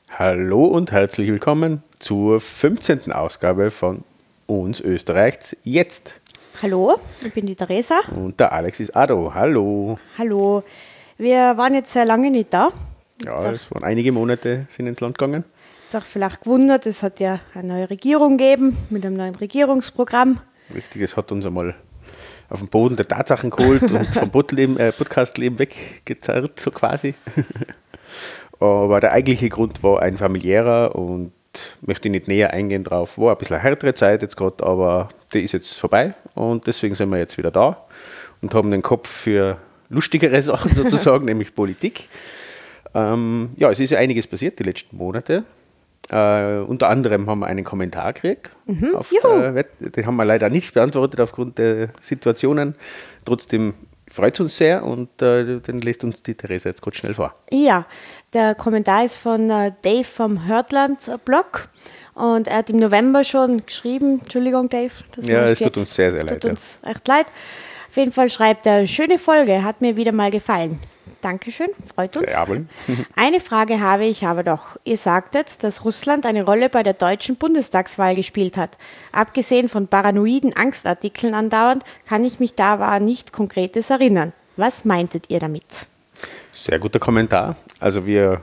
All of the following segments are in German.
Hallo und herzlich willkommen zur 15. Ausgabe von uns Österreichs jetzt. Hallo, ich bin die Theresa. Und der Alex ist Ado. Hallo. Hallo. Wir waren jetzt sehr lange nicht da. Ja, es waren einige Monate sind ins Land gegangen. Ist auch vielleicht gewundert, es hat ja eine neue Regierung gegeben mit einem neuen Regierungsprogramm. Richtig, es hat uns einmal auf den Boden der Tatsachen geholt und vom Podcastleben weggezerrt, so quasi. Aber der eigentliche Grund war ein familiärer und möchte nicht näher eingehen drauf. War ein bisschen eine härtere Zeit jetzt gerade, aber die ist jetzt vorbei und deswegen sind wir jetzt wieder da und haben den Kopf für lustigere Sachen sozusagen, nämlich Politik. Ja, es ist ja einiges passiert die letzten Monate. Unter anderem haben wir einen Kommentar gekriegt. Den haben wir leider nicht beantwortet aufgrund der Situationen. Trotzdem freut es uns sehr und den lässt uns die Theresa jetzt kurz schnell vor. Ja, der Kommentar ist von Dave vom Hörtland-Blog und er hat im November schon geschrieben. Entschuldigung, Dave. Es tut uns sehr, sehr leid. Tut uns echt leid. Auf jeden Fall schreibt er, schöne Folge, hat mir wieder mal gefallen. Dankeschön, freut uns. Eine Frage habe ich aber doch. Ihr sagtet, dass Russland eine Rolle bei der deutschen Bundestagswahl gespielt hat. Abgesehen von paranoiden Angstartikeln andauernd, kann ich mich da aber an nichts Konkretes erinnern. Was meintet ihr damit? Sehr guter Kommentar. Also wir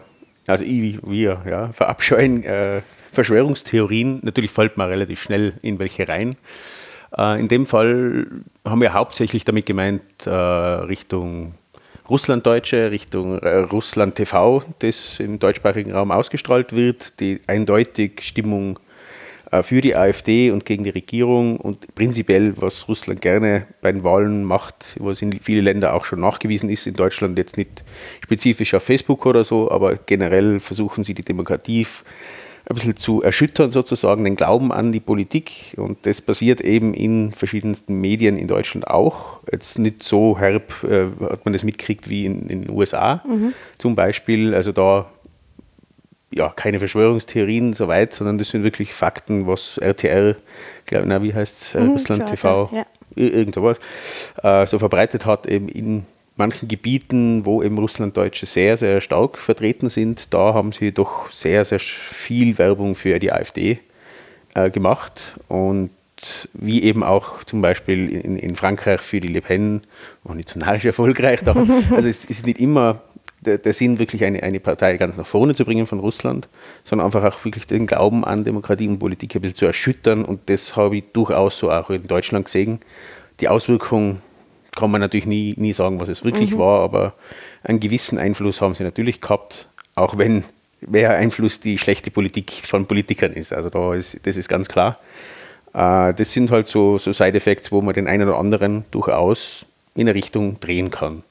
verabscheuen Verschwörungstheorien. Natürlich fällt man relativ schnell in welche rein. In dem Fall haben wir hauptsächlich damit gemeint, Richtung Russlanddeutsche, Richtung Russland TV, das im deutschsprachigen Raum ausgestrahlt wird, die eindeutig Stimmung für die AfD und gegen die Regierung und prinzipiell, was Russland gerne bei den Wahlen macht, was in viele Länder auch schon nachgewiesen ist, in Deutschland jetzt nicht spezifisch auf Facebook oder so, aber generell versuchen sie die Demokratie ein bisschen zu erschüttern, sozusagen den Glauben an die Politik, und das passiert eben in verschiedensten Medien in Deutschland auch. Jetzt nicht so herb hat man das mitgekriegt wie in den USA zum Beispiel, also da keine Verschwörungstheorien soweit, sondern das sind wirklich Fakten, was RTL, wie heißt es, Russland TV, irgend sowas, so verbreitet hat, eben in manchen Gebieten, wo eben Russlanddeutsche sehr, sehr stark vertreten sind. Da haben sie doch sehr, sehr viel Werbung für die AfD gemacht, und wie eben auch zum Beispiel in Frankreich für die Le Pen, auch nicht so narrisch erfolgreich, da, also es ist nicht immer der Sinn, wirklich eine Partei ganz nach vorne zu bringen von Russland, sondern einfach auch wirklich den Glauben an Demokratie und Politik ein bisschen zu erschüttern, und das habe ich durchaus so auch in Deutschland gesehen. Die Auswirkung kann man natürlich nie sagen, was es wirklich war, aber einen gewissen Einfluss haben sie natürlich gehabt, auch wenn mehr Einfluss die schlechte Politik von Politikern ist. Also das ist ganz klar. Das sind halt so Side-Effects, wo man den einen oder anderen durchaus in eine Richtung drehen kann.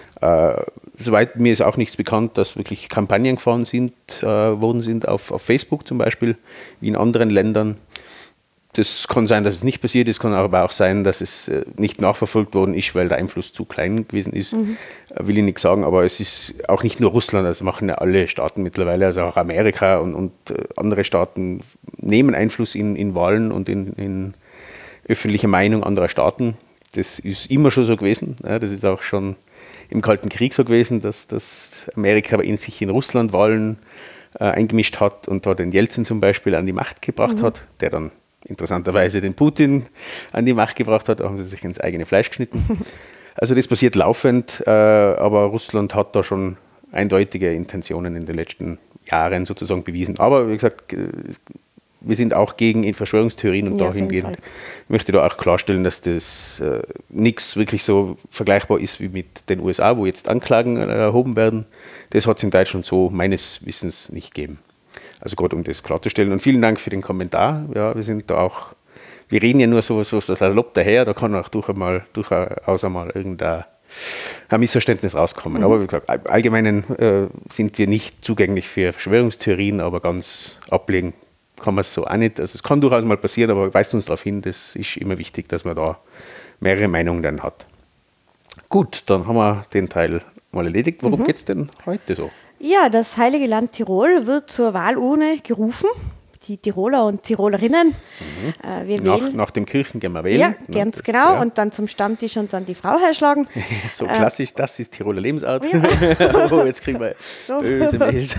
Soweit mir ist auch nichts bekannt, dass wirklich Kampagnen gefahren worden sind auf Facebook zum Beispiel, wie in anderen Ländern. Das kann sein, dass es nicht passiert ist, kann aber auch sein, dass es nicht nachverfolgt worden ist, weil der Einfluss zu klein gewesen ist. Will ich nicht sagen, aber es ist auch nicht nur Russland, das machen ja alle Staaten mittlerweile, also auch Amerika und andere Staaten nehmen Einfluss in Wahlen und in öffentliche Meinung anderer Staaten. Das ist immer schon so gewesen. Ja, das ist auch schon im Kalten Krieg so gewesen, dass Amerika sich in Russland Wahlen eingemischt hat und da den Jelzin zum Beispiel an die Macht gebracht hat, der dann interessanterweise den Putin an die Macht gebracht hat. Da haben sie sich ins eigene Fleisch geschnitten. Also das passiert laufend, aber Russland hat da schon eindeutige Intentionen in den letzten Jahren sozusagen bewiesen. Aber wie gesagt, wir sind auch gegen Verschwörungstheorien, und dahingehend möchte ich da auch klarstellen, dass das nichts wirklich so vergleichbar ist wie mit den USA, wo jetzt Anklagen erhoben werden. Das hat es in Deutschland so meines Wissens nicht gegeben. Also gerade um das klarzustellen. Und vielen Dank für den Kommentar. Ja, wir reden ja nur so salopp daher, da kann auch durchaus einmal irgendein Missverständnis rauskommen. Aber wie gesagt, allgemein sind wir nicht zugänglich für Verschwörungstheorien, aber ganz ablegen kann man es so auch nicht. Also es kann durchaus mal passieren, aber weist uns darauf hin, das ist immer wichtig, dass man da mehrere Meinungen dann hat. Gut, dann haben wir den Teil mal erledigt. Worum geht es denn heute so? Ja, das Heilige Land Tirol wird zur Wahlurne gerufen, die Tiroler und Tirolerinnen. Wir wählen. Nach dem Kirchen gehen wir wählen. Ja, ganz genau. Ja. Und dann zum Stammtisch und dann die Frau herschlagen. So klassisch, das ist Tiroler Lebensart. Ja. Oh, jetzt kriegen wir böse Mails.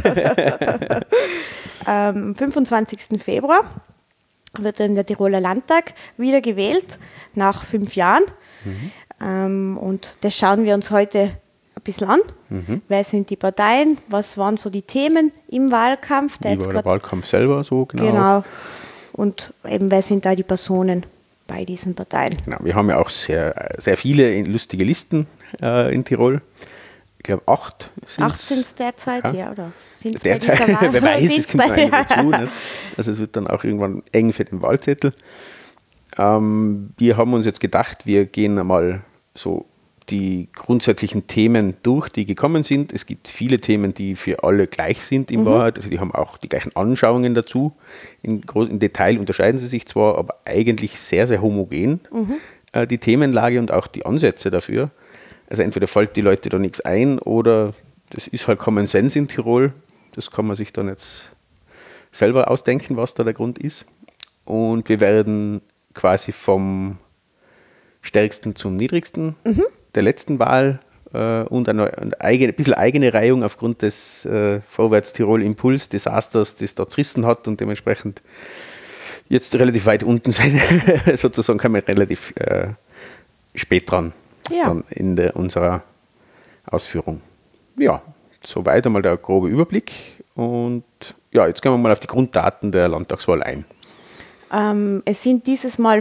Am 25. Februar wird dann der Tiroler Landtag wieder gewählt, nach 5 Jahren. Und das schauen wir uns heute ein bisschen an. Wer sind die Parteien? Was waren so die Themen im Wahlkampf? Wie war der Wahlkampf selber so genau? Genau. Und eben, wer sind da die Personen bei diesen Parteien? Genau, wir haben ja auch sehr, sehr viele lustige Listen in Tirol. Ich glaube 8 sind es. 8 sind es derzeit, ja, oder sind es derzeit, bei dieser Wahl? Wer weiß, es kommt noch einer dazu. Ne? Also es wird dann auch irgendwann eng für den Wahlzettel. Wir haben uns jetzt gedacht, wir gehen einmal so die grundsätzlichen Themen durch, die gekommen sind. Es gibt viele Themen, die für alle gleich sind in Wahrheit. Also die haben auch die gleichen Anschauungen dazu. Im Detail unterscheiden sie sich zwar, aber eigentlich sehr, sehr homogen, die Themenlage und auch die Ansätze dafür. Also entweder fällt die Leute da nichts ein oder das ist halt Common Sense in Tirol. Das kann man sich dann jetzt selber ausdenken, was da der Grund ist. Und wir werden quasi vom stärksten zum niedrigsten der letzten Wahl und eine bisschen eigene Reihung aufgrund des Vorwärts-Tirol-Impuls-Desasters, das da zerrissen hat und dementsprechend jetzt relativ weit unten sein. Sozusagen kann man relativ spät dran dann in unserer Ausführung. Ja, soweit einmal der grobe Überblick und ja, jetzt gehen wir mal auf die Grunddaten der Landtagswahl ein. Es sind dieses Mal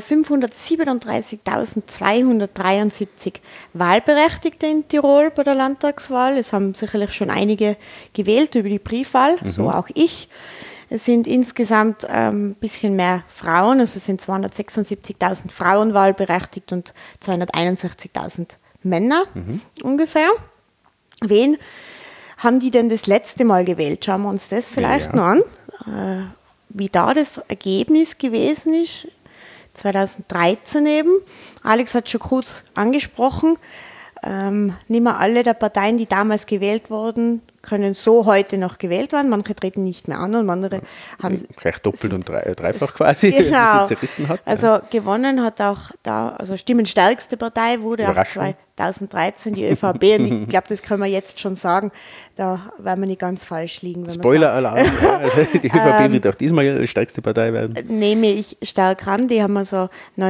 537.273 Wahlberechtigte in Tirol bei der Landtagswahl. Es haben sicherlich schon einige gewählt über die Briefwahl, so auch ich. Es sind insgesamt ein bisschen mehr Frauen, also es sind 276.000 Frauen wahlberechtigt und 261.000 Männer ungefähr. Wen haben die denn das letzte Mal gewählt? Schauen wir uns das vielleicht noch an. Wie da das Ergebnis gewesen ist, 2013 eben. Alex hat schon kurz angesprochen, nicht mehr alle der Parteien, die damals gewählt wurden, können so heute noch gewählt werden. Manche treten nicht mehr an und andere haben... Gleich doppelt und dreifach quasi, genau. sie zerrissen hat. Also gewonnen hat auch da, also stimmenstärkste Partei wurde auch 2013 die ÖVP und ich glaube, das können wir jetzt schon sagen, da werden wir nicht ganz falsch liegen. Spoiler-Alarm, also die ÖVP wird auch diesmal die stärkste Partei werden. Nehme ich stark ran, die haben also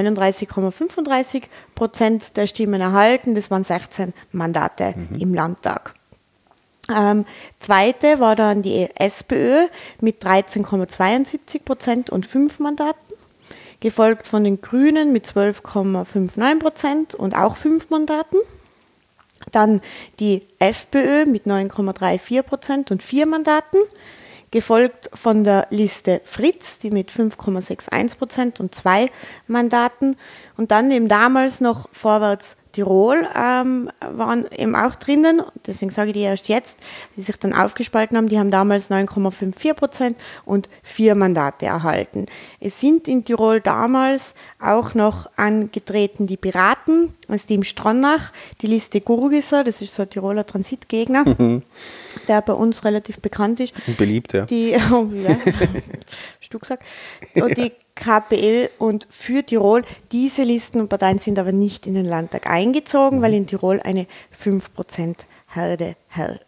39,35% der Stimmen erhalten, das waren 16 Mandate im Landtag. Zweite war dann die SPÖ mit 13,72% und 5 Mandaten, gefolgt von den Grünen mit 12,59% und auch 5 Mandaten. Dann die FPÖ mit 9,34% und 4 Mandaten, gefolgt von der Liste Fritz, die mit 5,61% und 2 Mandaten. Und dann eben damals noch Vorwärts Tirol waren eben auch drinnen, deswegen sage ich die erst jetzt, die sich dann aufgespalten haben, die haben damals 9,54% und 4 Mandate erhalten. Es sind in Tirol damals auch noch angetreten die Piraten, das Team Stronach, die Liste Gurgiser, das ist so ein Tiroler Transitgegner, der bei uns relativ bekannt ist. Beliebt, ja. Stuck und die KPL und für Tirol. Diese Listen und Parteien sind aber nicht in den Landtag eingezogen, weil in Tirol eine 5% Herde,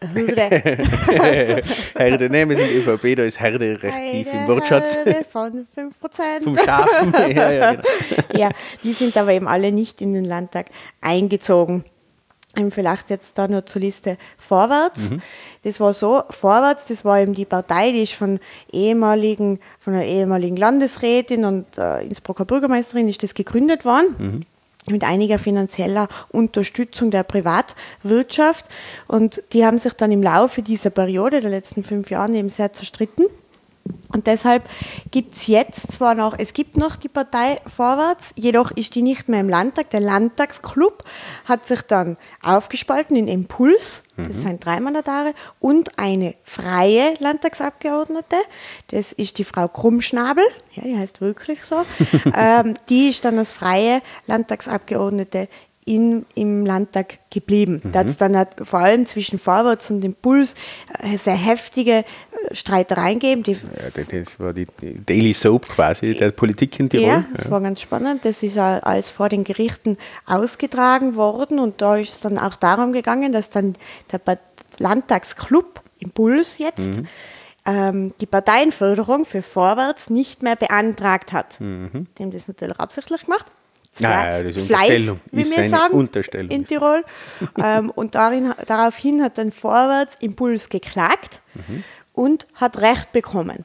ne, wir sind ÖVP, da ist Herde recht tief im Wortschatz. Herde von 5%. Vom Schafen, ja, genau. Ja, die sind aber eben alle nicht in den Landtag eingezogen. Vielleicht jetzt da noch zur Liste Vorwärts. Das war so, Vorwärts, das war eben die Partei, die ist von einer ehemaligen Landesrätin und Innsbrucker Bürgermeisterin ist das gegründet worden. Mit einiger finanzieller Unterstützung der Privatwirtschaft. Und die haben sich dann im Laufe dieser Periode, der letzten 5 Jahre, eben sehr zerstritten. Und deshalb gibt es jetzt zwar noch, es gibt noch die Partei Vorwärts, jedoch ist die nicht mehr im Landtag. Der Landtagsclub hat sich dann aufgespalten in Impuls, das sind 3 Mandatare, und eine freie Landtagsabgeordnete, das ist die Frau Krummschnabel, ja, die heißt wirklich so, die ist dann als freie Landtagsabgeordnete im Landtag geblieben. Da hat es dann vor allem zwischen Vorwärts und Impuls sehr heftige Streitereien gegeben. Das war die Daily Soap quasi der Politik in Tirol. Ja, das war ganz spannend. Das ist alles vor den Gerichten ausgetragen worden und da ist es dann auch darum gegangen, dass dann der Landtagsclub Impuls jetzt die Parteienförderung für Vorwärts nicht mehr beantragt hat. Die haben das natürlich absichtlich gemacht. Das ist Fleiß, wie wir sagen, in Tirol. Und daraufhin hat dann Vorwärts Impuls geklagt und hat Recht bekommen.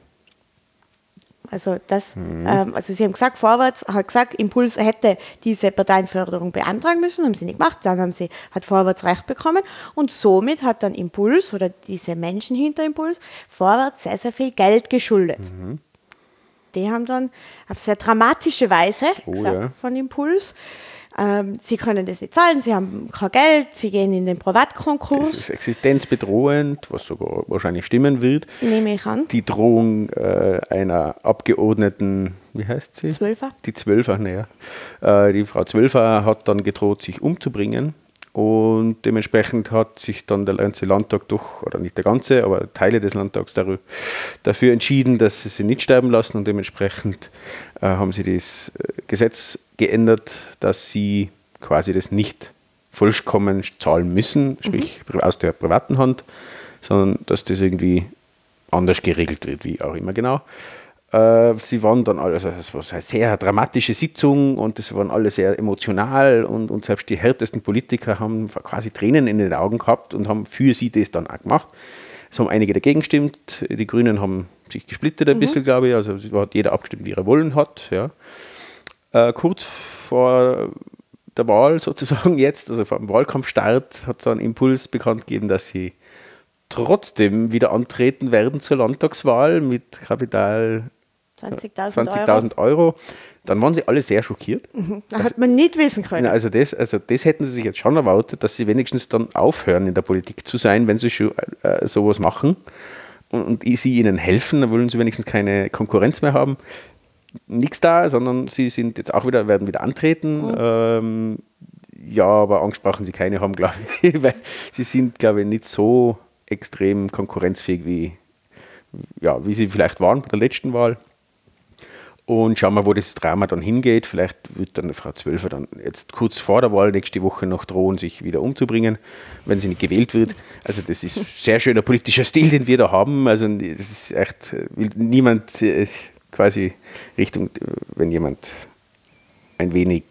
Also sie haben gesagt, Vorwärts hat gesagt, Impuls hätte diese Parteienförderung beantragen müssen, haben sie nicht gemacht, dann hat Vorwärts Recht bekommen und somit hat dann Impuls oder diese Menschen hinter Impuls Vorwärts sehr, sehr viel Geld geschuldet. Die haben dann auf sehr dramatische Weise gesagt von Impuls, sie können das nicht zahlen, sie haben kein Geld, sie gehen in den Privatkonkurs. Das ist existenzbedrohend, was sogar wahrscheinlich stimmen wird. Nehme ich an. Die Drohung einer Abgeordneten, wie heißt sie? Zwölfer. Die Zwölfer, die Frau Zwölfer hat dann gedroht, sich umzubringen. Und dementsprechend hat sich dann der ganze Landtag oder nicht der ganze, aber Teile des Landtags dafür entschieden, dass sie sich nicht sterben lassen. Und dementsprechend haben sie das Gesetz geändert, dass sie quasi das nicht vollkommen zahlen müssen, sprich aus der privaten Hand, sondern dass das irgendwie anders geregelt wird, wie auch immer genau. Sie waren dann alle, also es war eine sehr dramatische Sitzung und es waren alle sehr emotional und selbst die härtesten Politiker haben quasi Tränen in den Augen gehabt und haben für sie das dann auch gemacht. Es haben einige dagegen gestimmt, die Grünen haben sich gesplittet ein bisschen, glaube ich, also es hat jeder abgestimmt, wie er wollen hat. Ja. Kurz vor der Wahl sozusagen jetzt, also vor dem Wahlkampfstart, hat es einen Impuls bekannt gegeben, dass sie trotzdem wieder antreten werden zur Landtagswahl mit Kapital 20.000 Euro. Dann waren sie alle sehr schockiert. Da hat man nicht wissen können. Also das hätten sie sich jetzt schon erwartet, dass sie wenigstens dann aufhören, in der Politik zu sein, wenn sie schon sowas machen und sie ihnen helfen, dann wollen sie wenigstens keine Konkurrenz mehr haben. Nichts da, sondern sie sind jetzt auch werden wieder antreten. Ja, aber Angst brauchen sie keine haben, glaube ich, weil sie sind, glaube ich, nicht so extrem konkurrenzfähig, wie sie vielleicht waren bei der letzten Wahl. Und schauen wir, wo das Drama dann hingeht. Vielleicht wird dann Frau Zwölfer dann jetzt kurz vor der Wahl nächste Woche noch drohen, sich wieder umzubringen, wenn sie nicht gewählt wird. Also das ist ein sehr schöner politischer Stil, den wir da haben. Also das ist echt, will niemand quasi Richtung, wenn jemand ein wenig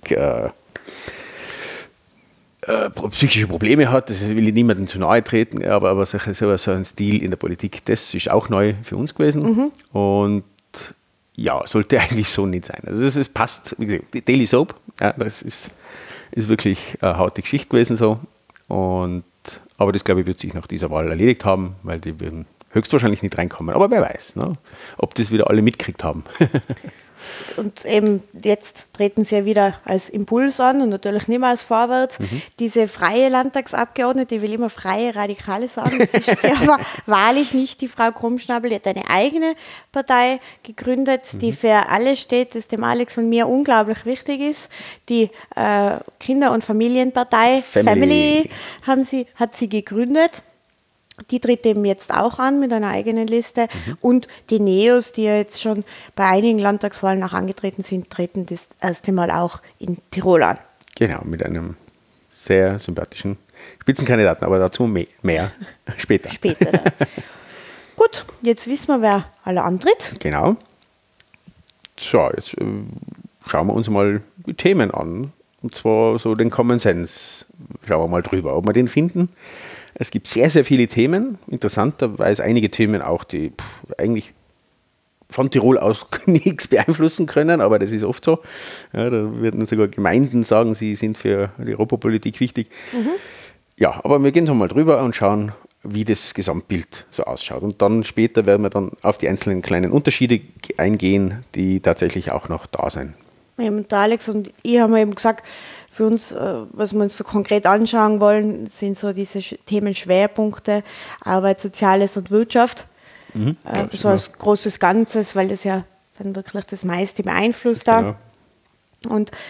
psychische Probleme hat, das will ich niemandem zu nahe treten, aber so ein Stil in der Politik, das ist auch neu für uns gewesen. Und ja, sollte eigentlich so nicht sein. Also es passt, wie gesagt, die Daily Soap, das ist wirklich eine harte Geschichte gewesen so. Aber das, glaube ich, wird sich nach dieser Wahl erledigt haben, weil die werden höchstwahrscheinlich nicht reinkommen. Aber wer weiß, ob das wieder alle mitgekriegt haben. Und eben jetzt treten sie ja wieder als Impuls an und natürlich nicht mehr als Vorwärts. Diese freie Landtagsabgeordnete, ich will immer freie Radikale sagen, das ist sie aber wahrlich nicht die Frau Krummschnabel, die hat eine eigene Partei gegründet, die für alle steht, das dem Alex und mir unglaublich wichtig ist. Die Kinder- und Familienpartei Family hat sie gegründet. Die tritt eben jetzt auch an mit einer eigenen Liste. Und die Neos, die ja jetzt schon bei einigen Landtagswahlen auch angetreten sind, treten das erste Mal auch in Tirol an. Genau, mit einem sehr sympathischen Spitzenkandidaten, aber dazu mehr später. Dann. Gut, jetzt wissen wir, wer alle antritt. Genau. So, jetzt schauen wir uns mal die Themen an. Und zwar so den Common Sense. Schauen wir mal drüber, ob wir den finden. Es gibt sehr, sehr viele Themen. Interessanterweise einige Themen auch, die eigentlich von Tirol aus nichts beeinflussen können, aber das ist oft so. Ja, da werden sogar Gemeinden sagen, sie sind für die Europapolitik wichtig. Ja, aber wir gehen so mal drüber und schauen, wie das Gesamtbild so ausschaut. Und dann später werden wir dann auf die einzelnen kleinen Unterschiede eingehen, die tatsächlich auch noch da sind. Ja, und Alex und ich haben eben gesagt, für uns, was wir uns so konkret anschauen wollen, sind so diese Themenschwerpunkte Arbeit, Soziales und Wirtschaft. So als großes Ganzes, weil das ja dann wirklich das meiste beeinflusst da. Genau. Und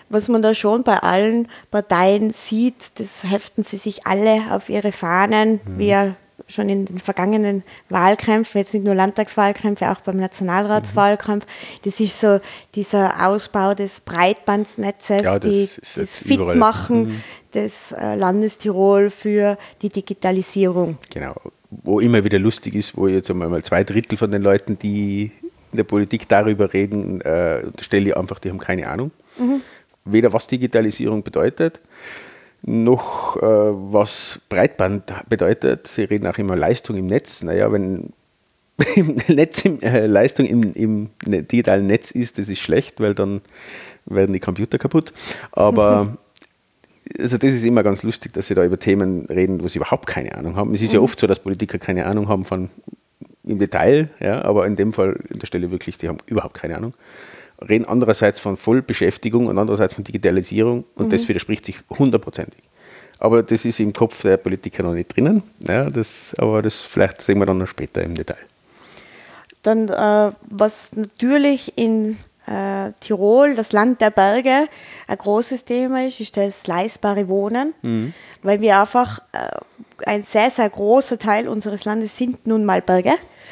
was man da schon bei allen Parteien sieht, das heften sie sich alle auf ihre Fahnen, wie ja schon in den vergangenen Wahlkämpfen, jetzt nicht nur Landtagswahlkämpfe, auch beim Nationalratswahlkampf. Das ist so dieser Ausbau des Breitbandnetzes, das Fitmachen des Landes Tirol für die Digitalisierung. Genau, wo immer wieder lustig ist, wo jetzt einmal 2/3 von den Leuten, die in der Politik darüber reden, unterstelle ich einfach, die haben keine Ahnung. Weder was Digitalisierung bedeutet, noch was Breitband bedeutet. Sie reden auch immer Leistung im Netz. Naja, wenn Leistung im digitalen Netz ist, das ist schlecht, weil dann werden die Computer kaputt. Aber also das ist immer ganz lustig, dass sie da über Themen reden, wo sie überhaupt keine Ahnung haben. Es ist ja oft so, dass Politiker keine Ahnung haben von im Detail, ja, aber in dem Fall unterstelle ich wirklich, die haben überhaupt keine Ahnung. Reden andererseits von Vollbeschäftigung und andererseits von Digitalisierung und das widerspricht sich 100%. Aber das ist im Kopf der Politiker noch nicht drinnen. Ja, aber das vielleicht sehen wir dann noch später im Detail. Dann, was natürlich in Tirol, das Land der Berge, ein großes Thema ist das leistbare Wohnen, weil wir einfach, ein sehr, sehr großer Teil unseres Landes sind nun mal Berge.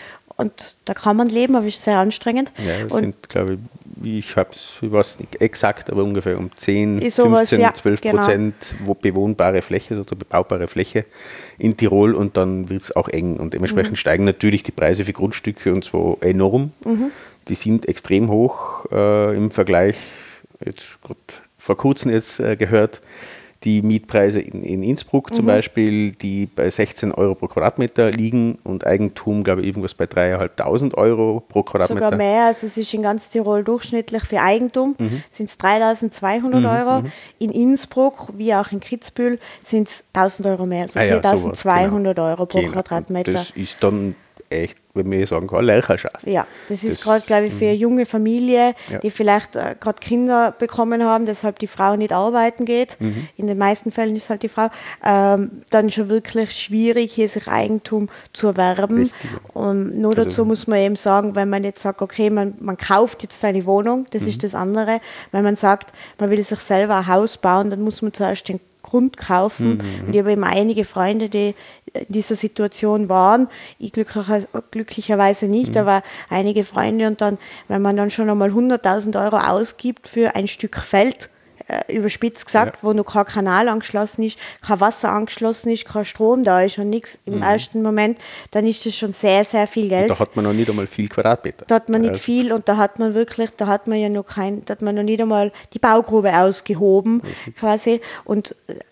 Und da kann man leben, aber ist sehr anstrengend. Ja, das sind, glaube ich weiß nicht exakt, aber ungefähr um 10, 15, 12% bewohnbare Fläche, also bebaubare Fläche in Tirol und dann wird es auch eng. Und dementsprechend steigen natürlich die Preise für Grundstücke und zwar enorm. Die sind extrem hoch im Vergleich, jetzt vor kurzem gehört, die Mietpreise in Innsbruck zum Beispiel, die bei 16 Euro pro Quadratmeter liegen und Eigentum, glaube ich, irgendwas bei 3.500 Euro pro Quadratmeter. Sogar mehr, also es ist in ganz Tirol durchschnittlich für Eigentum, sind es 3.200 Euro. In Innsbruck, wie auch in Kitzbühel, sind es 1.000 Euro mehr, also 4.200 Euro pro Quadratmeter. Das ist dann echt, wenn wir sagen kann, Lercherschatz. Ja, das ist gerade, glaube ich, für eine junge Familie, die vielleicht gerade Kinder bekommen haben, deshalb die Frau nicht arbeiten geht. In den meisten Fällen ist halt die Frau. Dann schon wirklich schwierig, hier sich Eigentum zu erwerben. Richtig, ja. Und nur dazu muss man eben sagen, wenn man jetzt sagt, okay, man kauft jetzt seine Wohnung, das ist das andere. Wenn man sagt, man will sich selber ein Haus bauen, dann muss man zuerst den Grund kaufen. Und ich habe eben einige Freunde, die in dieser Situation waren. Ich glücklicherweise nicht, aber einige Freunde. Und dann, wenn man dann schon einmal 100.000 Euro ausgibt für ein Stück Feld, überspitzt gesagt, wo noch kein Kanal angeschlossen ist, kein Wasser angeschlossen ist, kein Strom da ist und nichts im ersten Moment, dann ist das schon sehr, sehr viel Geld. Und da hat man noch nicht einmal viel Quadratmeter. Da hat man nicht viel und da hat man ja noch noch nicht einmal die Baugrube ausgehoben, quasi. Und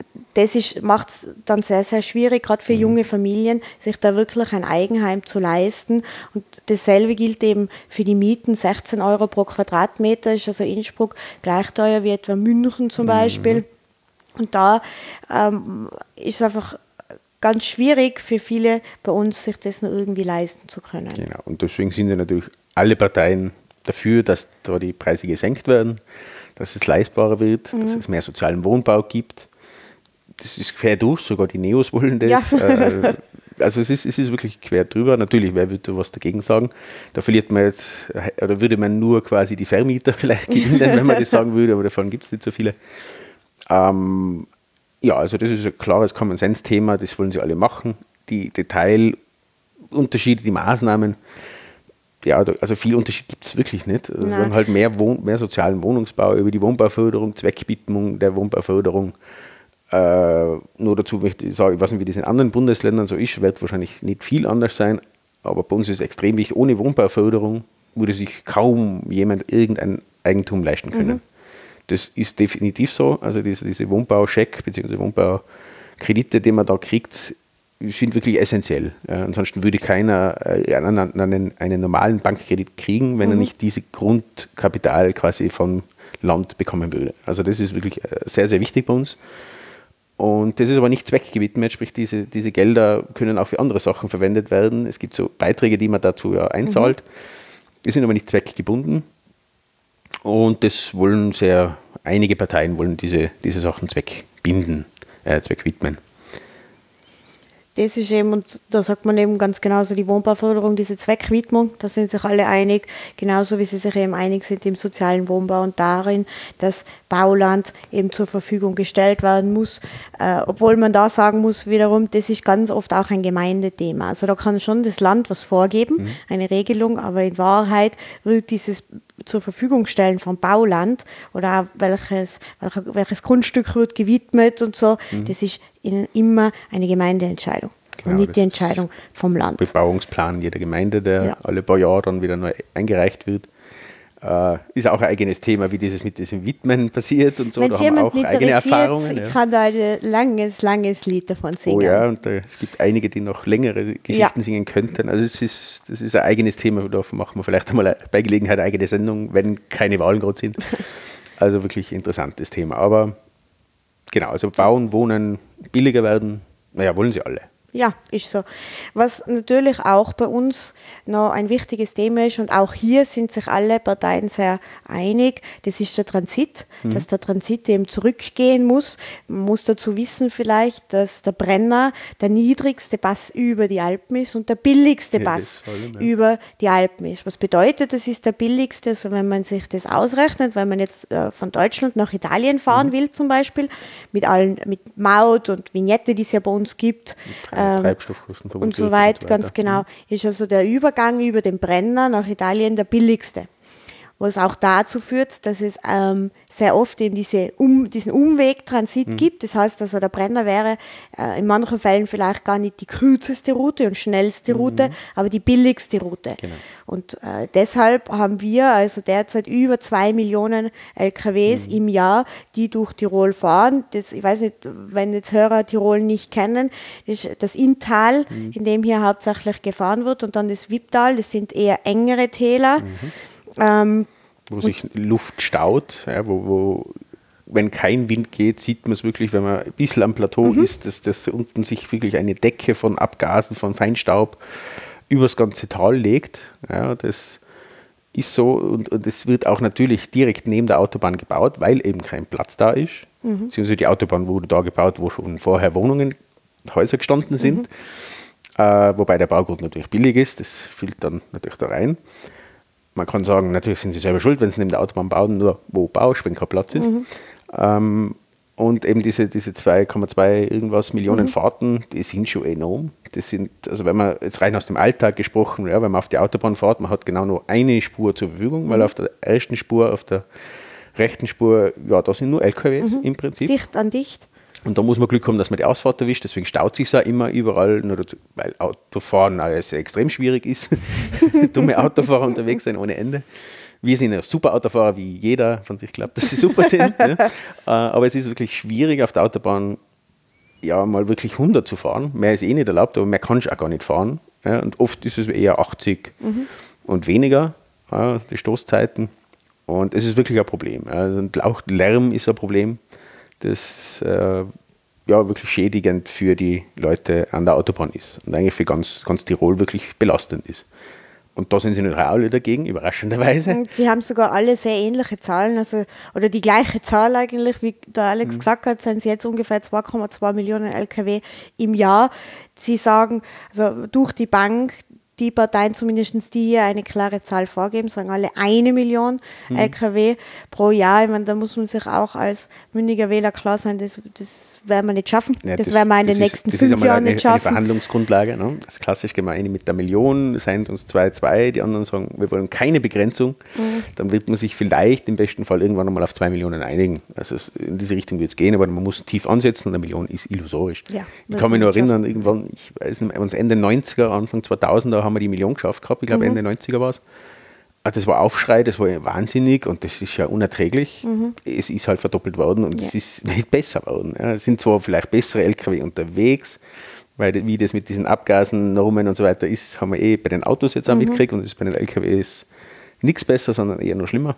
das macht es dann sehr, sehr schwierig, gerade für junge Familien, sich da wirklich ein Eigenheim zu leisten. Und dasselbe gilt eben für die Mieten, 16 Euro pro Quadratmeter ist also Innsbruck gleich teuer wie etwa München zum Beispiel. Und da ist es einfach ganz schwierig für viele bei uns, sich das noch irgendwie leisten zu können. Genau, und deswegen sind ja natürlich alle Parteien dafür, dass da die Preise gesenkt werden, dass es leistbarer wird, dass es mehr sozialen Wohnbau gibt. Das ist quer durch, sogar die Neos wollen das. Ja. Also es ist wirklich quer drüber. Natürlich, wer würde was dagegen sagen? Da verliert man jetzt, oder würde man nur quasi die Vermieter vielleicht gewinnen, wenn man das sagen würde, aber davon gibt es nicht so viele. Ja, also das ist ein klares Common-Sense-Thema, das wollen sie alle machen. Die Detailunterschiede, die Maßnahmen, ja, also viel Unterschied gibt es wirklich nicht. Also wir haben halt mehr sozialen Wohnungsbau über die Wohnbauförderung, Zweckbindung der Wohnbauförderung. Nur dazu möchte ich sagen, ich weiß nicht, wie das in anderen Bundesländern so ist, wird wahrscheinlich nicht viel anders sein, aber bei uns ist es extrem wichtig, ohne Wohnbauförderung würde sich kaum jemand irgendein Eigentum leisten können. Das ist definitiv so, also diese Wohnbauscheck bzw. Wohnbaukredite, die man da kriegt, sind wirklich essentiell. Ansonsten würde keiner einen normalen Bankkredit kriegen, wenn er nicht dieses Grundkapital quasi vom Land bekommen würde. Also das ist wirklich sehr, sehr wichtig bei uns. Und das ist aber nicht zweckgewidmet, sprich diese Gelder können auch für andere Sachen verwendet werden. Es gibt so Beiträge, die man dazu einzahlt. Die sind aber nicht zweckgebunden. Und das wollen einige Parteien wollen diese Sachen zweckwidmen. das ist eben, und da sagt man eben ganz genauso, die Wohnbauförderung, diese Zweckwidmung, da sind sich alle einig, genauso wie sie sich eben einig sind im sozialen Wohnbau und darin, dass Bauland eben zur Verfügung gestellt werden muss, obwohl man da sagen muss wiederum, das ist ganz oft auch ein Gemeindethema. Also da kann schon das Land was vorgeben, eine Regelung, aber in Wahrheit wird dieses zur Verfügung stellen vom Bauland oder auch welches Grundstück wird gewidmet und so, das ist immer eine Gemeindeentscheidung und nicht die Entscheidung vom Land. Bebauungsplan jeder Gemeinde, der alle paar Jahre dann wieder neu eingereicht wird. Ist auch ein eigenes Thema, wie dieses mit diesem Widmen passiert und so. Wenn da haben wir auch eigene Erfahrungen. Ich kann da ein langes Lied davon singen. Oh ja, und es gibt einige, die noch längere Geschichten singen könnten. Also das ist ein eigenes Thema, da machen wir vielleicht einmal bei Gelegenheit eine eigene Sendung, wenn keine Wahlen gerade sind. Also wirklich interessantes Thema. Aber genau, also bauen, wohnen, billiger werden, naja, wollen sie alle. Ja, ist so. Was natürlich auch bei uns noch ein wichtiges Thema ist, und auch hier sind sich alle Parteien sehr einig, das ist der Transit, dass der Transit eben zurückgehen muss. Man muss dazu wissen vielleicht, dass der Brenner der niedrigste Pass über die Alpen ist und der billigste Pass über die Alpen ist. Was bedeutet, das ist der billigste, also wenn man sich das ausrechnet, wenn man jetzt von Deutschland nach Italien fahren will zum Beispiel, mit Maut und Vignette, die es ja bei uns gibt, Treibstoffkosten und so weiter, ganz genau, ist also der Übergang über den Brenner nach Italien der billigste. Was auch dazu führt, dass es sehr oft eben diesen Umweg-Transit gibt. Das heißt also, der Brenner wäre in manchen Fällen vielleicht gar nicht die kürzeste Route und schnellste Route, aber die billigste Route. Genau. Und deshalb haben wir also derzeit über 2 Millionen LKWs im Jahr, die durch Tirol fahren. Ich weiß nicht, wenn jetzt Hörer Tirol nicht kennen, das ist das Inntal, in dem hier hauptsächlich gefahren wird, und dann das Wipptal, das sind eher engere Täler. Wo sich Luft staut, ja, wo wenn kein Wind geht, sieht man es wirklich, wenn man ein bisschen am Plateau ist, dass unten sich wirklich eine Decke von Abgasen, von Feinstaub übers ganze Tal legt. Ja, das ist so, und es wird auch natürlich direkt neben der Autobahn gebaut, weil eben kein Platz da ist. Beziehungsweise die Autobahn wurde da gebaut, wo schon vorher Wohnungen, Häuser gestanden sind. Wobei der Baugrund natürlich billig ist, das fällt dann natürlich da rein. Man kann sagen, natürlich sind sie selber schuld, wenn sie neben der Autobahn bauen, nur wo baust, wenn kein Platz ist. Und eben diese 2,2 irgendwas Millionen Fahrten, die sind schon enorm. Das sind, also wenn man jetzt rein aus dem Alltag gesprochen, ja, wenn man auf die Autobahn fährt, man hat genau nur eine Spur zur Verfügung, weil auf der ersten Spur, auf der rechten Spur, ja, da sind nur LKWs im Prinzip. Dicht an dicht. Und da muss man Glück haben, dass man die Ausfahrt erwischt, deswegen staut sich ja immer überall, nur dazu, weil Autofahren sehr extrem schwierig ist. Dumme Autofahrer unterwegs sein ohne Ende. Wir sind ja super Autofahrer, wie jeder von sich glaubt, dass sie super sind. Ne? Aber es ist wirklich schwierig, auf der Autobahn ja mal wirklich 100 zu fahren. Mehr ist eh nicht erlaubt, aber mehr kannst du auch gar nicht fahren. Ja? Und oft ist es eher 80 und weniger, die Stoßzeiten. Und es ist wirklich ein Problem. Und auch Lärm ist ein Problem, das wirklich schädigend für die Leute an der Autobahn ist und eigentlich für ganz Tirol wirklich belastend ist. Und da sind sie nicht alle dagegen, überraschenderweise. Und sie haben sogar alle sehr ähnliche Zahlen, also, oder die gleiche Zahl eigentlich, wie der Alex gesagt hat, sind es jetzt ungefähr 2,2 Millionen LKW im Jahr. Sie sagen, also durch die Bank, die Parteien, zumindest die hier eine klare Zahl vorgeben, sagen alle 1 Million LKW pro Jahr. Ich meine, da muss man sich auch als mündiger Wähler klar sein, das werden wir nicht schaffen. Ja, das werden wir in den nächsten 5 Jahren nicht schaffen. Das ist eine Verhandlungsgrundlage. Ne? Das ist klassisch gemein mit der Million, seien uns 2,2, die anderen sagen, wir wollen keine Begrenzung. Dann wird man sich vielleicht im besten Fall irgendwann einmal auf 2 Millionen einigen. Also in diese Richtung wird es gehen, aber man muss tief ansetzen und 1 Million ist illusorisch. Ja, ich kann mich nur erinnern, irgendwann, ich weiß nicht, uns Ende 90er, Anfang 2000er haben wir die Million geschafft gehabt, ich glaube Ende 90er war es. Das war Aufschrei, das war wahnsinnig und das ist ja unerträglich. Es ist halt verdoppelt worden und es ist nicht besser worden. Ja, es sind zwar vielleicht bessere LKW unterwegs, weil wie das mit diesen Abgasen, Normen und so weiter ist, haben wir bei den Autos jetzt auch mitgekriegt und das ist bei den LKWs nichts besser, sondern eher nur schlimmer.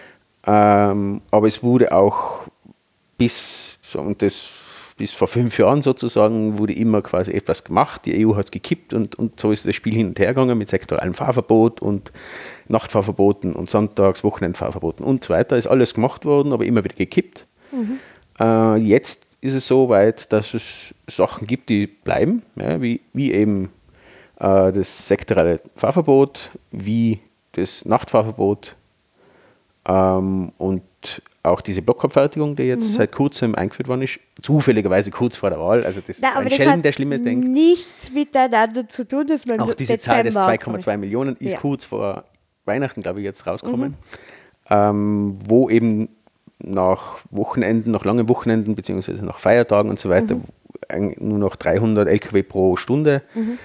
Aber es wurde auch bis vor 5 Jahren sozusagen wurde immer quasi etwas gemacht. Die EU hat es gekippt und so ist das Spiel hin und her gegangen mit sektoralem Fahrverbot und Nachtfahrverboten und Sonntags-, Wochenendfahrverboten und so weiter. Ist alles gemacht worden, aber immer wieder gekippt. Jetzt ist es so weit, dass es Sachen gibt, die bleiben, ja, wie eben das sektorale Fahrverbot, wie das Nachtfahrverbot und auch diese Blockabfertigung, die jetzt seit kurzem eingeführt worden ist, zufälligerweise kurz vor der Wahl. Also das ist ein Schelm, der Schlimmes denkt. Nichts miteinander zu tun, dass man auch diese Zahl des 2,2 Millionen ist kurz vor Weihnachten, glaube ich, jetzt rausgekommen, wo eben nach langen Wochenenden beziehungsweise nach Feiertagen und so weiter nur noch 300 LKW pro Stunde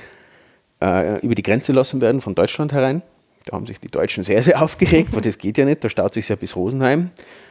über die Grenze lassen werden von Deutschland herein. Da haben sich die Deutschen sehr, sehr aufgeregt, weil das geht ja nicht, da staut sich ja bis Rosenheim.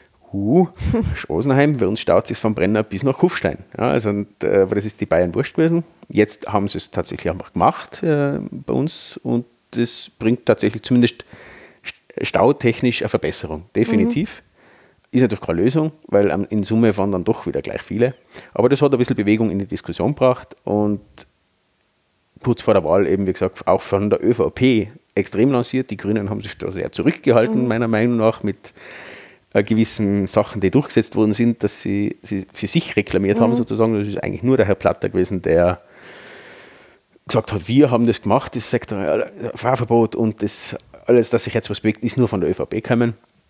Rosenheim, bei uns staut sich vom Brenner bis nach Kufstein. Ja, also, aber das ist die Bayern wurscht gewesen. Jetzt haben sie es tatsächlich einfach gemacht bei uns und das bringt tatsächlich zumindest stautechnisch eine Verbesserung, definitiv. Ist natürlich keine Lösung, weil in Summe waren dann doch wieder gleich viele. Aber das hat ein bisschen Bewegung in die Diskussion gebracht und kurz vor der Wahl eben, wie gesagt, auch von der ÖVP extrem lanciert. Die Grünen haben sich da sehr zurückgehalten, meiner Meinung nach, mit gewissen Sachen, die durchgesetzt worden sind, dass sie für sich reklamiert haben, sozusagen. Das ist eigentlich nur der Herr Platter gewesen, der gesagt hat, wir haben das gemacht, das sektoriale Fahrverbot und das alles, dass sich jetzt was bewegt, ist nur von der ÖVP gekommen.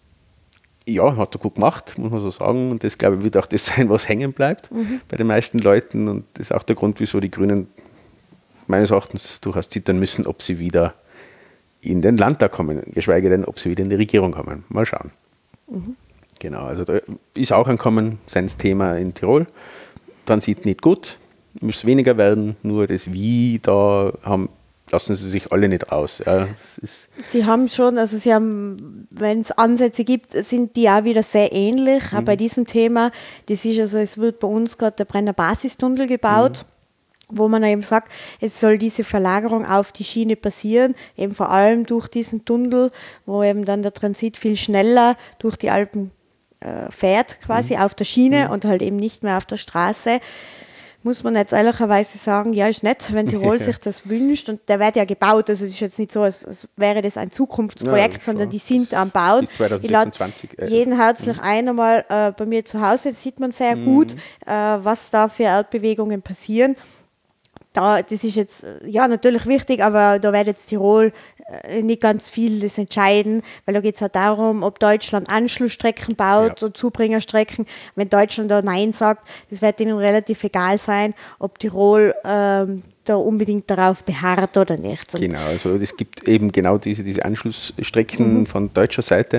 Ja, hat er gut gemacht, muss man so sagen. Und das, glaube ich, wird auch das sein, was hängen bleibt bei den meisten Leuten. Und das ist auch der Grund, wieso die Grünen meines Erachtens durchaus zittern müssen, ob sie wieder in den Landtag kommen, geschweige denn, ob sie wieder in die Regierung kommen. Mal schauen. Genau, also da ist auch ein Common Sense Thema in Tirol. Transit nicht gut, muss weniger werden, nur das Wie, da lassen sie sich alle nicht aus. Ja, sie haben schon, also sie haben, wenn es Ansätze gibt, sind die auch wieder sehr ähnlich. Auch bei diesem Thema, das ist also, es wird bei uns gerade der Brenner Basistunnel gebaut, wo man eben sagt, es soll diese Verlagerung auf die Schiene passieren, eben vor allem durch diesen Tunnel, wo eben dann der Transit viel schneller durch die Alpen fährt, quasi auf der Schiene und halt eben nicht mehr auf der Straße. Muss man jetzt ehrlicherweise sagen, ja, ist nett, wenn Tirol sich das wünscht und der wird ja gebaut, also es ist jetzt nicht so, als wäre das ein Zukunftsprojekt, sondern die sind am Bauen. Bis 2026. Ich lade jeden herzlich ein, einmal bei mir zu Hause, das sieht man sehr gut, was da für Erdbewegungen passieren. Das ist jetzt ja natürlich wichtig, aber da wird jetzt Tirol nicht ganz viel das entscheiden, weil da geht es halt darum, ob Deutschland Anschlussstrecken baut und Zubringerstrecken. Wenn Deutschland da Nein sagt, das wird ihnen relativ egal sein, ob Tirol da unbedingt darauf beharrt oder nicht. Und genau, also es gibt eben genau diese Anschlussstrecken von deutscher Seite.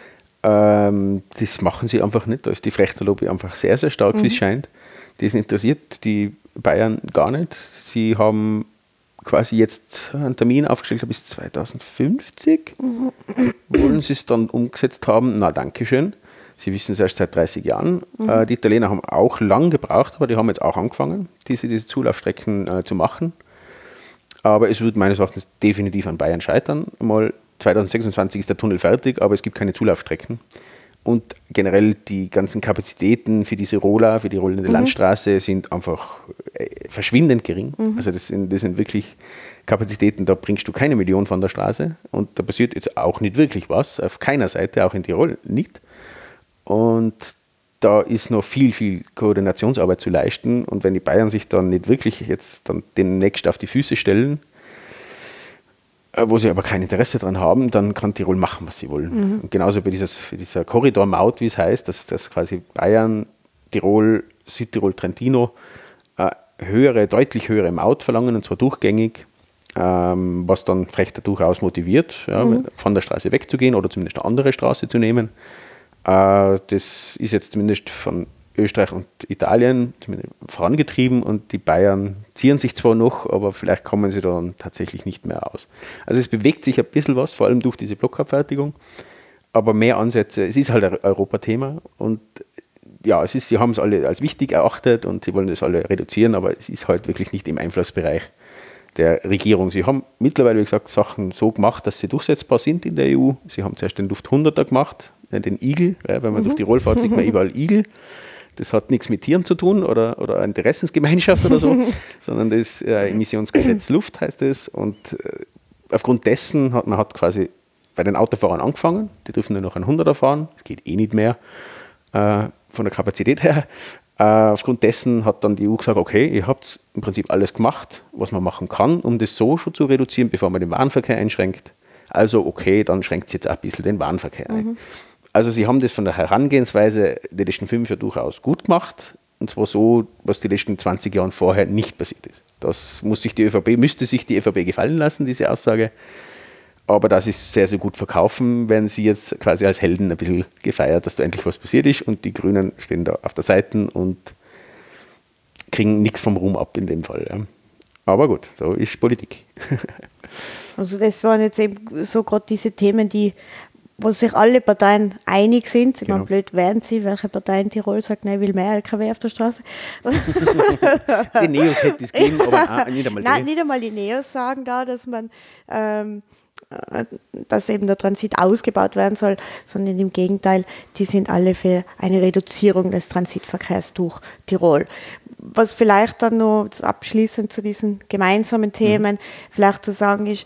Das machen sie einfach nicht. Da ist die Frechterlobby einfach sehr, sehr stark, wie es scheint. Das interessiert die Bayern gar nicht. Sie haben quasi jetzt einen Termin aufgestellt bis 2050. Wollen sie es dann umgesetzt haben? Na, danke schön. Sie wissen es erst seit 30 Jahren. Die Italiener haben auch lang gebraucht, aber die haben jetzt auch angefangen, diese Zulaufstrecken zu machen. Aber es wird meines Erachtens definitiv an Bayern scheitern. Mal 2026 ist der Tunnel fertig, aber es gibt keine Zulaufstrecken. Und generell die ganzen Kapazitäten für diese Roller, für die rollende Landstraße sind einfach verschwindend gering. Also das sind wirklich Kapazitäten, da bringst du keine Million von der Straße und da passiert jetzt auch nicht wirklich was, auf keiner Seite, auch in Tirol nicht. Und da ist noch viel, viel Koordinationsarbeit zu leisten und wenn die Bayern sich dann nicht wirklich jetzt dann demnächst auf die Füße stellen, wo sie aber kein Interesse daran haben, dann kann Tirol machen, was sie wollen. Und genauso bei dieser Korridormaut, wie es heißt, dass quasi Bayern, Tirol, Südtirol, Trentino deutlich höhere Maut verlangen, und zwar durchgängig, was dann Frechter durchaus motiviert, von der Straße wegzugehen oder zumindest eine andere Straße zu nehmen. Das ist jetzt zumindest von Österreich und Italien vorangetrieben und die Bayern zieren sich zwar noch, aber vielleicht kommen sie dann tatsächlich nicht mehr aus. Also es bewegt sich ein bisschen was, vor allem durch diese Blockabfertigung, aber mehr Ansätze, es ist halt ein Europathema und ja, sie haben es alle als wichtig erachtet und sie wollen das alle reduzieren, aber es ist halt wirklich nicht im Einflussbereich der Regierung. Sie haben mittlerweile, wie gesagt, Sachen so gemacht, dass sie durchsetzbar sind in der EU. Sie haben zuerst den Luft-100er gemacht, den Igel, wenn man durch Tirol fährt, sieht man überall Igel. Das hat nichts mit Tieren zu tun oder Interessensgemeinschaft oder so, sondern das Emissionsgesetz Luft heißt es. Und aufgrund dessen hat man quasi bei den Autofahrern angefangen. Die dürfen nur noch einen 100er fahren. Das geht eh nicht mehr von der Kapazität her. Aufgrund dessen hat dann die EU gesagt, okay, ihr habt im Prinzip alles gemacht, was man machen kann, um das so schon zu reduzieren, bevor man den Warenverkehr einschränkt. Also okay, dann schränkt es jetzt auch ein bisschen den Warenverkehr ein. Also sie haben das von der Herangehensweise die letzten 5 Jahre durchaus gut gemacht. Und zwar so, was die letzten 20 Jahre vorher nicht passiert ist. Das müsste sich die ÖVP gefallen lassen, diese Aussage. Aber das ist sehr, sehr gut verkaufen, werden sie jetzt quasi als Helden ein bisschen gefeiert, dass da endlich was passiert ist. Und die Grünen stehen da auf der Seite und kriegen nichts vom Ruhm ab in dem Fall. Ja. Aber gut, so ist Politik. Also das waren jetzt eben so gerade diese Themen, wo sich alle Parteien einig sind. Ich meine, blöd wären sie, welche Partei in Tirol sagt, nein, will mehr LKW auf der Straße. Die Neos hätte es gegeben, aber nicht einmal Nein, nicht einmal die Neos sagen da, dass man dass eben der Transit ausgebaut werden soll, sondern im Gegenteil, die sind alle für eine Reduzierung des Transitverkehrs durch Tirol. Was vielleicht dann noch abschließend zu diesen gemeinsamen Themen vielleicht zu sagen ist,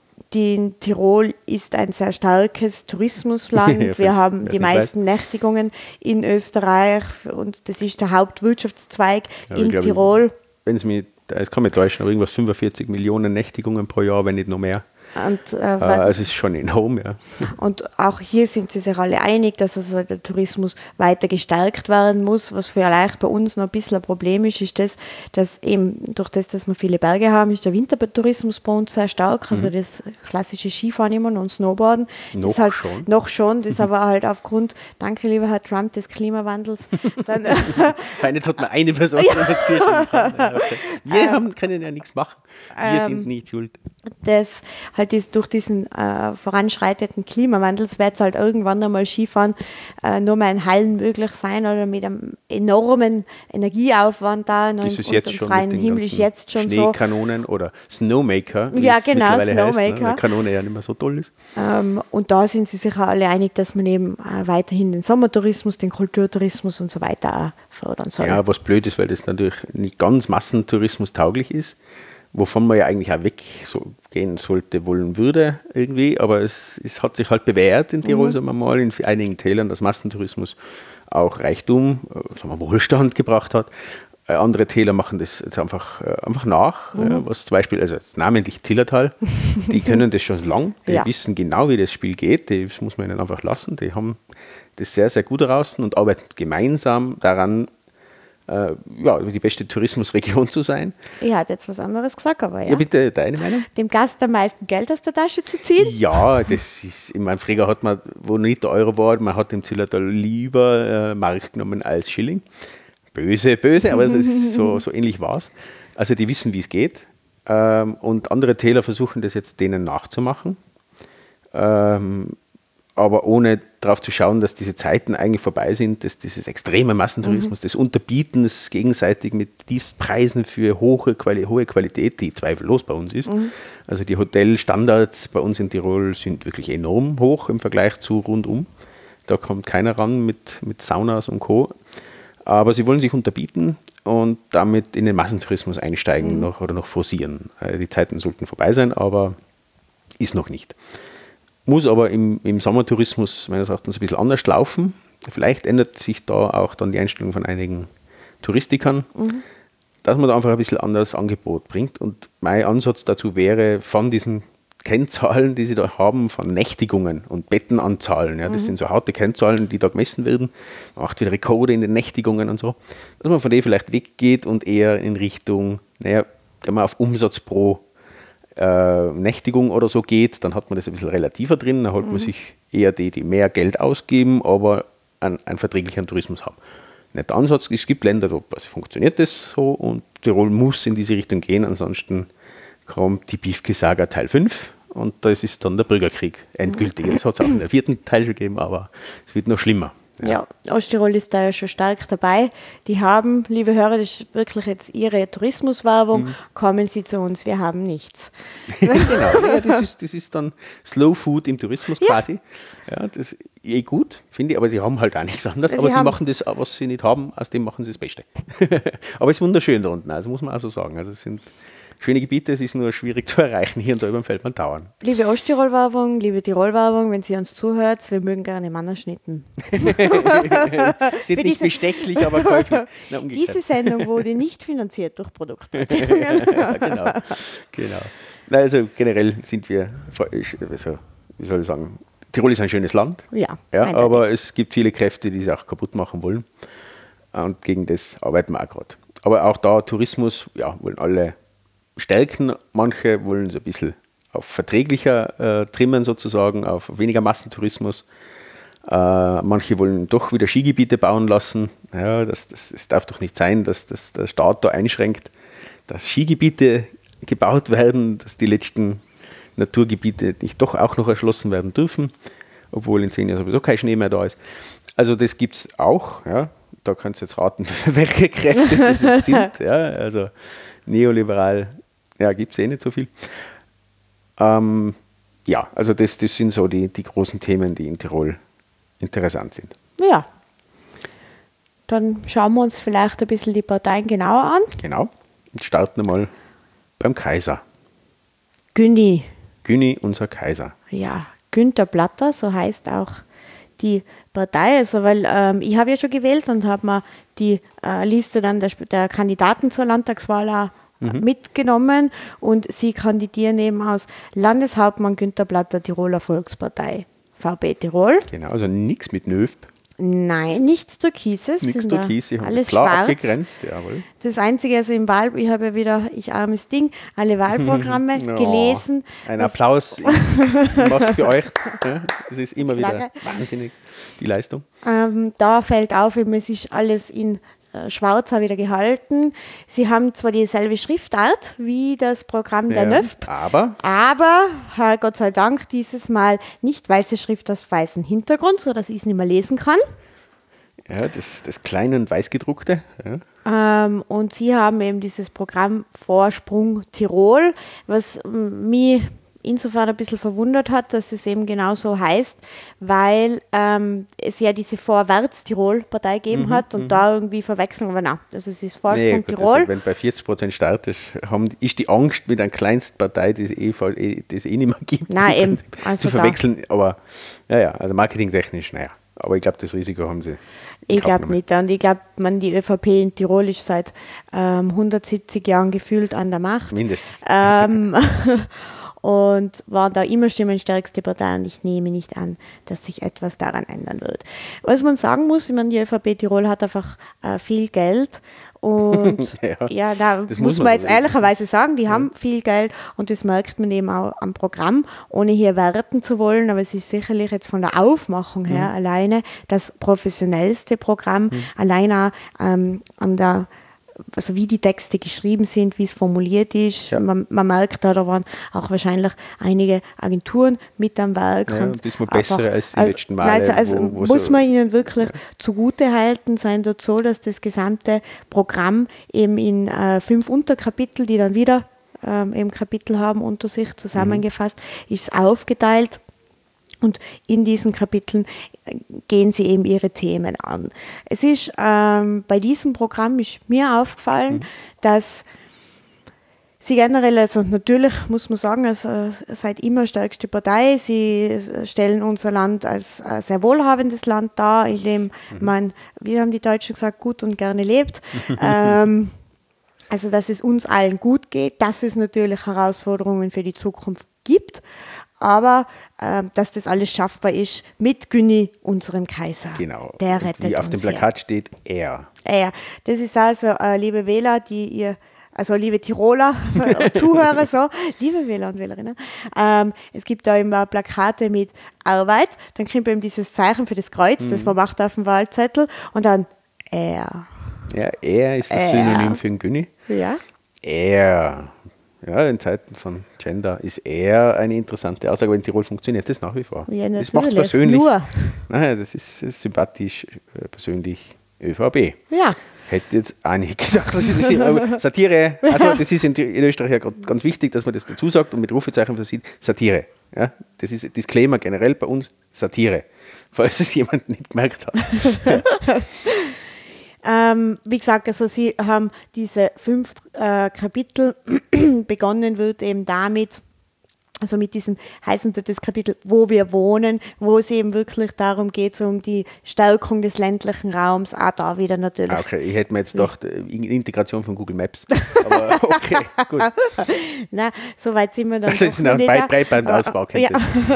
Tirol ist ein sehr starkes Tourismusland. Ja, wir haben die meisten Nächtigungen in Österreich und das ist der Hauptwirtschaftszweig in Tirol. Es kann mich täuschen, aber irgendwas 45 Millionen Nächtigungen pro Jahr, wenn nicht noch mehr. Und, es ist schon enorm, ja. Und auch hier sind sie sich alle einig, dass also der Tourismus weiter gestärkt werden muss. Was vielleicht bei uns noch ein bisschen ein Problem ist das, dass eben durch das, dass wir viele Berge haben, ist der Wintertourismus bei uns sehr stark. Also das klassische Skifahren immer und Snowboarden. Noch schon. Das aber halt aufgrund, danke lieber Herr Trump, des Klimawandels. Dann, jetzt hat man eine Person in der Kirche. Wir können ja nichts machen. Wir sind nicht schuld. Das halt durch diesen voranschreitenden Klimawandels wird es halt irgendwann einmal Skifahren nur mehr in Hallen möglich sein oder mit einem enormen Energieaufwand da und jetzt schon freien Himmel ist jetzt schon so. Schneekanonen oder Snowmaker. Ja, genau, Snowmaker. Heißt, ne? Kanone ja nicht mehr so toll ist. Und da sind sie sich alle einig, dass man eben weiterhin den Sommertourismus, den Kulturtourismus und so weiter auch fördern soll. Ja, was blöd ist, weil das natürlich nicht ganz Massentourismus tauglich ist. Wovon man ja eigentlich auch weggehen sollte, wollen würde irgendwie, aber es hat sich halt bewährt in Tirol, sagen wir mal, in einigen Tälern, dass Massentourismus auch Reichtum, sagen wir, Wohlstand gebracht hat. Andere Täler machen das jetzt einfach nach, was zum Beispiel, also jetzt namentlich Zillertal, die können das schon lang, die wissen genau, wie das Spiel geht, das muss man ihnen einfach lassen, die haben das sehr, sehr gut heraus und arbeiten gemeinsam daran, die beste Tourismusregion zu sein. Ich hatte jetzt was anderes gesagt, aber ja. Ja, bitte, deine Meinung? Dem Gast am meisten Geld aus der Tasche zu ziehen? Ja, das ist, ich meine, früher hat man, wo nicht der Euro war, man hat im Zillertal lieber Mark genommen als Schilling. Böse, aber das ist so ähnlich war es. Also die wissen, wie es geht. Und andere Täler versuchen das jetzt denen nachzumachen. Aber ohne darauf zu schauen, dass diese Zeiten eigentlich vorbei sind, dass dieses extreme Massentourismus, des Unterbietens gegenseitig mit Tiefstpreisen für hohe Qualität, die zweifellos bei uns ist. Also die Hotelstandards bei uns in Tirol sind wirklich enorm hoch im Vergleich zu rundum. Da kommt keiner ran mit Saunas und Co. Aber sie wollen sich unterbieten und damit in den Massentourismus einsteigen noch forcieren. Die Zeiten sollten vorbei sein, aber ist noch nicht. Muss aber im Sommertourismus meines Erachtens ein bisschen anders laufen. Vielleicht ändert sich da auch dann die Einstellung von einigen Touristikern, dass man da einfach ein bisschen anderes Angebot bringt. Und mein Ansatz dazu wäre, von diesen Kennzahlen, die sie da haben, von Nächtigungen und Bettenanzahlen, ja, das sind so harte Kennzahlen, die da gemessen werden, man macht wieder Rekorde in den Nächtigungen und so, dass man von denen vielleicht weggeht und eher in Richtung, wenn man auf Umsatz pro Nächtigung oder so geht, dann hat man das ein bisschen relativer drin, dann holt man sich eher die mehr Geld ausgeben, aber einen verträglichen Tourismus haben. Nicht der Ansatz, es gibt Länder, wo funktioniert das so und Tirol muss in diese Richtung gehen, ansonsten kommt die Piefke-Saga Teil 5 und das ist dann der Bürgerkrieg endgültig. Das hat es auch in der 4. Teil schon gegeben, aber es wird noch schlimmer. Ja, Osttirol ist da ja schon stark dabei. Die haben, liebe Hörer, das ist wirklich jetzt Ihre Tourismuswerbung, kommen Sie zu uns, wir haben nichts. Genau, ja, das ist dann Slow Food im Tourismus quasi. Ja, das ist gut, finde ich, aber sie haben halt auch nichts anderes. Aber sie machen das, was sie nicht haben, aus dem machen sie das Beste. Aber es ist wunderschön da unten, also muss man auch so sagen. Also es sind schöne Gebiete, es ist nur schwierig zu erreichen. Hier und da über dem Feldmann dauern. Liebe Osttirol-Werbung, liebe Tirol-Werbung, wenn Sie uns zuhört, wir mögen gerne Mannerschnitten. Sind nicht bestechlich, aber käuflich. Na, diese Sendung wurde nicht finanziert durch Produktplatzierungen. Genau. Also generell sind wir, also, wie soll ich sagen, Tirol ist ein schönes Land, ja, aber es gibt viele Kräfte, die es auch kaputt machen wollen. Und gegen das arbeiten wir auch gerade. Aber auch da Tourismus, ja, wollen alle stärken. Manche wollen so ein bisschen auf verträglicher trimmen sozusagen, auf weniger Massentourismus. Manche wollen doch wieder Skigebiete bauen lassen. Ja, das darf doch nicht sein, dass der Staat da einschränkt, dass Skigebiete gebaut werden, dass die letzten Naturgebiete nicht doch auch noch erschlossen werden dürfen, obwohl in 10 Jahren sowieso kein Schnee mehr da ist. Also das gibt es auch. Ja. Da könnt ihr jetzt raten, welche Kräfte das jetzt sind. Ja. Also neoliberal, ja, gibt es nicht so viel. Ja, also das sind so die großen Themen, die in Tirol interessant sind. Ja, dann schauen wir uns vielleicht ein bisschen die Parteien genauer an. Genau, und starten wir mal beim Kaiser. Günni, unser Kaiser. Ja, Günther Platter, so heißt auch die Partei. Also, weil ich habe ja schon gewählt und habe mir die Liste dann der Kandidaten zur Landtagswahl auch mitgenommen. Und sie kandidieren eben aus Landeshauptmann Günther Platter, Tiroler Volkspartei, VB Tirol. Genau, also nichts mit Nöf. Nein, nichts Türkises. Nichts Türkis, sie haben alles klar schwarz. abgegrenzt, jawohl. Das Einzige, also im ich habe ja wieder, ich armes Ding, alle Wahlprogramme gelesen. Ein Applaus, ich mache es für euch. Ja, es ist immer wieder wahnsinnig, die Leistung. Da fällt auf, es ist alles in schwarz wieder gehalten. Sie haben zwar dieselbe Schriftart wie das Programm der NÖFP, aber Gott sei Dank dieses Mal nicht weiße Schrift auf weißem Hintergrund, sodass ich es nicht mehr lesen kann. Ja, das kleine und weißgedruckte. Ja. Und sie haben eben dieses Programm Vorsprung Tirol, was mich insofern ein bisschen verwundert hat, dass es eben genau so heißt, weil es ja diese Vorwärts-Tirol-Partei gegeben hat und da irgendwie Verwechslung, aber nein, also es ist Vorsprung Tirol. Also wenn bei 40% startet, ist die Angst mit einer Kleinstpartei, die es nicht mehr gibt, nein, eben, also zu verwechseln, aber also marketingtechnisch, aber ich glaube, das Risiko haben sie. Ich glaube nicht. Und ich glaube, die ÖVP in Tirol ist seit 170 Jahren gefühlt an der Macht. Mindestens. Und war da immer stimmenstärkste Partei und ich nehme nicht an, dass sich etwas daran ändern wird. Was man sagen muss, ich meine, die ÖVP Tirol hat einfach viel Geld und das muss man jetzt ehrlicherweise sagen, die haben viel Geld und das merkt man eben auch am Programm, ohne hier werten zu wollen, aber es ist sicherlich jetzt von der Aufmachung her alleine das professionellste Programm, alleine an der also wie die Texte geschrieben sind, wie es formuliert ist. Ja. Man merkt, da waren auch wahrscheinlich einige Agenturen mit am Werk. Ja, und diesmal bessere als die letzten Male. Also muss man ihnen wirklich zugute halten, sein dort so, dass das gesamte Programm eben in 5 Unterkapitel, die dann wieder eben Kapitel haben, unter sich zusammengefasst, ist aufgeteilt. Und in diesen Kapiteln gehen sie eben ihre Themen an. Es ist bei diesem Programm ist mir aufgefallen, dass sie generell, also natürlich muss man sagen, also seid immer stärkste Partei. Sie stellen unser Land als sehr wohlhabendes Land dar, in dem man, wie haben die Deutschen gesagt, gut und gerne lebt. Also dass es uns allen gut geht, dass es natürlich Herausforderungen für die Zukunft gibt. Aber dass das alles schaffbar ist mit Günni, unserem Kaiser. Genau. Der rettet uns. Wie auf dem Plakat steht, er. Das ist also, liebe Wähler, also liebe Tiroler, Zuhörer, so, liebe Wähler und Wählerinnen. Es gibt da immer Plakate mit Arbeit, dann kommt eben dieses Zeichen für das Kreuz, das man macht auf dem Wahlzettel und dann er. Ja, er ist das Synonym für den Günni. Ja. Er. Ja, in Zeiten von Gender ist er eine interessante Aussage, aber in Tirol funktioniert das nach wie vor. Ja, das macht es persönlich. Das ist sympathisch, persönlich ÖVP. Ja. Hätte jetzt auch nicht gedacht, dass ich das Satire, also das ist in Österreich ja ganz wichtig, dass man das dazu sagt und mit Rufezeichen versieht, Satire. Ja, das ist Disclaimer generell bei uns, Satire, falls es jemand nicht gemerkt hat. Wie gesagt, also Sie haben diese 5 Kapitel begonnen, wird eben damit, also mit diesem, heißen das Kapitel, wo wir wohnen, wo es eben wirklich darum geht, so um die Stärkung des ländlichen Raums, auch da wieder natürlich. Okay, ich hätte mir jetzt gedacht, Integration von Google Maps, aber okay, gut. Nein, so weit sind wir dann also noch nicht. Also Breitbandausbau, ja.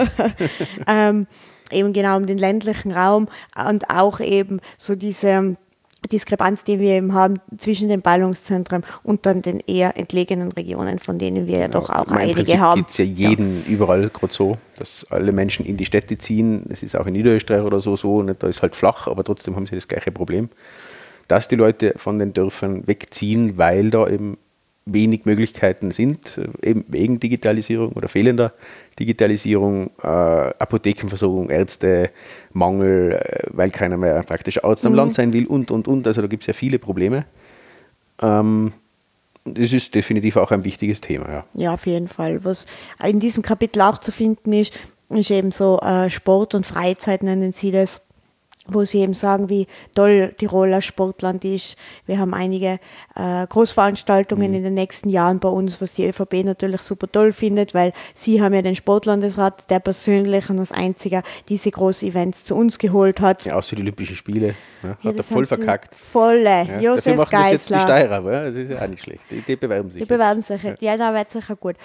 Eben genau um den ländlichen Raum und auch eben so diese Diskrepanz, die wir eben haben zwischen den Ballungszentren und dann den eher entlegenen Regionen, von denen wir ja doch auch einige haben. Es geht ja jeden überall gerade so, dass alle Menschen in die Städte ziehen. Das ist auch in Niederösterreich oder so, nicht? Da ist halt flach, aber trotzdem haben sie das gleiche Problem, dass die Leute von den Dörfern wegziehen, weil da eben wenig Möglichkeiten sind, eben wegen Digitalisierung oder fehlender Digitalisierung, Apothekenversorgung, Ärzte, Mangel, weil keiner mehr praktisch Arzt am Land sein will und. Also da gibt es ja viele Probleme. Das ist definitiv auch ein wichtiges Thema. Ja. Ja, auf jeden Fall. Was in diesem Kapitel auch zu finden ist eben so Sport und Freizeit, nennen sie das, wo sie eben sagen, wie toll Tiroler Sportland ist. Wir haben einige Großveranstaltungen in den nächsten Jahren bei uns, was die ÖVP natürlich super toll findet, weil sie haben ja den Sportlandesrat, der persönlich und als einziger diese großen Events zu uns geholt hat. Ja, außer die Olympischen Spiele. Ja, hat er voll verkackt. Volle. Ja, Josef Geisler. Jetzt die Steirer, ja? Das ist ja auch nicht schlecht. Die bewerben sich. Ja, da wird sicher gut.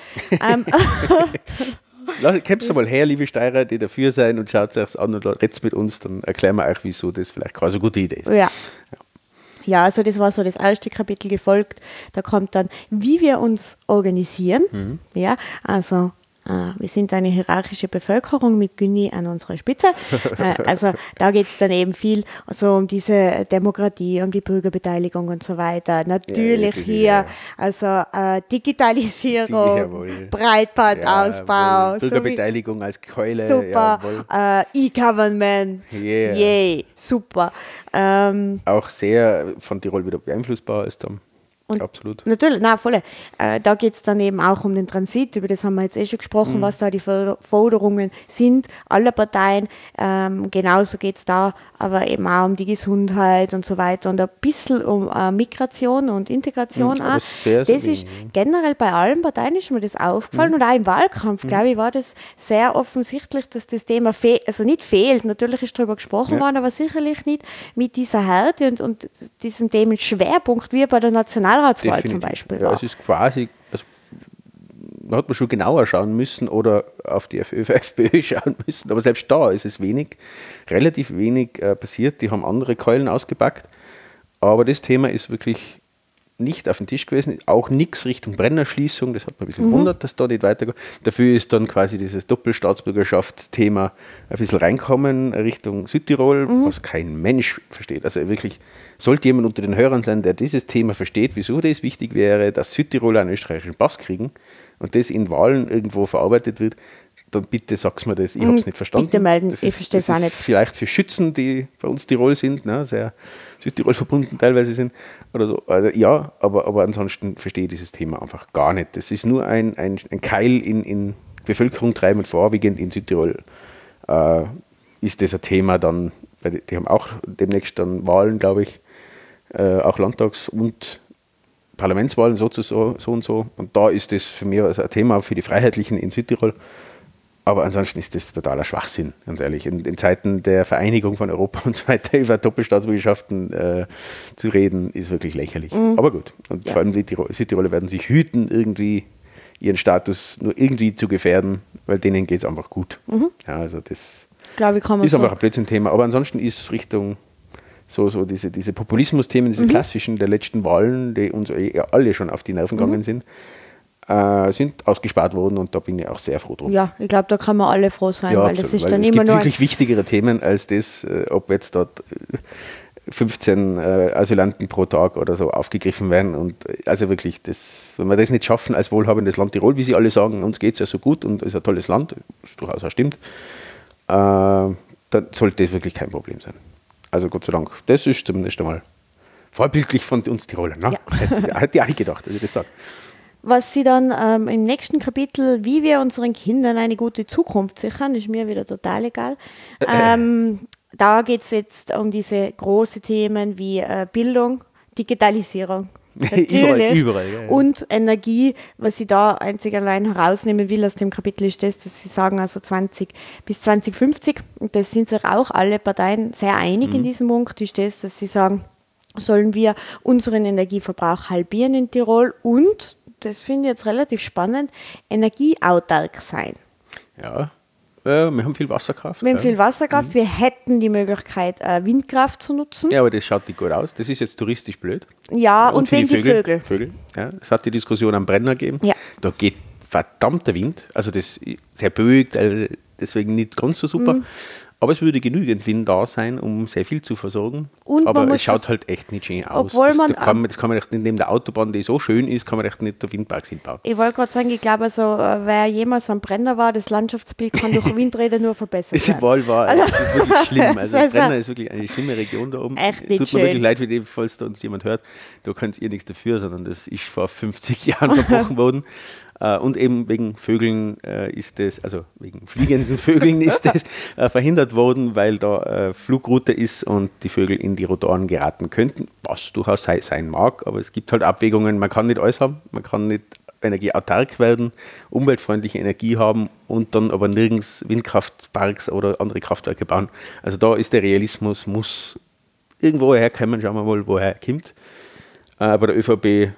Kämpft mal her, liebe Steirer, die dafür sein und schaut es euch an und redet mit uns, dann erklären wir euch, wieso das vielleicht keine so gute Idee ist. Ja, also das war so das erste Kapitel gefolgt. Da kommt dann, wie wir uns organisieren. Ja, also wir sind eine hierarchische Bevölkerung mit Günni an unserer Spitze. Also da geht es dann eben viel so um diese Demokratie, um die Bürgerbeteiligung und so weiter. Natürlich hier, also Digitalisierung, Breitbandausbau. Bürgerbeteiligung als Keule. Super, E-Government, yay, super. Auch sehr von Tirol wieder beeinflussbar ist dann. Und absolut. Natürlich, nein, voll. Da geht es dann eben auch um den Transit, über das haben wir jetzt schon gesprochen, was da die Forderungen sind, aller Parteien. Genauso geht es da aber eben auch um die Gesundheit und so weiter und ein bisschen um Migration und Integration auch. Das ist generell bei allen Parteien ist mir das aufgefallen und auch im Wahlkampf, glaube ich, war das sehr offensichtlich, dass das Thema nicht fehlt. Natürlich ist darüber gesprochen worden, aber sicherlich nicht mit dieser Härte und diesem Themenschwerpunkt wie bei der Nationalratswahl zum Beispiel. Ja, es ist quasi, da hat man schon genauer schauen müssen oder auf die FPÖ schauen müssen, aber selbst da ist es relativ wenig passiert. Die haben andere Keulen ausgepackt, aber das Thema ist wirklich nicht auf dem Tisch gewesen, auch nichts Richtung Brennerschließung, das hat mich ein bisschen gewundert, dass da nicht weitergeht. Dafür ist dann quasi dieses Doppelstaatsbürgerschaftsthema ein bisschen reinkommen Richtung Südtirol, was kein Mensch versteht. Also wirklich, sollte jemand unter den Hörern sein, der dieses Thema versteht, wieso das wichtig wäre, dass Südtiroler einen österreichischen Pass kriegen und das in Wahlen irgendwo verarbeitet wird, dann bitte sag's mir das, ich habe es nicht verstanden. Bitte melden, ich verstehe es auch nicht. Vielleicht für Schützen, die bei uns Tirol sind, ne, sehr Südtirol verbunden teilweise sind oder so. Also, ja, aber ansonsten verstehe ich dieses Thema einfach gar nicht. Das ist nur ein Keil in Bevölkerung treiben und vorwiegend in Südtirol ist das ein Thema dann, die haben auch demnächst dann Wahlen, glaube ich, auch Landtags- und Parlamentswahlen so und so. Und da ist das für mich also ein Thema für die Freiheitlichen in Südtirol. Aber ansonsten ist das totaler Schwachsinn, ganz ehrlich. In Zeiten der Vereinigung von Europa und so weiter über Doppelstaatsbürgerschaften zu reden, ist wirklich lächerlich. Aber gut. Und vor allem die Südtiroler werden sich hüten, irgendwie ihren Status nur irgendwie zu gefährden, weil denen geht es einfach gut. Ja, also das ist einfach ein Blödsinn-Thema. Aber ansonsten ist Richtung so diese Populismus-Themen, diese klassischen der letzten Wahlen, die uns alle schon auf die Nerven gegangen sind ausgespart worden und da bin ich auch sehr froh drum. Ja, ich glaube, da kann man alle froh sein, ja, weil das ist weil dann es immer gibt nur wirklich wichtigere Themen als das, ob jetzt dort 15 Asylanten pro Tag oder so aufgegriffen werden und also wirklich, wenn wir das nicht schaffen als wohlhabendes Land Tirol, wie sie alle sagen, uns geht es ja so gut und es ist ein tolles Land, was durchaus auch stimmt, dann sollte das wirklich kein Problem sein. Also Gott sei Dank, das ist zumindest einmal vorbildlich von uns Tirolern. Ne? Ja. Hätte ich auch nicht gedacht, dass ich das sage. Was sie dann im nächsten Kapitel, wie wir unseren Kindern eine gute Zukunft sichern, ist mir wieder total egal. da geht es jetzt um diese großen Themen wie Bildung, Digitalisierung. Überall. Ja. Und Energie, was ich da einzig allein herausnehmen will aus dem Kapitel, ist das, dass sie sagen, also 20 bis 2050, und das sind sich auch alle Parteien sehr einig in diesem Punkt, ist das, dass sie sagen, sollen wir unseren Energieverbrauch halbieren in Tirol und, das finde ich jetzt relativ spannend, energieautark sein. Ja. Wir haben viel Wasserkraft. Wir hätten die Möglichkeit, Windkraft zu nutzen. Ja, aber das schaut nicht gut aus. Das ist jetzt touristisch blöd. Ja, und wegen die Vögel. Ja, es hat die Diskussion am Brenner gegeben. Ja. Da geht verdammter Wind. Also das ist sehr böig, deswegen nicht ganz so super. Aber es würde genügend Wind da sein, um sehr viel zu versorgen. Und aber es schaut halt echt nicht schön aus. Das kann man echt nicht neben der Autobahn, die so schön ist, kann man echt nicht der Windparks hinbauen. Ich wollte gerade sagen, ich glaube, also, wer jemals am Brenner war, das Landschaftsbild kann durch Windräder nur verbessert werden. Das ist wirklich schlimm. Also Brenner ist wirklich eine schlimme Region da oben. Echt nicht Tut mir wirklich leid, falls da uns jemand hört. Da könnt ihr nichts dafür, sondern das ist vor 50 Jahren verbrochen worden. Und eben wegen Vögeln wegen fliegenden Vögeln ist das verhindert worden, weil da Flugroute ist und die Vögel in die Rotoren geraten könnten, was durchaus sein mag, aber es gibt halt Abwägungen, man kann nicht alles haben, man kann nicht energieautark werden, umweltfreundliche Energie haben und dann aber nirgends Windkraftparks oder andere Kraftwerke bauen. Also da ist der Realismus, muss irgendwo herkommen, schauen wir mal, woher er kommt. Bei der ÖVP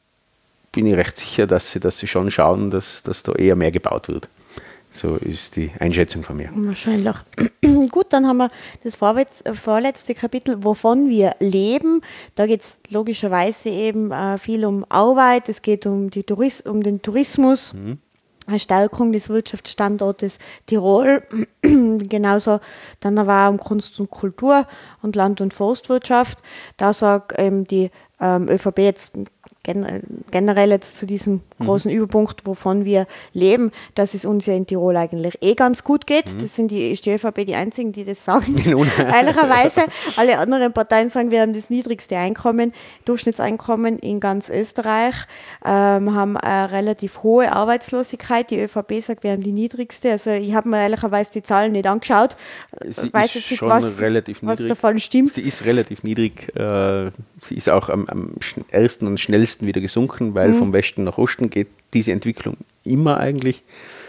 bin ich recht sicher, dass sie schon schauen, dass da eher mehr gebaut wird. So ist die Einschätzung von mir. Wahrscheinlich. Gut, dann haben wir das vorletzte Kapitel, wovon wir leben. Da geht es logischerweise eben viel um Arbeit, es geht um den Tourismus, eine Stärkung des Wirtschaftsstandortes Tirol, genauso dann aber auch um Kunst und Kultur und Land- und Forstwirtschaft. Da sagt die ÖVP jetzt generell jetzt zu diesem großen Überpunkt, wovon wir leben, dass es uns ja in Tirol eigentlich ganz gut geht. Das ist die ÖVP die einzigen, die das sagen. Ehrlicherweise, alle anderen Parteien sagen, wir haben das niedrigste Einkommen, Durchschnittseinkommen in ganz Österreich, haben eine relativ hohe Arbeitslosigkeit. Die ÖVP sagt, wir haben die niedrigste. Also ich habe mir ehrlicherweise die Zahlen nicht angeschaut. Sie weiß jetzt nicht, was davon stimmt. Sie ist relativ niedrig. Sie ist auch am ersten und schnellsten wieder gesunken, weil vom Westen nach Osten geht diese Entwicklung immer eigentlich.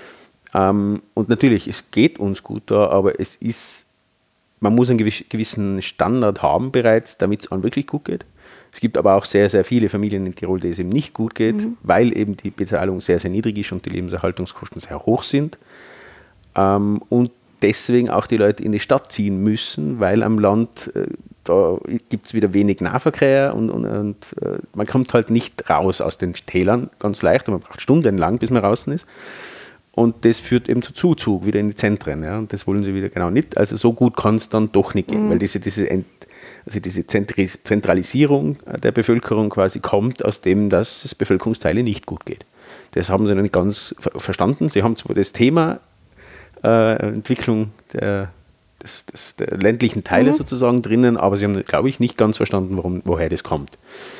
Und natürlich, es geht uns gut da, aber man muss einen gewissen Standard haben bereits, damit es einem wirklich gut geht. Es gibt aber auch sehr, sehr viele Familien in Tirol, denen es eben nicht gut geht, weil eben die Bezahlung sehr, sehr niedrig ist und die Lebenserhaltungskosten sehr hoch sind. Und deswegen auch die Leute in die Stadt ziehen müssen, weil am Land da gibt es wieder wenig Nahverkehr und man kommt halt nicht raus aus den Tälern ganz leicht und man braucht stundenlang, bis man draußen ist. Und das führt eben zu Zuzug wieder in die Zentren. Ja? Und das wollen sie wieder genau nicht. Also so gut kann es dann doch nicht gehen, weil diese Zentralisierung der Bevölkerung quasi kommt aus dem, dass es Bevölkerungsteile nicht gut geht. Das haben sie noch nicht ganz verstanden. Sie haben zwar das Thema Entwicklung der ländlichen Teile sozusagen drinnen, aber sie haben, glaube ich, nicht ganz verstanden, woher das kommt.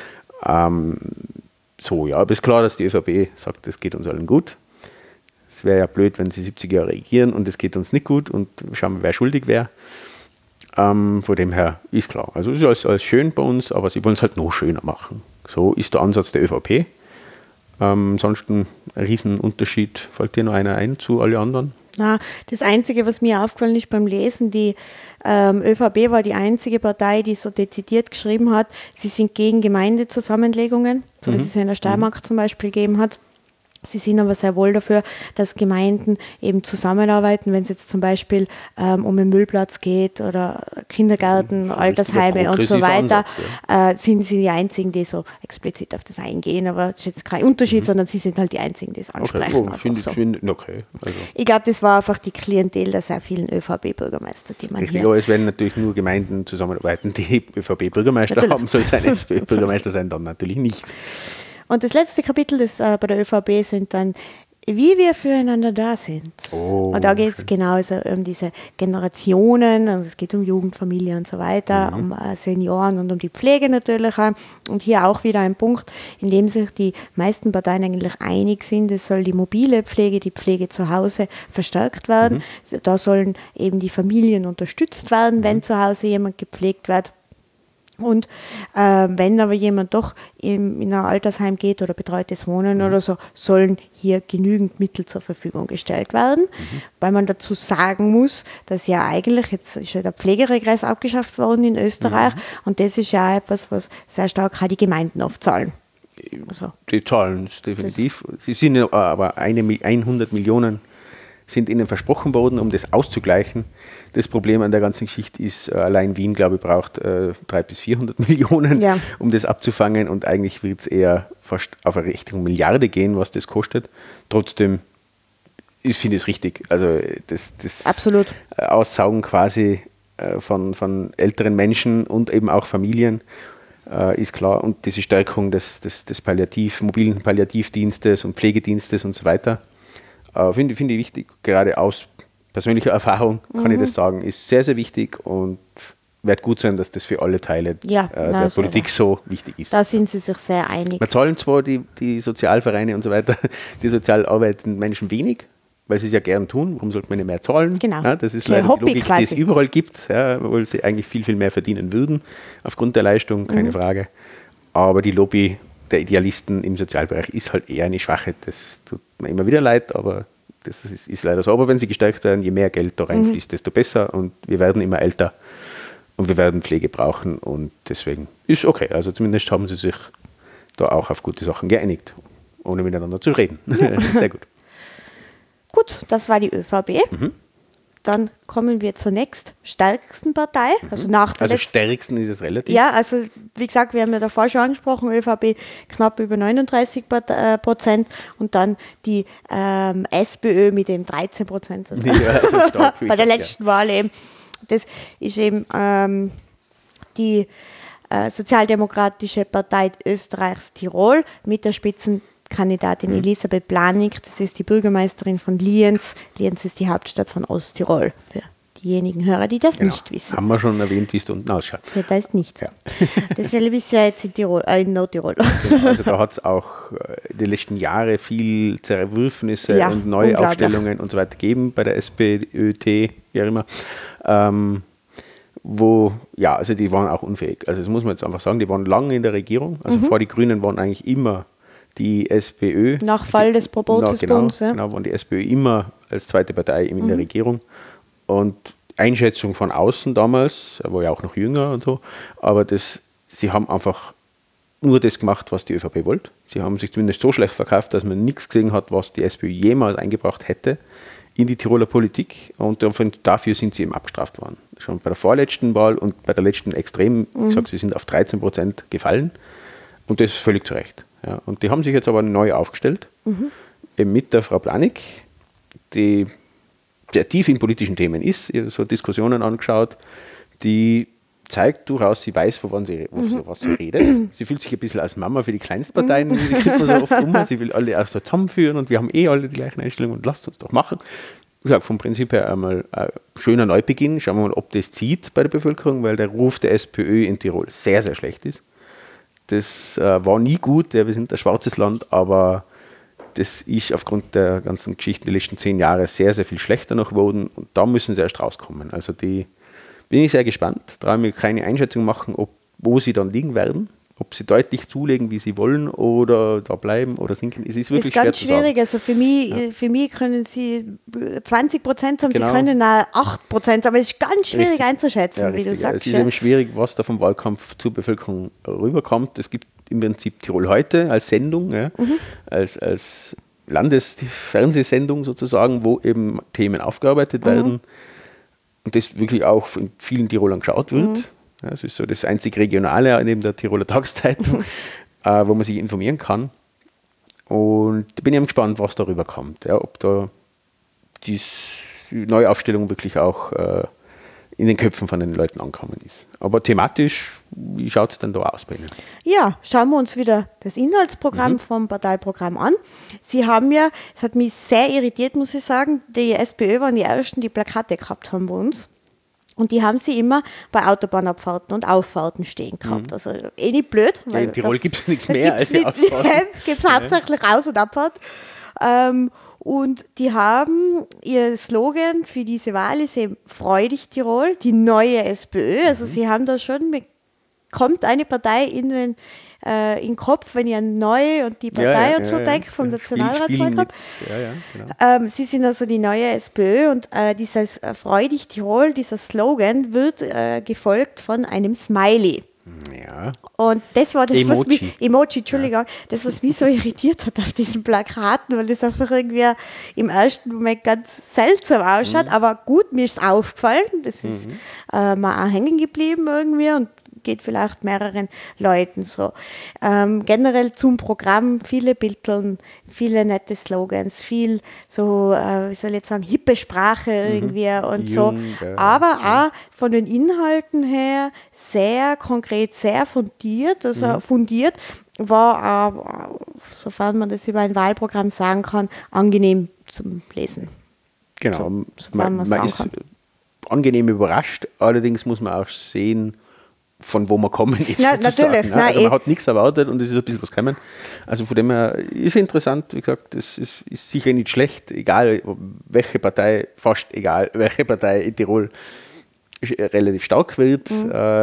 Aber ist klar, dass die ÖVP sagt, es geht uns allen gut. Es wäre ja blöd, wenn sie 70 Jahre regieren und es geht uns nicht gut und schauen wir, wer schuldig wäre. Von dem her ist klar. Also ist alles schön bei uns, aber sie wollen es halt noch schöner machen. So ist der Ansatz der ÖVP. Ansonsten ein Riesenunterschied. Fällt dir noch einer ein zu allen anderen? Na, das Einzige, was mir aufgefallen ist beim Lesen, die ÖVP war die einzige Partei, die so dezidiert geschrieben hat, sie sind gegen Gemeindezusammenlegungen, so wie es in der Steiermark zum Beispiel gegeben hat. Sie sind aber sehr wohl dafür, dass Gemeinden eben zusammenarbeiten, wenn es jetzt zum Beispiel um einen Müllplatz geht oder Kindergärten, Altersheime und so weiter, sind sie die Einzigen, die so explizit auf das eingehen. Aber das ist jetzt kein Unterschied, sondern sie sind halt die Einzigen, die es ansprechen. Okay. Also. Ich glaube, das war einfach die Klientel der sehr vielen ÖVP-Bürgermeister, die man hier... Ja, es werden natürlich nur Gemeinden zusammenarbeiten, die ÖVP-Bürgermeister haben. Soll es ein SPÖ-Bürgermeister sein, dann natürlich nicht. Und das letzte Kapitel, das bei der ÖVP sind dann wie wir füreinander da sind. Und da geht es genauso um diese Generationen, also es geht um Jugendfamilie und so weiter, um Senioren und um die Pflege natürlich auch. Und hier auch wieder ein Punkt, in dem sich die meisten Parteien eigentlich einig sind, es soll die mobile Pflege, die Pflege zu Hause verstärkt werden. Da sollen eben die Familien unterstützt werden, wenn zu Hause jemand gepflegt wird. Und wenn aber jemand doch in ein Altersheim geht oder betreutes Wohnen oder so, sollen hier genügend Mittel zur Verfügung gestellt werden, weil man dazu sagen muss, dass ja eigentlich, jetzt ist ja der Pflegeregress abgeschafft worden in Österreich und das ist ja etwas, was sehr stark auch die Gemeinden oft zahlen. Also, die zahlen es definitiv. Sie sind ja aber 100 Millionen sind ihnen versprochen worden, um das auszugleichen. Das Problem an der ganzen Geschichte ist, allein Wien, glaube ich, braucht 300 bis 400 Millionen, um das abzufangen. Und eigentlich wird es eher fast auf eine Richtung Milliarde gehen, was das kostet. Trotzdem, ich finde es richtig. Also das Absolut. Aussaugen quasi von älteren Menschen und eben auch Familien ist klar. Und diese Stärkung des mobilen Palliativdienstes und Pflegedienstes und so weiter, finde ich wichtig. Gerade aus persönlicher Erfahrung kann ich das sagen, ist sehr, sehr wichtig und wird gut sein, dass das für alle Teile der Politik so wichtig ist. Da sind sie sich sehr einig. Wir zahlen zwar die Sozialvereine und so weiter, die sozial arbeitenden Menschen wenig, weil sie es ja gern tun. Warum sollte man nicht mehr zahlen? Genau. Ja, das ist leider die Logik, die es überall gibt, weil sie eigentlich viel, viel mehr verdienen würden, aufgrund der Leistung, keine Frage. Aber die Lobby der Idealisten im Sozialbereich ist halt eher eine Schwache. Das tut mir immer wieder leid, aber das ist leider so. Aber wenn sie gestärkt werden, je mehr Geld da reinfließt, desto besser. Und wir werden immer älter und wir werden Pflege brauchen. Und deswegen ist okay. Also zumindest haben sie sich da auch auf gute Sachen geeinigt, ohne miteinander zu reden. Ja. Sehr gut. Gut, das war die ÖVP. Dann kommen wir zur nächststärksten Partei. Also stärksten ist es relativ. Ja, also wie gesagt, wir haben ja davor schon angesprochen, ÖVP knapp über 39% und dann die SPÖ mit dem 13%. Also stark, bei der letzten Wahl eben. Das ist eben die Sozialdemokratische Partei Österreichs Tirol mit der Spitzenkandidatin Elisabeth Blanik, das ist die Bürgermeisterin von Lienz. Lienz ist die Hauptstadt von Osttirol, für diejenigen Hörer, die das nicht wissen. Haben wir schon erwähnt, wie es da unten ausschaut. Ja, da ist nichts. Ja. Dasselbe ist ja jetzt in Nordtirol. Genau, also da hat es auch in den letzten Jahren viel Zerwürfnisse und Neuaufstellungen und so weiter gegeben bei der SPÖT, wie auch immer. Also die waren auch unfähig. Also das muss man jetzt einfach sagen, die waren lange in der Regierung. Also vor die Grünen waren eigentlich immer die SPÖ. Nach Fall des Proporzesbunds. Genau, waren die SPÖ immer als zweite Partei in der Regierung. Und Einschätzung von außen damals, er war ja auch noch jünger und so, aber sie haben einfach nur das gemacht, was die ÖVP wollte. Sie haben sich zumindest so schlecht verkauft, dass man nichts gesehen hat, was die SPÖ jemals eingebracht hätte in die Tiroler Politik. Und dafür sind sie eben abgestraft worden. Schon bei der vorletzten Wahl und bei der letzten extrem, ich sage, sie sind auf 13% gefallen. Und das ist völlig zu Recht. Ja. Und die haben sich jetzt aber neu aufgestellt, eben mit der Frau Blanik, die sehr tief in politischen Themen ist, so Diskussionen angeschaut, die zeigt durchaus, sie weiß, was sie redet. Sie fühlt sich ein bisschen als Mama für die Kleinstparteien, die kriegt man so oft um. Sie will alle auch so zusammenführen und wir haben alle die gleichen Einstellungen und lasst uns doch machen. Ich sage vom Prinzip her einmal ein schöner Neubeginn. Schauen wir mal, ob das zieht bei der Bevölkerung, weil der Ruf der SPÖ in Tirol sehr, sehr schlecht ist. Das war nie gut, wir sind ein schwarzes Land, aber das ist aufgrund der ganzen Geschichten der letzten 10 Jahre sehr, sehr viel schlechter noch geworden und da müssen sie erst rauskommen. Also bin ich sehr gespannt, traue mir keine Einschätzung machen, wo sie dann liegen werden, ob sie deutlich zulegen, wie sie wollen oder da bleiben oder sinken. Es ist wirklich schwer zu sagen. Das ist ganz schwierig, also für mich können sie 20% haben, sie können auch 8%, aber es ist ganz schwierig einzuschätzen, wie du sagst. Es ist eben schwierig, was da vom Wahlkampf zur Bevölkerung rüberkommt. Es gibt im Prinzip Tirol heute als Sendung, als Landesfernsehsendung sozusagen, wo eben Themen aufgearbeitet werden und das wirklich auch von vielen Tirolern geschaut wird. Ja, das ist so das einzig Regionale neben der Tiroler Tageszeitung, wo man sich informieren kann. Und da bin ich gespannt, was darüber kommt. Ja, ob da die Neuaufstellung wirklich auch in den Köpfen von den Leuten angekommen ist. Aber thematisch Wie schaut es denn da aus bei Ihnen? Ja, schauen wir uns wieder das Inhaltsprogramm vom Parteiprogramm an. Sie haben ja, es hat mich sehr irritiert, muss ich sagen, die SPÖ waren die Ersten, die Plakate gehabt haben bei uns. Und die haben sie immer bei Autobahnabfahrten und Auffahrten stehen gehabt. Also nicht blöd. Weil in Tirol gibt es nichts mehr als die Ausfahrten. Gibt es hauptsächlich Aus- und Abfahrt. Und die haben ihr Slogan für diese Wahl ist eben Freudig Tirol, die neue SPÖ. Also sie haben da schon, kommt eine Partei in den Kopf, wenn ich an neu und die Partei und so denke, vom Nationalratswahlkampf. Genau. Sie sind also die neue SPÖ und dieses Freudig Tirol, dieser Slogan, wird gefolgt von einem Smiley. Ja. Und das war das, das, was mich so irritiert hat auf diesen Plakaten, weil das einfach irgendwie im ersten Moment ganz seltsam ausschaut. Aber gut, mir ist es aufgefallen, das ist mal auch hängen geblieben irgendwie und geht vielleicht mehreren Leuten so. Generell zum Programm viele Bildeln, viele nette Slogans, viel so, wie soll ich jetzt sagen, hippe Sprache irgendwie und Jung, so. Aber auch von den Inhalten her sehr konkret, sehr fundiert, also fundiert, war, sofern man das über ein Wahlprogramm sagen kann, angenehm zum Lesen. Genau, so, man ist angenehm überrascht, allerdings muss man auch sehen, von wo man kommen ist. Natürlich. Also man hat nichts erwartet und es ist ein bisschen was gekommen. Also von dem her ist interessant, wie gesagt, das ist sicher nicht schlecht, egal welche Partei, fast egal welche Partei in Tirol relativ stark wird.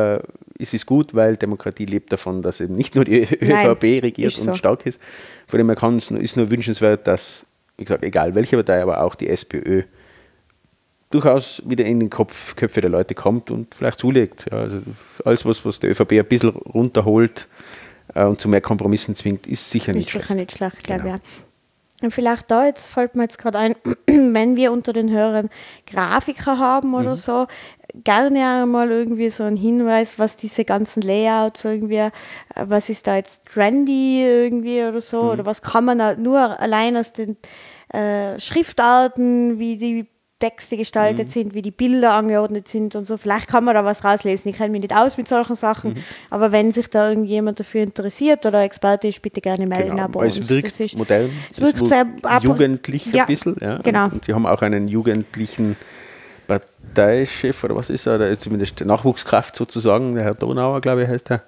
Es ist gut, weil Demokratie lebt davon, dass eben nicht nur die ÖVP regiert und stark ist. Von dem her ist nur wünschenswert, dass, wie gesagt, egal welche Partei, aber auch die SPÖ durchaus wieder in den Köpfe der Leute kommt und vielleicht zulegt. Ja, also alles, was der ÖVP ein bisschen runterholt und zu mehr Kompromissen zwingt, ist sicher nicht schlecht. Glaube ich. Und vielleicht da, jetzt fällt mir jetzt gerade ein, wenn wir unter den Hörern Grafiker haben oder so, gerne einmal irgendwie so einen Hinweis, was diese ganzen Layouts irgendwie, was ist da jetzt trendy irgendwie oder so, oder was kann man nur allein aus den Schriftarten, wie die Texte gestaltet sind, wie die Bilder angeordnet sind und so. Vielleicht kann man da was rauslesen. Ich kenne mich nicht aus mit solchen Sachen, aber wenn sich da irgendjemand dafür interessiert oder Experte ist, bitte gerne melden. Genau. Es wirkt modern, es wirkt sehr jugendlich ein bisschen. Ja. Genau. Und sie haben auch einen jugendlichen Parteichef, oder was ist er? Der ist zumindest Nachwuchskraft sozusagen, der Herr Donauer, glaube ich, heißt er.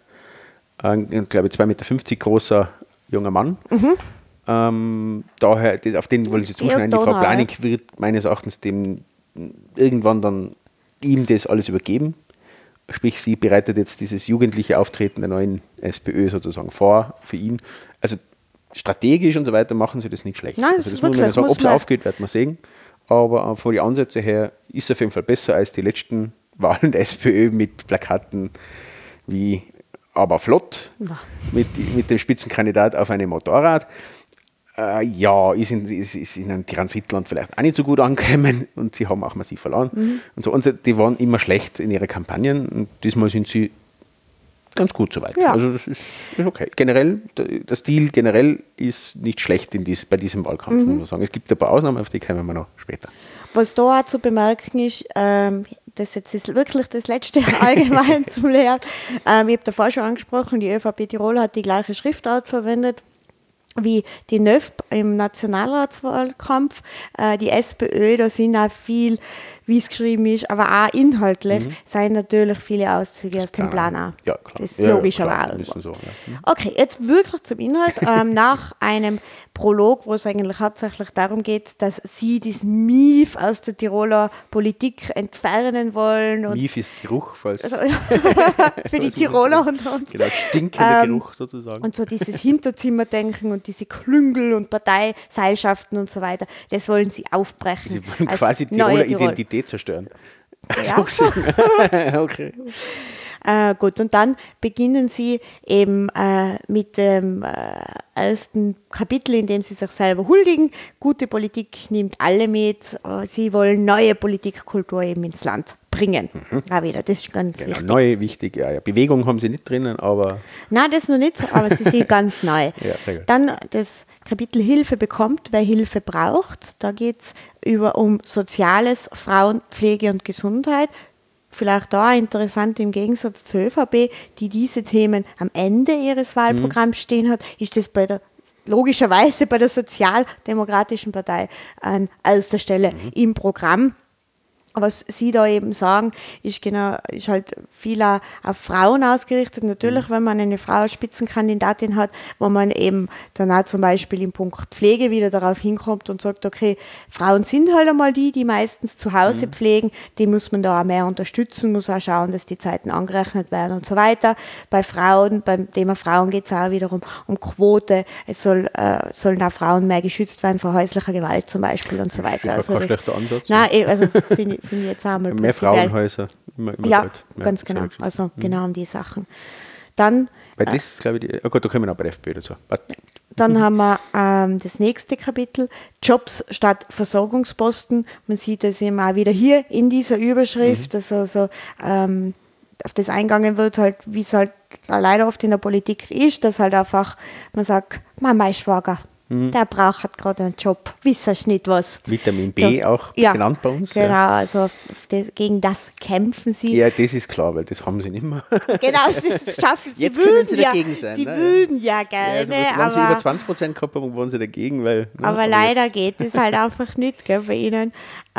Glaube ich, 2,50 Meter großer junger Mann. Daher, auf den wollen sie zuschneiden. Die Frau Pleinig wird meines Erachtens irgendwann dann ihm das alles übergeben. Sprich, sie bereitet jetzt dieses jugendliche Auftreten der neuen SPÖ sozusagen vor für ihn. Also strategisch und so weiter machen sie das nicht schlecht. Nein, also das muss man sagen, ob es aufgeht, wird man sehen. Aber von den Ansätzen her ist es auf jeden Fall besser als die letzten Wahlen der SPÖ mit Plakaten wie aber flott, mit dem Spitzenkandidat auf einem Motorrad. Ist in einem Transitland vielleicht auch nicht so gut angekommen und sie haben auch massiv verloren. Und so. Und die waren immer schlecht in ihren Kampagnen und diesmal sind sie ganz gut soweit. Ja. Also das ist okay. Generell, der Stil generell ist nicht schlecht bei diesem Wahlkampf, muss man sagen. Es gibt ein paar Ausnahmen, auf die kommen wir noch später. Was da auch zu bemerken ist, das jetzt ist wirklich das Letzte allgemein zum Layout. Ich habe davor schon angesprochen, die ÖVP Tirol hat die gleiche Schriftart verwendet wie die NÖV im Nationalratswahlkampf. Die SPÖ, da sind auch viel, wie es geschrieben ist, aber auch inhaltlich seien natürlich viele Auszüge aus dem Plan auch. Ja, klar. Das ist logisch, aber auch. So, Okay, jetzt wirklich zum Inhalt. Nach einem Prolog, wo es eigentlich hauptsächlich darum geht, dass sie das Mief aus der Tiroler Politik entfernen wollen. Und Mief ist Geruch, falls also, für die Tiroler unter uns. Genau, stinkender Geruch sozusagen. Und so dieses Hinterzimmerdenken und diese Klüngel und Parteiseilschaften und so weiter, das wollen sie aufbrechen. Sie wollen quasi Tiroler Identität zerstören. Ja. Okay. Gut, und dann beginnen sie eben mit dem ersten Kapitel, in dem sie sich selber huldigen. Gute Politik nimmt alle mit. Sie wollen neue Politikkultur eben ins Land bringen. Auch wieder, das ist ganz wichtig. Neu, wichtig. Ja. Bewegung haben sie nicht drinnen, aber... Nein, das noch nicht, aber sie sind ganz neu. Ja, sehr gut. Dann das Kapitel Hilfe bekommt, wer Hilfe braucht. Da geht es um Soziales, Frauen, Pflege und Gesundheit. vielleicht da interessant im Gegensatz zur ÖVP, die diese Themen am Ende ihres Wahlprogramms stehen hat, ist das logischerweise bei der Sozialdemokratischen Partei an erster Stelle im Programm. Was Sie da eben sagen, ist halt viel auf Frauen ausgerichtet. Natürlich, wenn man eine Frau als Spitzenkandidatin hat, wo man eben dann auch zum Beispiel im Punkt Pflege wieder darauf hinkommt und sagt, okay, Frauen sind halt einmal die meistens zu Hause pflegen, die muss man da auch mehr unterstützen, muss auch schauen, dass die Zeiten angerechnet werden und so weiter. Bei Frauen, beim Thema Frauen geht es auch wiederum um Quote. Es sollen auch Frauen mehr geschützt werden vor häuslicher Gewalt zum Beispiel und so weiter. Das ist kein schlechter Ansatz. Nein, also finde ich jetzt auch mal mehr Frauenhäuser. Immer ja, Geld, ganz genau. Also genau um die Sachen. Dann, weil das, glaube ich, gut, da kommen wir noch bei der FPÖ dazu. Dann haben wir das nächste Kapitel, Jobs statt Versorgungsposten. Man sieht das eben auch wieder hier in dieser Überschrift, dass also auf das eingegangen wird, halt, wie es halt leider oft in der Politik ist, dass halt einfach man sagt, mein Schwager, der braucht gerade einen Job, wisst ihr nicht was. Vitamin B auch genannt bei uns. Genau, also gegen das kämpfen sie. Ja, das ist klar, weil das haben sie nicht mehr. Genau, das schaffen sie. Jetzt können sie dagegen sein. Sie würden ja gerne, also, wenn sie über 20% gehabt haben, waren sie dagegen. Aber leider geht es halt einfach nicht, gell, bei ihnen.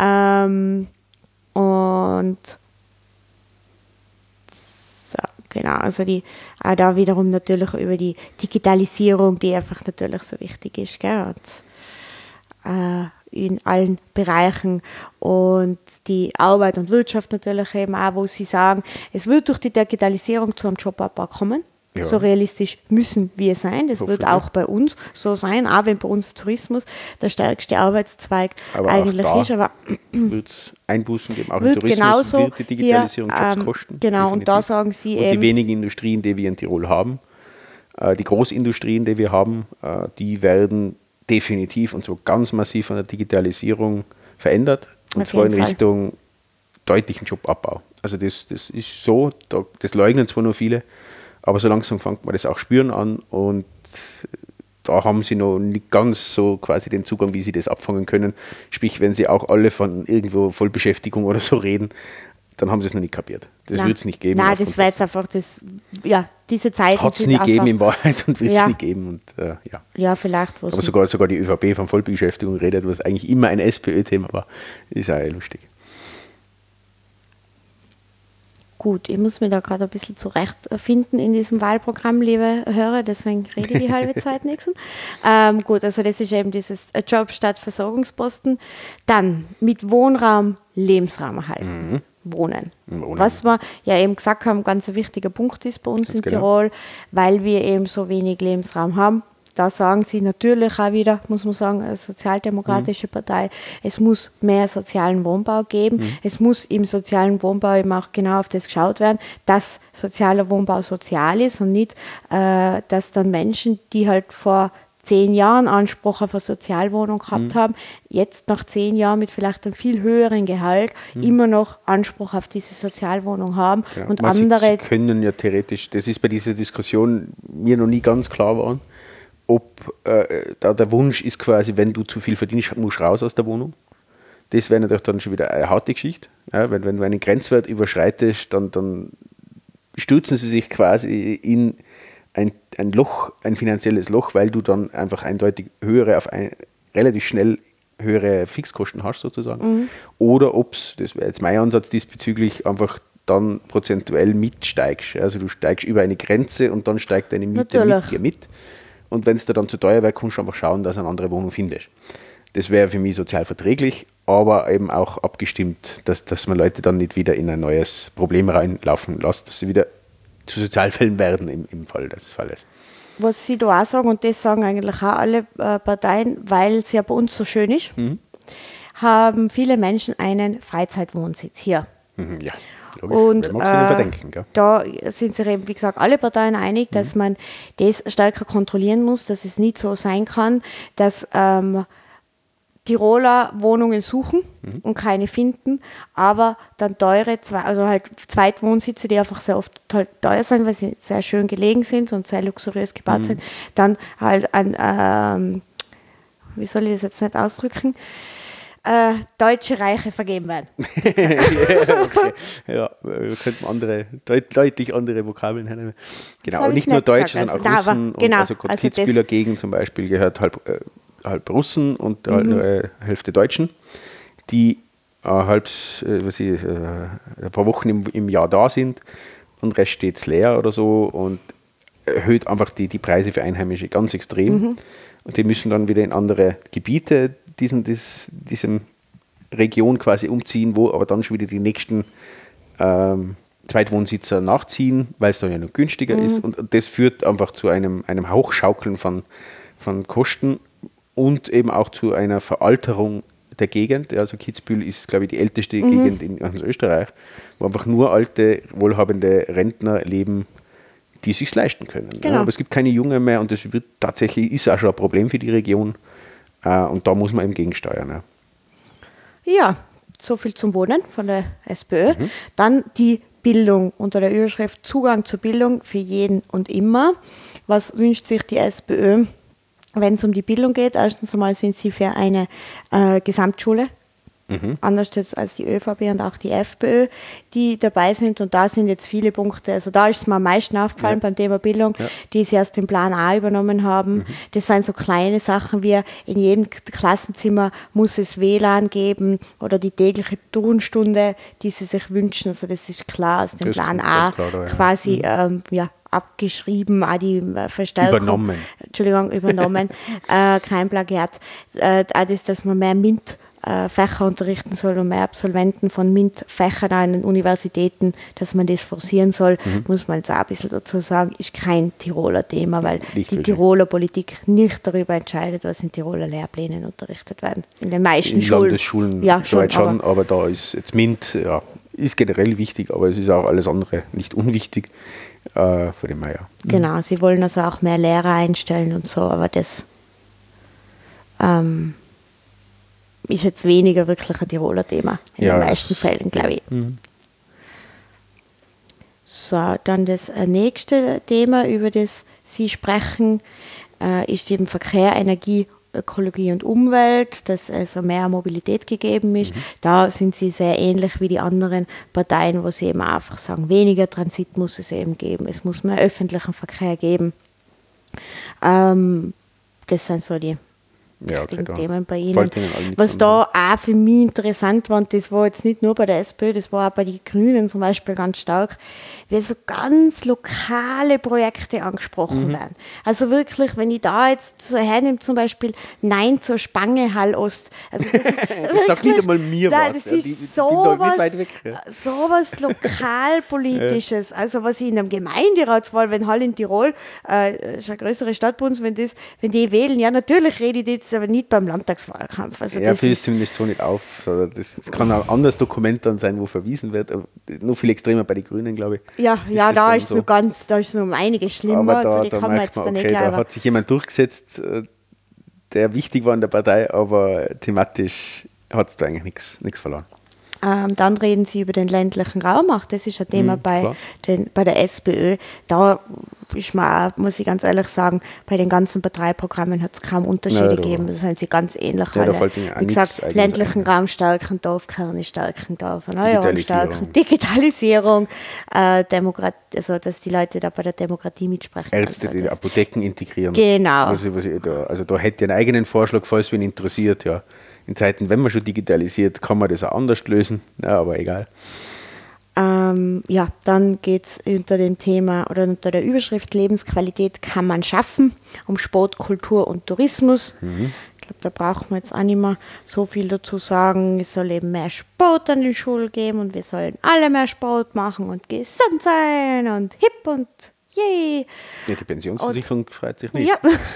Und genau, also auch da wiederum natürlich über die Digitalisierung, die einfach natürlich so wichtig ist, gell, und, in allen Bereichen und die Arbeit und Wirtschaft natürlich eben auch, wo sie sagen, es wird durch die Digitalisierung zu einem Jobabbau kommen. Ja. So realistisch müssen wir sein. Das wird auch bei uns so sein, auch wenn bei uns Tourismus der stärkste Arbeitszweig eigentlich ist. Aber wird es Einbußen geben, auch im Tourismus wird die Digitalisierung Jobs kosten. Genau, definitiv. Und da sagen Sie eben... die wenigen Industrien, die wir in Tirol haben, die Großindustrien, die wir haben, die werden definitiv und so ganz massiv von der Digitalisierung verändert. Und zwar in Richtung deutlichen Jobabbau. Also das ist so, das leugnen zwar nur viele, aber so langsam fängt man das auch spüren an und da haben sie noch nicht ganz so quasi den Zugang, wie sie das abfangen können. Sprich, wenn sie auch alle von irgendwo Vollbeschäftigung oder so reden, dann haben sie es noch nicht kapiert. Das wird es nicht geben. Nein, das war jetzt einfach diese Zeit. Hat es nie gegeben in Wahrheit und wird es nie geben. Und, ja, vielleicht. Aber sogar die ÖVP von Vollbeschäftigung redet, was eigentlich immer ein SPÖ-Thema war, ist auch lustig. Gut, ich muss mich da gerade ein bisschen zurechtfinden in diesem Wahlprogramm, liebe Hörer, deswegen rede ich die halbe Zeit nichts. Gut, also das ist eben dieses Job statt Versorgungsposten. Dann mit Wohnraum Lebensraum erhalten. Wohnen. Was wir ja eben gesagt haben, ganz ein wichtiger Punkt ist bei uns in Tirol, weil wir eben so wenig Lebensraum haben. Da sagen sie natürlich auch wieder, muss man sagen, eine sozialdemokratische Partei, es muss mehr sozialen Wohnbau geben. Es muss im sozialen Wohnbau eben auch genau auf das geschaut werden, dass sozialer Wohnbau sozial ist und nicht, dass dann Menschen, die halt vor 10 Jahren Anspruch auf eine Sozialwohnung gehabt haben, jetzt nach 10 Jahren mit vielleicht einem viel höheren Gehalt immer noch Anspruch auf diese Sozialwohnung haben. Ja, und andere... Sie können ja theoretisch, das ist bei dieser Diskussion mir noch nie ganz klar geworden, ob da der Wunsch ist quasi, wenn du zu viel verdienst, musst du raus aus der Wohnung. Das wäre natürlich dann schon wieder eine harte Geschichte. Ja, wenn du einen Grenzwert überschreitest, dann stürzen sie sich quasi in ein Loch, ein finanzielles Loch, weil du dann einfach eindeutig relativ schnell höhere Fixkosten hast sozusagen. Oder ob es, das wäre jetzt mein Ansatz diesbezüglich, einfach dann prozentuell mitsteigst. Also du steigst über eine Grenze und dann steigt deine Miete mit dir mit. Und wenn es dir dann zu teuer wäre, kannst du einfach schauen, dass du eine andere Wohnung findest. Das wäre für mich sozial verträglich, aber eben auch abgestimmt, dass man Leute dann nicht wieder in ein neues Problem reinlaufen lässt, dass sie wieder zu Sozialfällen werden im Fall des Falles. Was Sie da auch sagen, und das sagen eigentlich auch alle Parteien, weil es ja bei uns so schön ist, haben viele Menschen einen Freizeitwohnsitz hier. Ja. Logisch. Und da sind sich eben, wie gesagt, alle Parteien einig, dass man das stärker kontrollieren muss, dass es nicht so sein kann, dass Tiroler Wohnungen suchen und keine finden, aber dann teure, also halt Zweitwohnsitze, die einfach sehr oft halt teuer sind, weil sie sehr schön gelegen sind und sehr luxuriös gebaut sind, dann halt wie soll ich das jetzt nicht ausdrücken, deutsche Reiche vergeben werden. Okay. Ja, könnten andere, deutlich andere Vokabeln nehmen. Genau, und nicht nur Deutsche, sondern auch Russen. Genau, also Kitzbüheler Gegend zum Beispiel gehört halb Russen und Hälfte Deutschen, die ein paar Wochen im Jahr da sind und Rest steht leer oder so und erhöht einfach die Preise für Einheimische ganz extrem. Und die müssen dann wieder in andere Gebiete diesem Region quasi umziehen, wo aber dann schon wieder die nächsten Zweitwohnsitzer nachziehen, weil es dann ja noch günstiger ist. Und das führt einfach zu einem Hochschaukeln von Kosten und eben auch zu einer Veralterung der Gegend. Also Kitzbühel ist, glaube ich, die älteste Gegend in ganz Österreich, wo einfach nur alte, wohlhabende Rentner leben, die es sich leisten können. Genau. Ja, aber es gibt keine Jungen mehr und das ist auch schon ein Problem für die Region. Und da muss man eben gegensteuern. Ja, so viel zum Wohnen von der SPÖ. Dann die Bildung unter der Überschrift Zugang zur Bildung für jeden und immer. Was wünscht sich die SPÖ, wenn es um die Bildung geht? Erstens einmal sind sie für eine Gesamtschule, anders jetzt als die ÖVP und auch die FPÖ, die dabei sind. Und da sind jetzt viele Punkte, also da ist es mir am meisten aufgefallen beim Thema Bildung, die sie erst den Plan A übernommen haben. Das sind so kleine Sachen wie, in jedem Klassenzimmer muss es WLAN geben oder die tägliche Turnstunde, die sie sich wünschen. Also das ist klar aus dem Plan A quasi abgeschrieben, auch die Verstärkung. Übernommen. Kein Plagiat. Auch das, dass man mehr MINT-Fächer unterrichten soll und mehr Absolventen von MINT-Fächern an den Universitäten, dass man das forcieren soll, muss man jetzt auch ein bisschen dazu sagen, ist kein Tiroler Thema, weil die Tiroler Politik nicht darüber entscheidet, was in Tiroler Lehrplänen unterrichtet werden. In den meisten Schulen. Landesschulen schon, aber da ist jetzt MINT, ist generell wichtig, aber es ist auch alles andere nicht unwichtig. Von dem her, Genau, sie wollen also auch mehr Lehrer einstellen und so, aber das ist jetzt weniger wirklich ein Tiroler Thema in den meisten Fällen, glaube ich. So, dann das nächste Thema, über das Sie sprechen, ist eben Verkehr, Energie, Ökologie und Umwelt, dass also mehr Mobilität gegeben ist. Da sind sie sehr ähnlich wie die anderen Parteien, wo sie eben einfach sagen, weniger Transit muss es eben geben, es muss mehr öffentlichen Verkehr geben. Das sind so die Themen bei Ihnen. Was da auch für mich interessant war, und das war jetzt nicht nur bei der SPÖ, das war auch bei den Grünen zum Beispiel ganz stark, wie so ganz lokale Projekte angesprochen werden. Also wirklich, wenn ich da jetzt so hernehme, zum Beispiel Nein zur Spange Hall Ost. Also das sagt nicht einmal mir was. Das ist sowas Lokalpolitisches. Also was ich in einem Gemeinderatswahl, wenn Hall in Tirol, ist eine größere Stadt bei uns, wenn die wählen, ja natürlich rede ich jetzt aber nicht beim Landtagswahlkampf. Also das ist zumindest so nicht auf. Das kann auch ein anderes Dokument dann sein, wo verwiesen wird. Aber noch viel extremer bei den Grünen, glaube ich. Ja, da ist so da ist noch um einiges schlimmer. Aber da hat sich jemand durchgesetzt, der wichtig war in der Partei, aber thematisch hat es da eigentlich nichts verloren. Dann reden Sie über den ländlichen Raum, auch das ist ein Thema bei der SPÖ. Da ist man auch, muss ich ganz ehrlich sagen, bei den ganzen Parteiprogrammen hat es kaum Unterschiede gegeben. Da sind sie ganz ähnlich alle. Wie gesagt, ländlichen Raum stärken, Dorfkerne stärken, Erneuerung stärken, Digitalisierung, also dass die Leute da bei der Demokratie mitsprechen. Ärzte, die Apotheken integrieren. Genau. Also da hätte ich einen eigenen Vorschlag, falls wen interessiert, ja. In Zeiten, wenn man schon digitalisiert, kann man das auch anders lösen, aber egal. Dann geht es unter dem Thema oder unter der Überschrift Lebensqualität kann man schaffen, um Sport, Kultur und Tourismus. Ich glaube, da braucht man jetzt auch nicht mehr so viel dazu sagen. Es soll eben mehr Sport an den Schulen geben und wir sollen alle mehr Sport machen und gesund sein und hip und yay. Ja, die Pensionsversicherung freut sich nicht.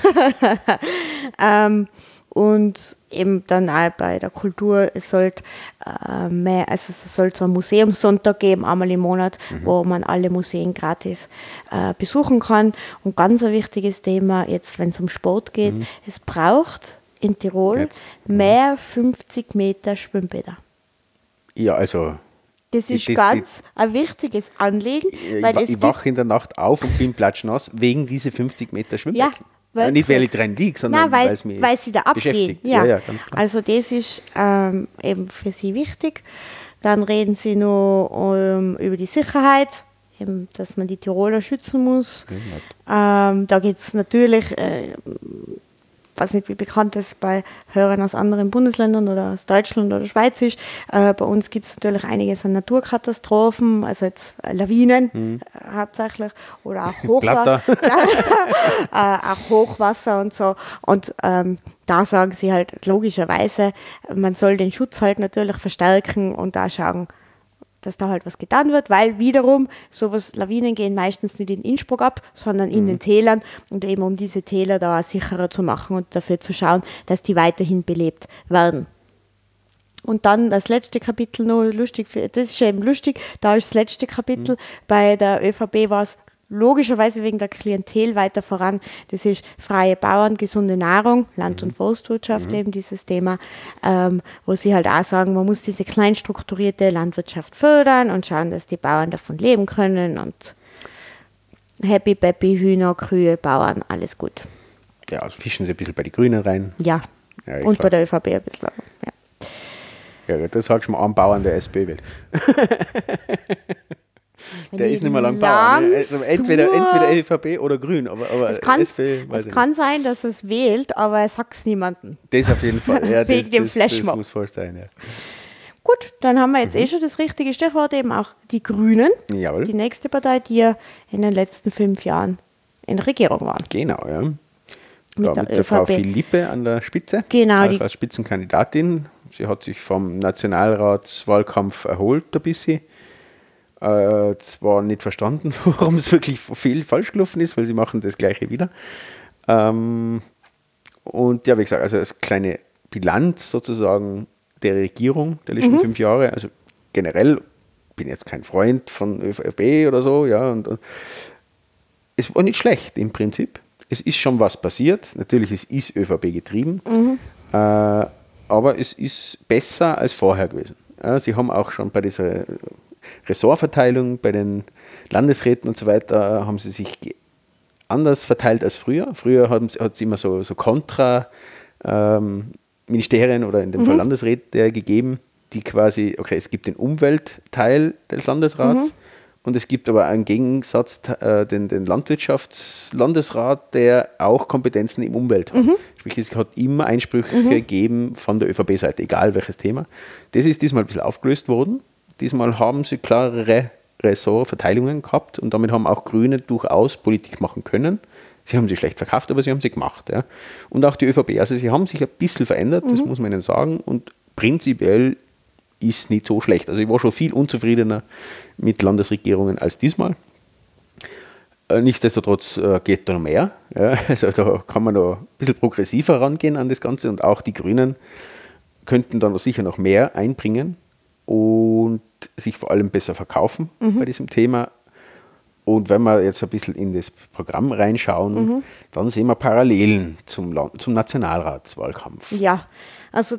Ja. Und eben dann auch bei der Kultur, es soll so einen Museumssonntag geben, einmal im Monat, wo man alle Museen gratis besuchen kann. Und ganz ein wichtiges Thema, jetzt wenn es um Sport geht, es braucht in Tirol mehr 50 Meter Schwimmbäder. Ja, also... Das ist ganz ein wichtiges Anliegen. Ich wache in der Nacht auf und bin platschnass wegen dieser 50 Meter Schwimmbäder. Ja. Nicht, weil ich dran liege, sondern weil es mich weil sie da abgehen. Ja. Ganz klar. Also das ist eben für sie wichtig. Dann reden sie noch über die Sicherheit, eben, dass man die Tiroler schützen muss. Da geht es natürlich, ich weiß nicht, wie bekannt das bei Hörern aus anderen Bundesländern oder aus Deutschland oder Schweiz ist. Bei uns gibt es natürlich einiges an Naturkatastrophen, also jetzt Lawinen hauptsächlich oder auch Hochwasser, auch Hochwasser und so. Und da sagen sie halt logischerweise, man soll den Schutz halt natürlich verstärken und da schauen, dass da halt was getan wird, weil wiederum sowas, Lawinen gehen meistens nicht in Innsbruck ab, sondern in den Tälern und eben um diese Täler da sicherer zu machen und dafür zu schauen, dass die weiterhin belebt werden. Und dann das letzte Kapitel noch lustig, das ist eben lustig, da ist das letzte Kapitel, bei der ÖVP war es logischerweise wegen der Klientel weiter voran. Das ist freie Bauern, gesunde Nahrung, Land- und Forstwirtschaft eben dieses Thema, wo sie halt auch sagen, man muss diese kleinstrukturierte Landwirtschaft fördern und schauen, dass die Bauern davon leben können und happy, peppy, Hühner, Kühe, Bauern, alles gut. Ja, also fischen sie ein bisschen bei den Grünen rein. Ja, und klar. Bei der ÖVP ein bisschen. Ja, das sagst du mal einen Bauern der SPÖ will. Der ist nicht mehr lang Bauer. Ne? Also entweder ÖVP oder Grün, aber es kann sein, dass er es wählt, aber er sagt es niemandem. Das auf jeden Fall. Ja, wegen dem Flashmob. Das muss voll sein, ja. Gut, dann haben wir jetzt schon das richtige Stichwort, eben auch die Grünen. Jawohl. Die nächste Partei, die ja in den letzten 5 Jahren in der Regierung waren. Genau, ja. Mit der Frau Philippe an der Spitze. Genau. Als Spitzenkandidatin. Sie hat sich vom Nationalratswahlkampf erholt ein bisschen. Zwar nicht verstanden, warum es wirklich viel falsch gelaufen ist, weil sie machen das Gleiche wieder. Und ja, wie gesagt, also als kleine Bilanz sozusagen der Regierung der letzten 5 Jahre, also generell, bin jetzt kein Freund von ÖVP oder so, ja, und es war nicht schlecht im Prinzip. Es ist schon was passiert, natürlich es ist ÖVP getrieben, aber es ist besser als vorher gewesen. Ja, sie haben auch schon bei dieser Ressortverteilung bei den Landesräten und so weiter, haben sie sich anders verteilt als früher. Früher hat es immer so Kontra-Ministerien oder in dem Fall Landesräte gegeben, die quasi, okay, es gibt den Umweltteil des Landesrats und es gibt aber einen Gegensatz, den Landwirtschaftslandesrat, der auch Kompetenzen im Umwelt hat. Sprich, es hat immer Einsprüche gegeben von der ÖVP-Seite, egal welches Thema. Das ist diesmal ein bisschen aufgelöst worden. Diesmal haben sie klarere Ressortverteilungen gehabt und damit haben auch Grüne durchaus Politik machen können. Sie haben sie schlecht verkauft, aber sie haben sie gemacht. Ja. Und auch die ÖVP, also sie haben sich ein bisschen verändert, das muss man ihnen sagen, und prinzipiell ist nicht so schlecht. Also ich war schon viel unzufriedener mit Landesregierungen als diesmal. Nichtsdestotrotz geht da noch mehr. Ja. Also da kann man noch ein bisschen progressiver rangehen an das Ganze und auch die Grünen könnten dann sicher noch mehr einbringen und sich vor allem besser verkaufen bei diesem Thema. Und wenn wir jetzt ein bisschen in das Programm reinschauen, dann sehen wir Parallelen zum Nationalratswahlkampf. Ja, also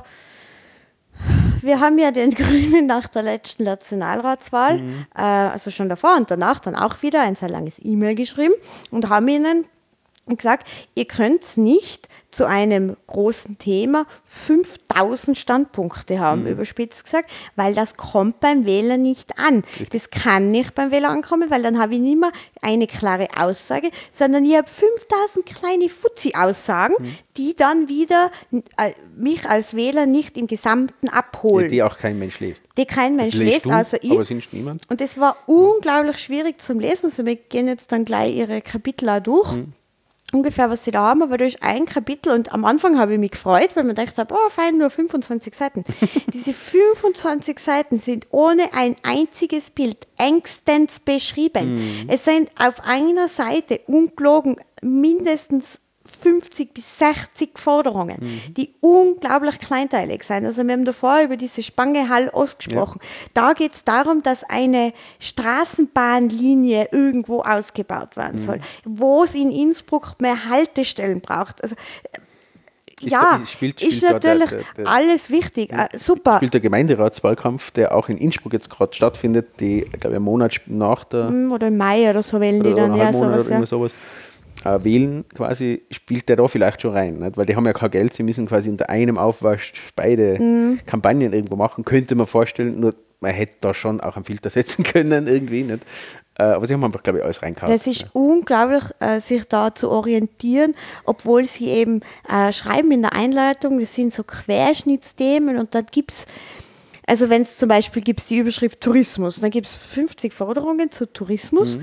wir haben ja den Grünen nach der letzten Nationalratswahl, also schon davor und danach dann auch wieder ein sehr langes E-Mail geschrieben und haben ihnen gesagt, ihr könnt nicht zu einem großen Thema 5000 Standpunkte haben, überspitzt gesagt, weil das kommt beim Wähler nicht an. Das kann nicht beim Wähler ankommen, weil dann habe ich nicht mehr eine klare Aussage, sondern ich habe 5000 kleine Fuzzi-Aussagen, die dann wieder mich als Wähler nicht im Gesamten abholen. Die auch kein Mensch liest. Die kein Mensch liest, außer ich. Aber sonst niemand. Und das war unglaublich schwierig zum Lesen. Also wir gehen jetzt dann gleich ihre Kapitel auch durch. Ungefähr, was sie da haben, aber da ist ein Kapitel und am Anfang habe ich mich gefreut, weil man gedacht habe, oh fein, nur 25 Seiten. Diese 25 Seiten sind ohne ein einziges Bild engstens beschrieben. Es sind auf einer Seite ungelogen mindestens 50 bis 60 Forderungen, die unglaublich kleinteilig sind. Also wir haben davor über diese Spange Hall-Ost gesprochen. Ja. Da geht es darum, dass eine Straßenbahnlinie irgendwo ausgebaut werden soll, wo es in Innsbruck mehr Haltestellen braucht. Also spielt ist natürlich alles wichtig. Super. Spielt der Gemeinderatswahlkampf, der auch in Innsbruck jetzt gerade stattfindet, die, glaube ich, einen Monat nach der... Oder im Mai oder so wählen die dann. Ja, sowas, oder sowas. wählen, quasi, spielt der da vielleicht schon rein. Nicht? Weil die haben ja kein Geld, sie müssen quasi unter einem Aufwasch beide Kampagnen irgendwo machen, könnte man vorstellen, nur man hätte da schon auch einen Filter setzen können irgendwie. Nicht? Aber sie haben einfach, glaube ich, alles reingehauen. Es ist unglaublich, sich da zu orientieren, obwohl sie eben schreiben in der Einleitung, das sind so Querschnittsthemen und dann gibt es, also wenn es zum Beispiel gibt die Überschrift Tourismus, dann gibt es 50 Forderungen zu Tourismus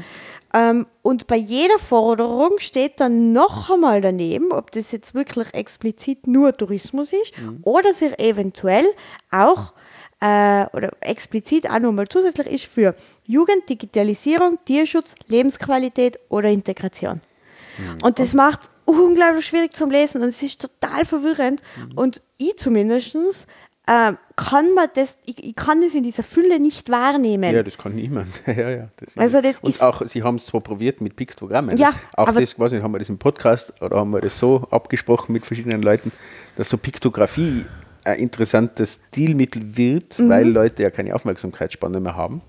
und bei jeder Forderung steht dann noch einmal daneben, ob das jetzt wirklich explizit nur Tourismus ist oder sich eventuell auch oder explizit auch nochmal zusätzlich ist für Jugend, Digitalisierung, Tierschutz, Lebensqualität oder Integration. Und das macht unglaublich schwierig zum Lesen und es ist total verwirrend und ich zumindest kann man das, ich kann das in dieser Fülle nicht wahrnehmen. Ja, das kann niemand. ja, das also das und ist auch, Sie haben es zwar probiert mit Piktogrammen. Ja, auch das, weiß nicht, haben wir das im Podcast oder haben wir das so abgesprochen mit verschiedenen Leuten, dass so Piktografie ein interessantes Stilmittel wird, weil Leute ja keine Aufmerksamkeitsspanne mehr haben,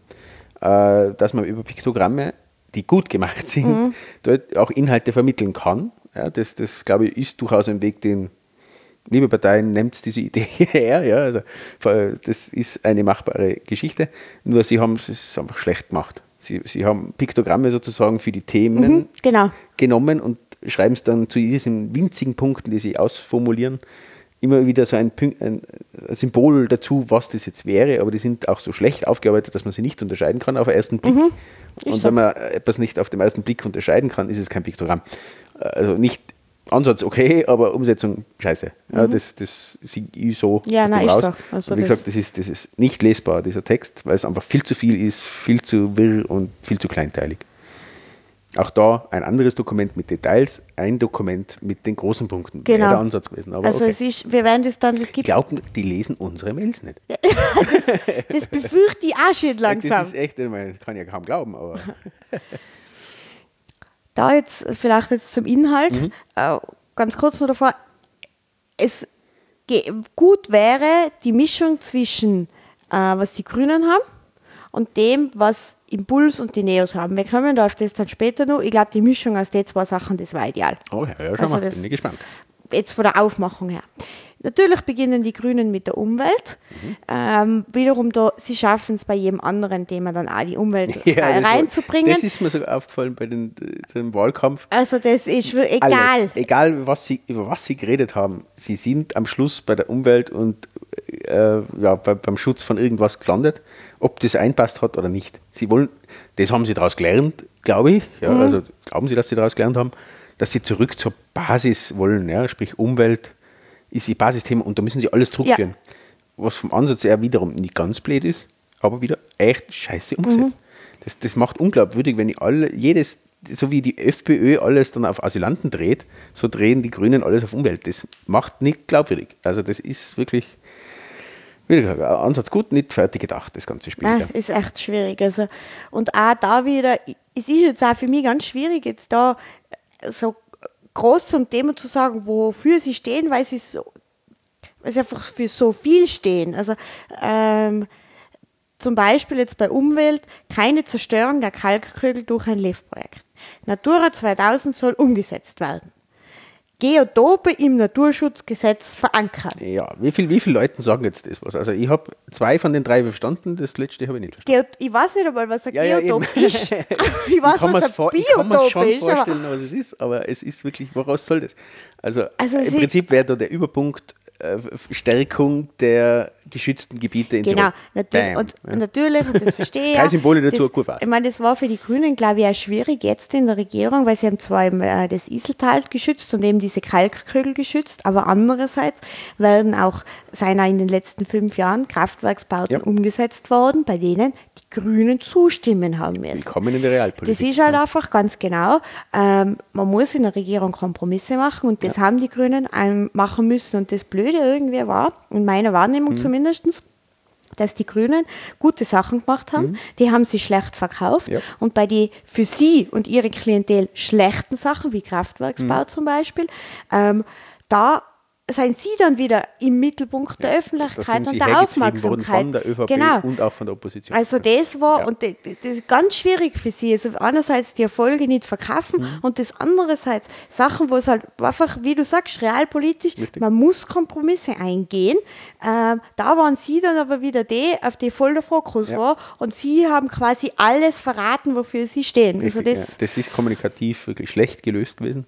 dass man über Piktogramme, die gut gemacht sind, dort auch Inhalte vermitteln kann. Ja, das glaube ich, ist durchaus ein Weg, den, liebe Parteien, nehmt diese Idee her. Ja, also, das ist eine machbare Geschichte, nur sie haben es einfach schlecht gemacht. Sie haben Piktogramme sozusagen für die Themen genommen und schreiben es dann zu diesen winzigen Punkten, die sie ausformulieren, immer wieder so ein Symbol dazu, was das jetzt wäre, aber die sind auch so schlecht aufgearbeitet, dass man sie nicht unterscheiden kann auf den ersten Blick. Und wenn man etwas nicht auf den ersten Blick unterscheiden kann, ist es kein Piktogramm. Also nicht Ansatz okay, aber Umsetzung scheiße. Ja, das sehe ich so raus. So. Also wie gesagt, das ist nicht lesbar, dieser Text, weil es einfach viel zu viel ist, viel zu wirr und viel zu kleinteilig. Auch da ein anderes Dokument mit Details, ein Dokument mit den großen Punkten. Genau. Wäre der Ansatz gewesen. Aber also es ist, wir werden das dann, das gibt... Glauben, die lesen unsere Mails nicht. das befürchte ich auch schon langsam. Das ist echt, ich kann ja kaum glauben, aber... Da jetzt vielleicht jetzt zum Inhalt, ganz kurz noch davor, es gut wäre die Mischung zwischen, was die Grünen haben und dem, was Impuls und die Neos haben. Wir kommen da auf das dann später noch. Ich glaube, die Mischung aus den zwei Sachen, das war ideal. Oh ja, schon mal, bin ich gespannt. Jetzt von der Aufmachung her. Natürlich beginnen die Grünen mit der Umwelt. Wiederum, sie schaffen es bei jedem anderen Thema dann auch die Umwelt reinzubringen. Das ist mir sogar aufgefallen bei dem Wahlkampf. Also das ist egal. Alles, egal, über was sie geredet haben. Sie sind am Schluss bei der Umwelt und beim Schutz von irgendwas gelandet, ob das einpasst hat oder nicht. Sie wollen, das haben sie daraus gelernt, glaube ich. Ja, also glauben sie, dass sie daraus gelernt haben, dass sie zurück zur Basis wollen. Ja, sprich Umwelt ist ihr Basisthema und da müssen sie alles zurückführen. Ja. Was vom Ansatz her wiederum nicht ganz blöd ist, aber wieder echt scheiße umgesetzt. Das macht unglaubwürdig, wenn jedes, so wie die FPÖ alles dann auf Asylanten dreht, so drehen die Grünen alles auf Umwelt. Das macht nicht glaubwürdig. Also das ist wirklich, wie gesagt, Ansatz gut, nicht fertig gedacht, das ganze Spiel. Nein, ist echt schwierig. Also, und auch da wieder, es ist jetzt auch für mich ganz schwierig, jetzt da so groß zum Thema zu sagen, wofür sie stehen, weil sie einfach für so viel stehen. Also zum Beispiel jetzt bei Umwelt keine Zerstörung der Kalkkögel durch ein LIFT-Projekt. Natura 2000 soll umgesetzt werden. Geotope im Naturschutzgesetz verankern. Ja, wie viele Leute sagen jetzt das was? Also ich habe 2 von den 3 verstanden, das letzte habe ich nicht verstanden. Ich weiß nicht einmal, was ein Geotop ist. Ich weiß, was ein Biotop ist. Ich kann mir schon vorstellen, was es ist, aber es ist wirklich, woraus soll das? Also im Prinzip wäre da der Überpunkt Stärkung der geschützten Gebiete in Tirol. Genau, und natürlich, und das verstehe ich. 3 Symbole dazu, gut was. Ich meine, das war für die Grünen, glaube ich, auch schwierig jetzt in der Regierung, weil sie haben zwar das Iseltal geschützt und eben diese Kalkkögel geschützt, aber andererseits seien auch in den letzten 5 Jahren Kraftwerksbauten umgesetzt worden, bei denen die Grünen zustimmen haben müssen. Willkommen in der Realpolitik. Das ist halt einfach ganz genau, man muss in der Regierung Kompromisse machen und das haben die Grünen machen müssen und das Blöde irgendwie war, in meiner Wahrnehmung zumindest, dass die Grünen gute Sachen gemacht haben, die haben sie schlecht verkauft und bei den für sie und ihre Klientel schlechten Sachen, wie Kraftwerksbau zum Beispiel, da seien sie dann wieder im Mittelpunkt der Öffentlichkeit und der Aufmerksamkeit. Von der ÖVP und auch von der Opposition. Also das war, und das ist ganz schwierig für sie. Also einerseits die Erfolge nicht verkaufen und das andererseits Sachen, wo es halt einfach, wie du sagst, realpolitisch, man muss Kompromisse eingehen. Da waren sie dann aber wieder auf die voll der Fokus war und sie haben quasi alles verraten, wofür sie stehen. Richtig, also das ist kommunikativ wirklich schlecht gelöst gewesen.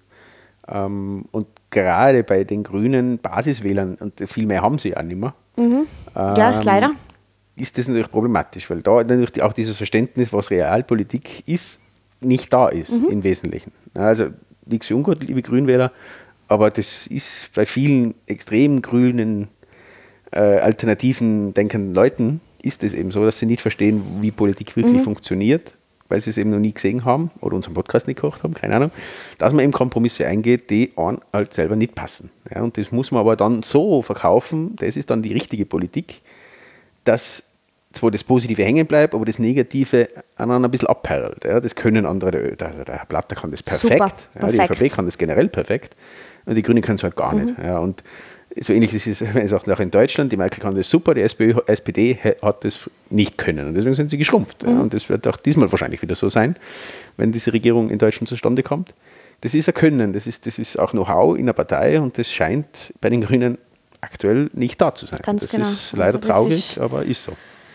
Und gerade bei den grünen Basiswählern, und viel mehr haben sie auch nicht mehr, ja, leider, ist das natürlich problematisch, weil da natürlich auch dieses Verständnis, was Realpolitik ist, nicht da ist im Wesentlichen. Also nichts für ungut, liebe Grünwähler, aber das ist bei vielen extrem grünen, alternativen denkenden Leuten ist es eben so, dass sie nicht verstehen, wie Politik wirklich funktioniert, weil sie es eben noch nie gesehen haben oder unseren Podcast nicht gehört haben, keine Ahnung, dass man eben Kompromisse eingeht, die einem halt selber nicht passen. Ja, und das muss man aber dann so verkaufen, das ist dann die richtige Politik, dass zwar das Positive hängen bleibt, aber das Negative einander ein bisschen abperlt. Ja, das können andere, also der Herr Blatter kann das perfekt, ja, die ÖVP kann das generell perfekt und die Grünen können es halt gar nicht. Ja, und so ähnlich ist es, wenn ich sage, auch in Deutschland, die Merkel kann das super, die SPD hat das nicht können und deswegen sind sie geschrumpft. Ja, und das wird auch diesmal wahrscheinlich wieder so sein, wenn diese Regierung in Deutschland zustande kommt. Das ist ein Können, das ist auch Know-how in der Partei und das scheint bei den Grünen aktuell nicht da zu sein. Ganz das genau. ist leider also traurig, aber ist so.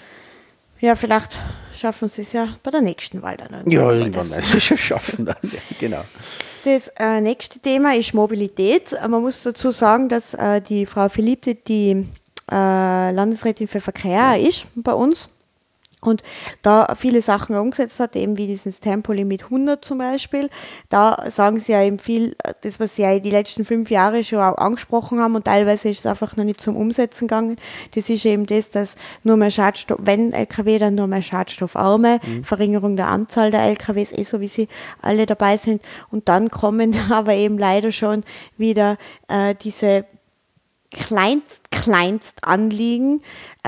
Ja, vielleicht schaffen sie es ja bei der nächsten Wahl dann. Ja, irgendwann werden sie schon schaffen dann, ja, genau. Das nächste Thema ist Mobilität. Man muss dazu sagen, dass die Frau Philippe die Landesrätin für Verkehr ist bei uns und da viele Sachen umgesetzt hat, eben wie dieses Tempolimit 100 zum Beispiel. Da sagen sie ja eben viel, das was sie ja die letzten 5 Jahre schon auch angesprochen haben und teilweise ist es einfach noch nicht zum Umsetzen gegangen. Das ist eben das, dass nur mehr Schadstoff, wenn LKW, dann nur mehr schadstoffarme, Verringerung der Anzahl der LKWs, so wie sie alle dabei sind. Und dann kommen aber eben leider schon wieder diese kleinst Anliegen,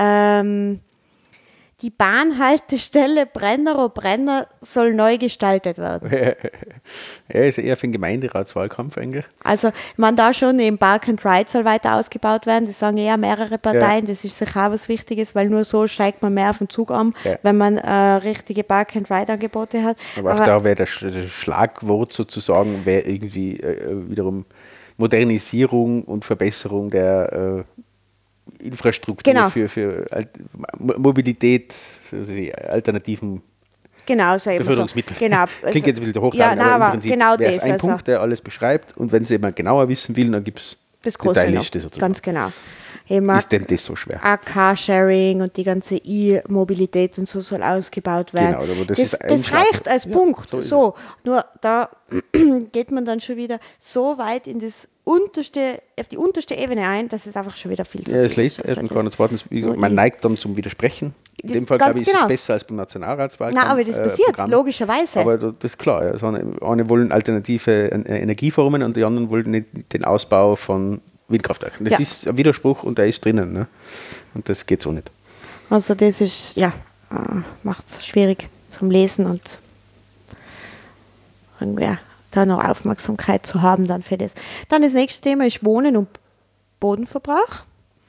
die Bahnhaltestelle Brenner soll neu gestaltet werden. Ja, ist eher für den Gemeinderatswahlkampf eigentlich. Also, man da schon eben Park and Ride soll weiter ausgebaut werden. Das sagen eher mehrere Parteien. Das ist sicher auch was Wichtiges, weil nur so steigt man mehr auf den Zug an, wenn man richtige Park and Ride Angebote hat. Aber auch da wäre das Schlagwort sozusagen, wäre irgendwie wiederum Modernisierung und Verbesserung der Infrastruktur für Mobilität, alternativen Beförderungsmittel. Genau. Klingt jetzt ein bisschen hochtrabend, aber im Prinzip genau wäre es ein Punkt, der alles beschreibt und wenn Sie jemand genauer wissen will, dann gibt es das Detailliste sozusagen. Ganz genau. Ist denn das so schwer? Auch Carsharing und die ganze E-Mobilität und so soll ausgebaut werden. Genau, aber das reicht als Punkt. So, nur da geht man dann schon wieder so weit in das auf die unterste Ebene ein, dass es einfach schon wieder viel zu viel ist. Es lässt erstens gar nicht warten. Man neigt dann zum Widersprechen. In dem Fall, glaube ich, ist es besser als beim Nationalratswahlkampf. Nein, aber das passiert, logischerweise. Aber das ist klar. Also eine wollen alternative Energieformen und die anderen wollen nicht den Ausbau von Windkraftwerken. Das ist ein Widerspruch und der ist drinnen. Ne? Und das geht so nicht. Also das ist, macht es schwierig zum Lesen und irgendwie da noch Aufmerksamkeit zu haben dann für das. Dann das nächste Thema ist Wohnen und Bodenverbrauch.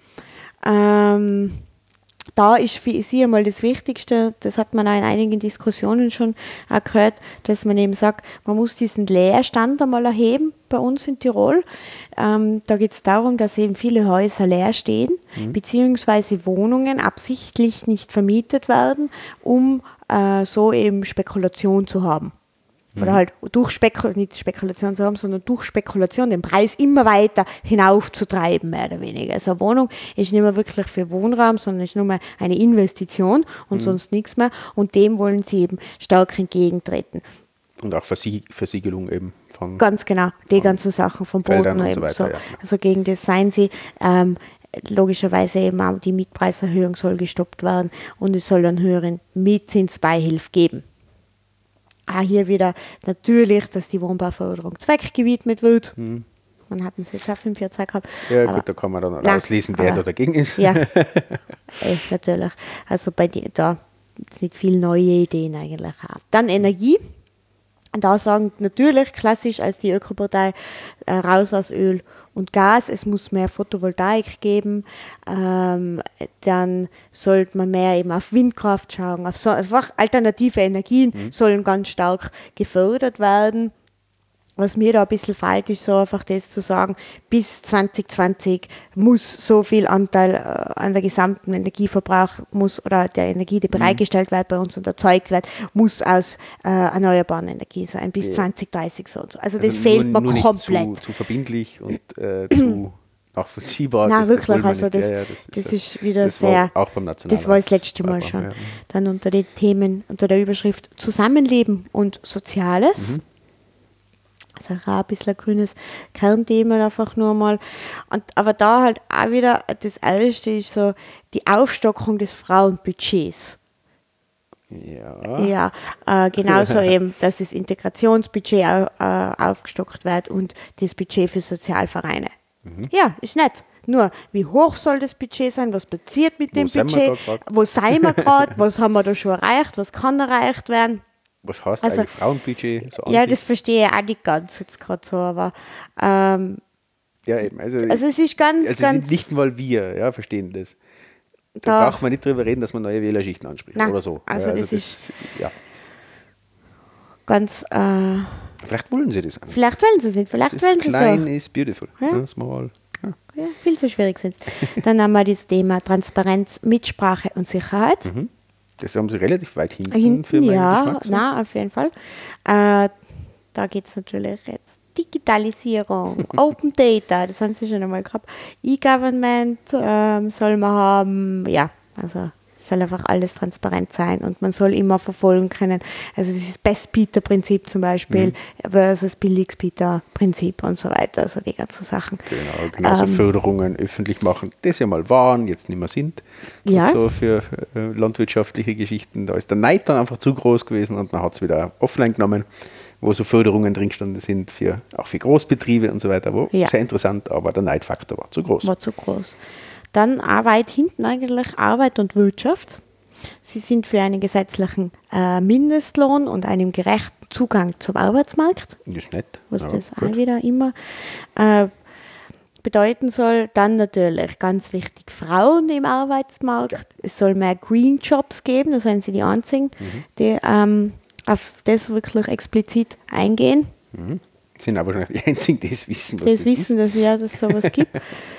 Da ist für Sie einmal das Wichtigste, das hat man auch in einigen Diskussionen schon auch gehört, dass man eben sagt, man muss diesen Leerstand einmal erheben bei uns in Tirol. Da geht es darum, dass eben viele Häuser leer stehen, beziehungsweise Wohnungen absichtlich nicht vermietet werden, um so eben Spekulation zu haben. Oder halt nicht Spekulation zu haben, sondern durch Spekulation den Preis immer weiter hinaufzutreiben, mehr oder weniger. Also eine Wohnung ist nicht mehr wirklich für Wohnraum, sondern ist nur mehr eine Investition und sonst nichts mehr. Und dem wollen sie eben stark entgegentreten. Und auch Versiegelung eben von... Ganz genau, die ganzen Sachen vom Boden. Und so weiter, so. Also gegen das seien sie... logischerweise eben auch die Mietpreiserhöhung soll gestoppt werden und es soll einen höheren Mietzinsbeihilfe geben. Hier wieder natürlich, dass die Wohnbauförderung zweckgewidmet wird. Man hat es jetzt auch 5 Jahre Zeit gehabt. Ja, gut, da kann man dann auslesen, wer da dagegen ist. Ja, natürlich. Also da ist nicht viel neue Ideen eigentlich auch. Dann Energie. Da sagen natürlich klassisch als die Ökopartei raus aus Öl und Gas, es muss mehr Photovoltaik geben, dann sollte man mehr eben auf Windkraft schauen, auf so, einfach alternative Energien sollen ganz stark gefördert werden. Was mir da ein bisschen fehlt, ist so einfach das zu sagen, bis 2020 muss so viel Anteil an der gesamten Energieverbrauch oder der Energie, die bereitgestellt wird bei uns und erzeugt wird, muss aus erneuerbaren Energie sein, bis 2030 so. Also das fehlt mir komplett. Nicht zu verbindlich und zu nachvollziehbar. Nein, wirklich, also das ist wieder das sehr, war auch beim Nationalrat. Das war das letzte Mal schon. Ja. Dann unter den Themen, unter der Überschrift Zusammenleben und Soziales. Also auch ein bisschen ein grünes Kernthema einfach nur mal. Aber da halt auch wieder, das Erste ist so die Aufstockung des Frauenbudgets. Ja, genauso eben, dass das Integrationsbudget aufgestockt wird und das Budget für Sozialvereine. Ja, ist nett. Nur, wie hoch soll das Budget sein? Was passiert mit dem Budget? Wo sind wir gerade? Was haben wir da schon erreicht? Was kann erreicht werden? Was heißt eigentlich Frauenbudget? So ja, das verstehe ich auch nicht ganz jetzt gerade so, aber ja, eben, also es ist ganz... nicht mal wir verstehen das. Da braucht man nicht drüber reden, dass man neue Wählerschichten anspricht. Nein, oder so. Also das ist ganz... vielleicht wollen sie das. Vielleicht wollen sie es nicht. Vielleicht wollen sie klein is beautiful. Ja? Small. Ja, viel zu schwierig sind. Dann haben wir das Thema Transparenz, Mitsprache und Sicherheit. Das haben sie relativ weit hinten für meinen Geschmack. Ja, auf jeden Fall. Da geht es natürlich jetzt Digitalisierung, Open Data, das haben sie schon einmal gehabt. E-Government soll man haben, ja, also es soll einfach alles transparent sein und man soll immer verfolgen können. Also dieses Best-Bieter-Prinzip zum Beispiel versus Billigst-Bieter-Prinzip und so weiter, also die ganzen Sachen. Genauso Förderungen öffentlich machen, das ja mal waren, jetzt nicht mehr sind. Ja. So für landwirtschaftliche Geschichten, da ist der Neid dann einfach zu groß gewesen und dann hat es wieder offline genommen, wo so Förderungen drin sind, auch für Großbetriebe und so weiter. Sehr interessant, aber der Neidfaktor war zu groß. War zu groß. Dann weit hinten eigentlich Arbeit und Wirtschaft. Sie sind für einen gesetzlichen Mindestlohn und einen gerechten Zugang zum Arbeitsmarkt. Das ist nett. Was das auch wieder immer bedeuten soll. Dann natürlich ganz wichtig Frauen im Arbeitsmarkt. Ja. Es soll mehr Green Jobs geben, das sind sie die einzigen, die auf das wirklich explizit eingehen. Sind aber wahrscheinlich die einzigen, die es wissen, was das wissen, ist. Dass es sowas gibt.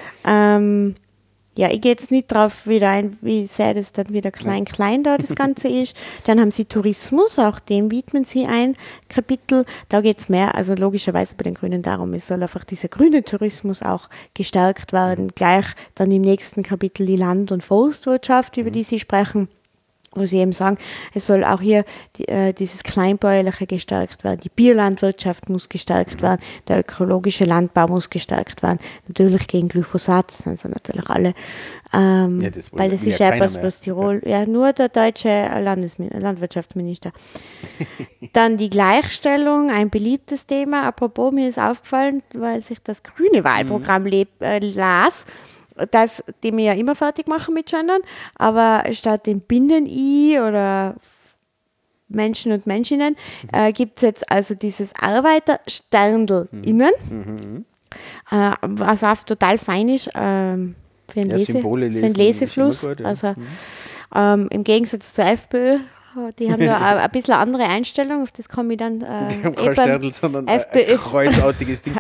Ja, ich gehe jetzt nicht drauf wieder ein, wie sehr das dann wieder klein da das Ganze ist. Dann haben sie Tourismus, auch dem widmen sie ein Kapitel. Da geht es mehr, also logischerweise bei den Grünen darum, es soll einfach dieser grüne Tourismus auch gestärkt werden. Gleich dann im nächsten Kapitel die Land- und Forstwirtschaft, über die sie sprechen, wo sie eben sagen, es soll auch hier dieses Kleinbäuerliche gestärkt werden, die Biolandwirtschaft muss gestärkt werden, der ökologische Landbau muss gestärkt werden, natürlich gegen Glyphosat, das sind sie natürlich alle, weil das ist ja etwas, was Tirol, nur der deutsche Landwirtschaftsminister. Dann die Gleichstellung, ein beliebtes Thema, apropos, mir ist aufgefallen, weil sich das grüne Wahlprogramm las, dass die mir ja immer fertig machen mit Gendern, aber statt dem Binnen-I oder Menschen und Menschinnen gibt es jetzt also dieses Arbeiter-Sterndl innen, was auch total fein ist für einen Lesefluss. Gut, ja. Also im Gegensatz zur FPÖ, die haben ja ein bisschen andere Einstellung, auf das kann ich dann die haben kein Sterndl, sondern FPÖ. Ein kreuzartiges Ding.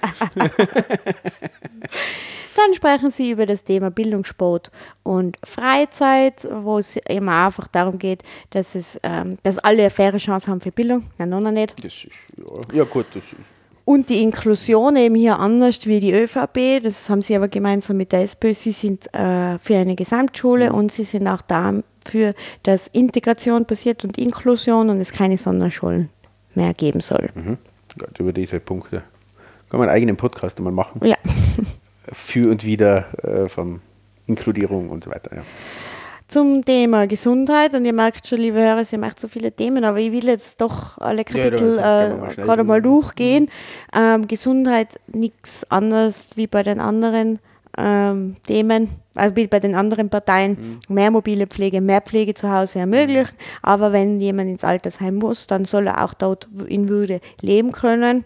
Dann sprechen sie über das Thema Bildungssport und Freizeit, wo es eben einfach darum geht, dass alle eine faire Chance haben für Bildung. Nein, noch nicht. Das ist, ja gut, das ist. Und die Inklusion eben hier anders wie die ÖVP, das haben sie aber gemeinsam mit der SPÖ, sie sind für eine Gesamtschule und sie sind auch dafür, dass Integration passiert und Inklusion und es keine Sonderschulen mehr geben soll. Gut, über diese Punkte kann man einen eigenen Podcast einmal machen. Ja. Für und wieder von Inkludierung und so weiter. Ja. Zum Thema Gesundheit, und ihr merkt schon, liebe Hörer, sie macht so viele Themen, aber ich will jetzt doch alle Kapitel gerade mal durchgehen. Gesundheit, nichts anderes wie bei den anderen Themen, also wie bei den anderen Parteien, mehr mobile Pflege, mehr Pflege zu Hause ermöglichen. Aber wenn jemand ins Altersheim muss, dann soll er auch dort in Würde leben können.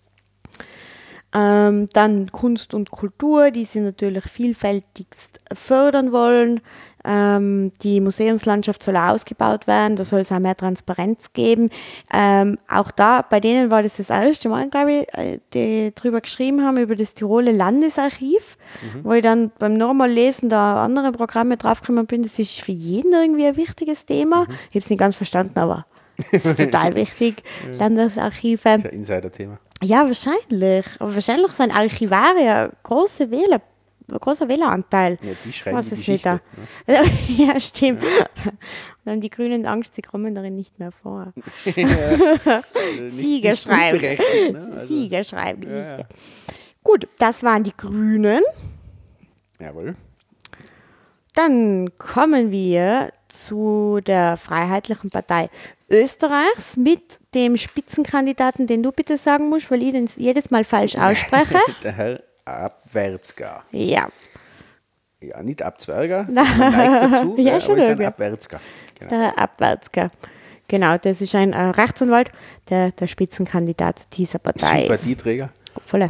Dann Kunst und Kultur, die sie natürlich vielfältigst fördern wollen. Die Museumslandschaft soll ausgebaut werden, da soll es auch mehr Transparenz geben. Auch da, bei denen war das erste Mal, glaube ich, die drüber geschrieben haben, über das Tiroler Landesarchiv, wo ich dann beim Normallesen da andere Programme draufgekommen bin, das ist für jeden irgendwie ein wichtiges Thema. Ich habe es nicht ganz verstanden, aber es ist total wichtig, Landesarchive. Das ist ein Insider-Thema. Ja, wahrscheinlich. Aber wahrscheinlich sind Archivare ein großer Wähleranteil. Ja, die schreiben was die ist Geschichte. Nicht da. Ja, stimmt. Ja. Dann haben die Grünen Angst, sie kommen darin nicht mehr vor. Sieger schreiben. Ne? Also, Sieger schreiben Geschichte. Ja. Gut, das waren die Grünen. Jawohl. Dann kommen wir zu der Freiheitlichen Partei Österreichs mit dem Spitzenkandidaten, den du bitte sagen musst, weil ich den jedes Mal falsch ausspreche. Der Herr Abwärtsger. Ja. Ja, nicht Abzwerger, man neigt dazu, ja, aber ist ein Abwärtsger. Genau. Der Herr Abwärtsger. Genau, das ist ein Rechtsanwalt, der Spitzenkandidat dieser Partei ist. Sympathieträger. Voll.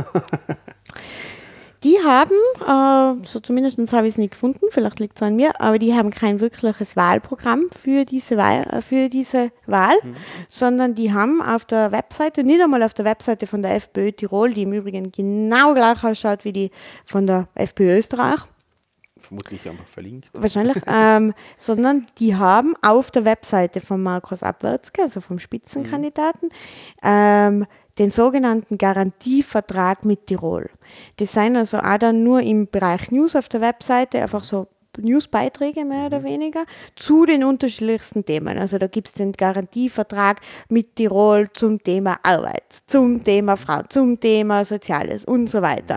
Die haben, so zumindest habe ich es nicht gefunden, vielleicht liegt es an mir, aber die haben kein wirkliches Wahlprogramm für diese Wahl, sondern die haben auf der Webseite, nicht einmal auf der Webseite von der FPÖ Tirol, die im Übrigen genau gleich ausschaut wie die von der FPÖ Österreich. Vermutlich einfach verlinkt. Wahrscheinlich, sondern die haben auf der Webseite von Markus Abwärtsger, also vom Spitzenkandidaten, den sogenannten Garantievertrag mit Tirol. Das sind also auch dann nur im Bereich News auf der Webseite, einfach so Newsbeiträge mehr oder weniger, zu den unterschiedlichsten Themen. Also da gibt es den Garantievertrag mit Tirol zum Thema Arbeit, zum Thema Frauen, zum Thema Soziales und so weiter.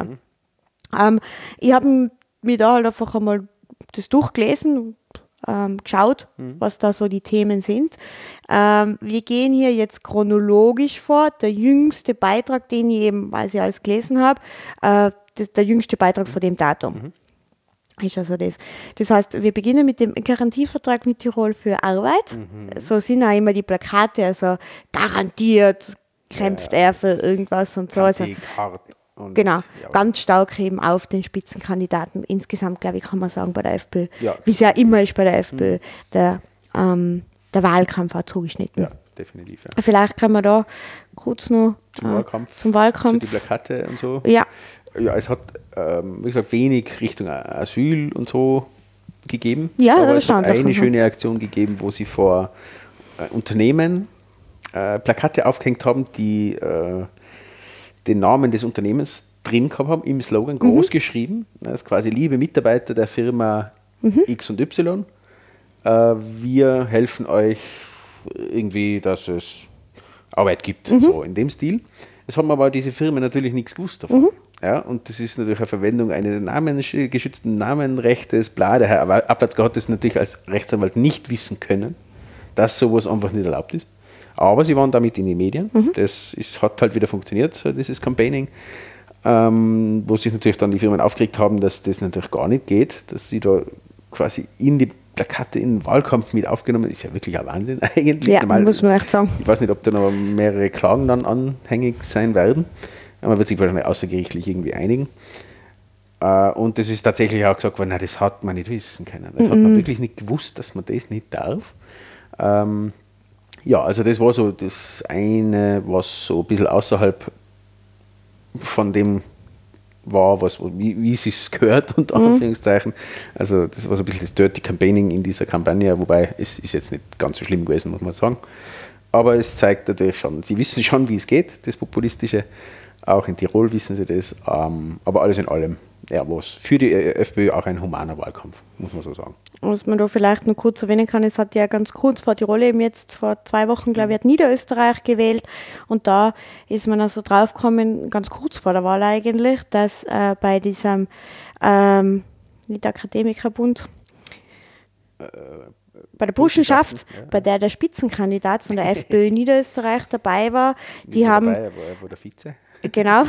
Ich habe mir da halt einfach einmal das durchgelesen, geschaut, was da so die Themen sind. Wir gehen hier jetzt chronologisch vor. Der jüngste Beitrag, den ich eben, weil ich alles gelesen habe, der jüngste Beitrag von dem Datum. Ist also das. Das heißt, wir beginnen mit dem Garantievertrag mit Tirol für Arbeit. So sind auch immer die Plakate, also garantiert kämpft er für irgendwas und so. Also, und genau, ja, ganz stark eben auf den Spitzenkandidaten. Insgesamt, glaube ich, kann man sagen, bei der FPÖ, wie es ja immer ist bei der FPÖ, der Wahlkampf auch zugeschnitten. Ja, definitiv. Ja. Vielleicht können wir da kurz noch zum Wahlkampf. Die Plakate und so. Ja. Ja, es hat, wie gesagt, wenig Richtung Asyl und so gegeben. Ja, aber es hat eine schöne Aktion gegeben, wo sie vor Unternehmen Plakate aufgehängt haben, die den Namen des Unternehmens drin gehabt haben, im Slogan groß geschrieben. Das ist quasi: liebe Mitarbeiter der Firma X und Y, wir helfen euch irgendwie, dass es Arbeit gibt, so in dem Stil. Es haben aber diese Firmen natürlich nichts gewusst davon. Ja, und das ist natürlich eine Verwendung eines geschützten Namenrechtes, bla. Der Herr Abwärtsger hat das natürlich als Rechtsanwalt nicht wissen können, dass sowas einfach nicht erlaubt ist. Aber sie waren damit in den Medien. Das hat halt wieder funktioniert, so dieses Campaigning, wo sich natürlich dann die Firmen aufgeregt haben, dass das natürlich gar nicht geht, dass sie da quasi in die Plakate in den Wahlkampf mit aufgenommen, ist ja wirklich ein Wahnsinn eigentlich. Ja, muss man echt sagen. Ich weiß nicht, ob da noch mehrere Klagen dann anhängig sein werden. Man wird sich wahrscheinlich außergerichtlich irgendwie einigen. Und das ist tatsächlich auch gesagt worden, nein, das hat man nicht wissen können. Das hat man wirklich nicht gewusst, dass man das nicht darf. Ja, also das war so das eine, was so ein bisschen außerhalb von dem war, wie es sich gehört, unter Anführungszeichen. Also das war so ein bisschen das Dirty Campaigning in dieser Kampagne, wobei es ist jetzt nicht ganz so schlimm gewesen, muss man sagen. Aber es zeigt natürlich schon, sie wissen schon, wie es geht, das Populistische. Auch in Tirol wissen sie das. Aber alles in allem, ja, was für die FPÖ auch ein humaner Wahlkampf, muss man so sagen. Was man da vielleicht noch kurz erwähnen kann, es hat ja ganz kurz vor Tirol eben jetzt vor 2 Wochen, glaube ich, hat Niederösterreich gewählt und da ist man also draufgekommen, ganz kurz vor der Wahl eigentlich, dass bei diesem nicht Akademikerbund, bei der Burschenschaft, bei der Spitzenkandidat von der FPÖ Niederösterreich dabei war, die haben... Dabei, wo der Vize? Genau.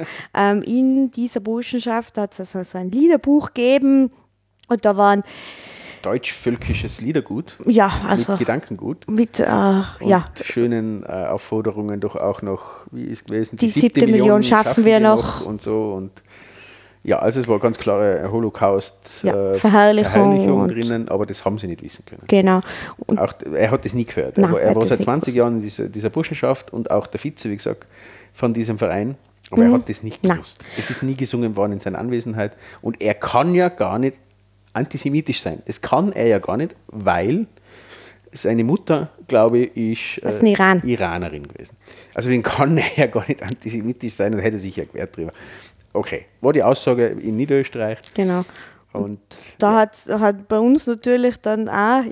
In dieser Burschenschaft hat es also so ein Liederbuch gegeben und da waren deutsch-völkisches Liedergut. Ja, also mit Gedankengut. Mit, schönen Aufforderungen doch auch noch, wie ist gewesen? Die 7. Million schaffen wir noch. Und so. Und ja, also es war ganz klare Holocaust Verherrlichung drinnen, aber das haben sie nicht wissen können. Genau. Und auch, er hat das nie gehört. Nein, er war seit 20 Jahren in dieser Burschenschaft und auch der Vize, wie gesagt, von diesem Verein. Aber er hat das nicht gewusst. Es ist nie gesungen worden in seiner Anwesenheit. Und er kann ja gar nicht antisemitisch sein. Das kann er ja gar nicht, weil seine Mutter, glaube ich, ist Iranerin gewesen. Also den kann er ja gar nicht antisemitisch sein und hätte sich ja gewehrt drüber. Okay, war die Aussage in Niederösterreich. Genau. Und da hat bei uns natürlich dann auch,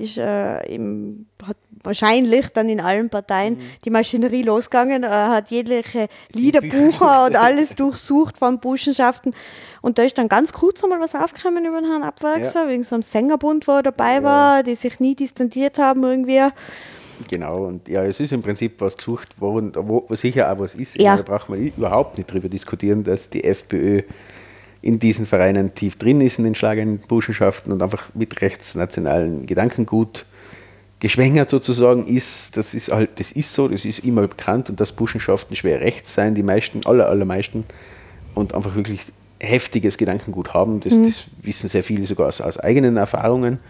hat wahrscheinlich dann in allen Parteien die Maschinerie losgegangen, hat jegliche Liederbucher und alles durchsucht von Burschenschaften. Und da ist dann ganz kurz einmal was aufgekommen über den Herrn Abwärtser, wegen so einem Sängerbund, wo er dabei war, die sich nie distanziert haben irgendwie. Genau, und ja, es ist im Prinzip was gesucht worden, wo sicher auch was ist. Ja. Da braucht man überhaupt nicht drüber diskutieren, dass die FPÖ in diesen Vereinen tief drin ist, in den schlagenden Burschenschaften und einfach mit rechtsnationalen Gedankengut geschwängert sozusagen ist. Das ist so, das ist immer bekannt und dass Burschenschaften schwer rechts sein, die meisten, allermeisten, und einfach wirklich heftiges Gedankengut haben. Das wissen sehr viele sogar aus eigenen Erfahrungen.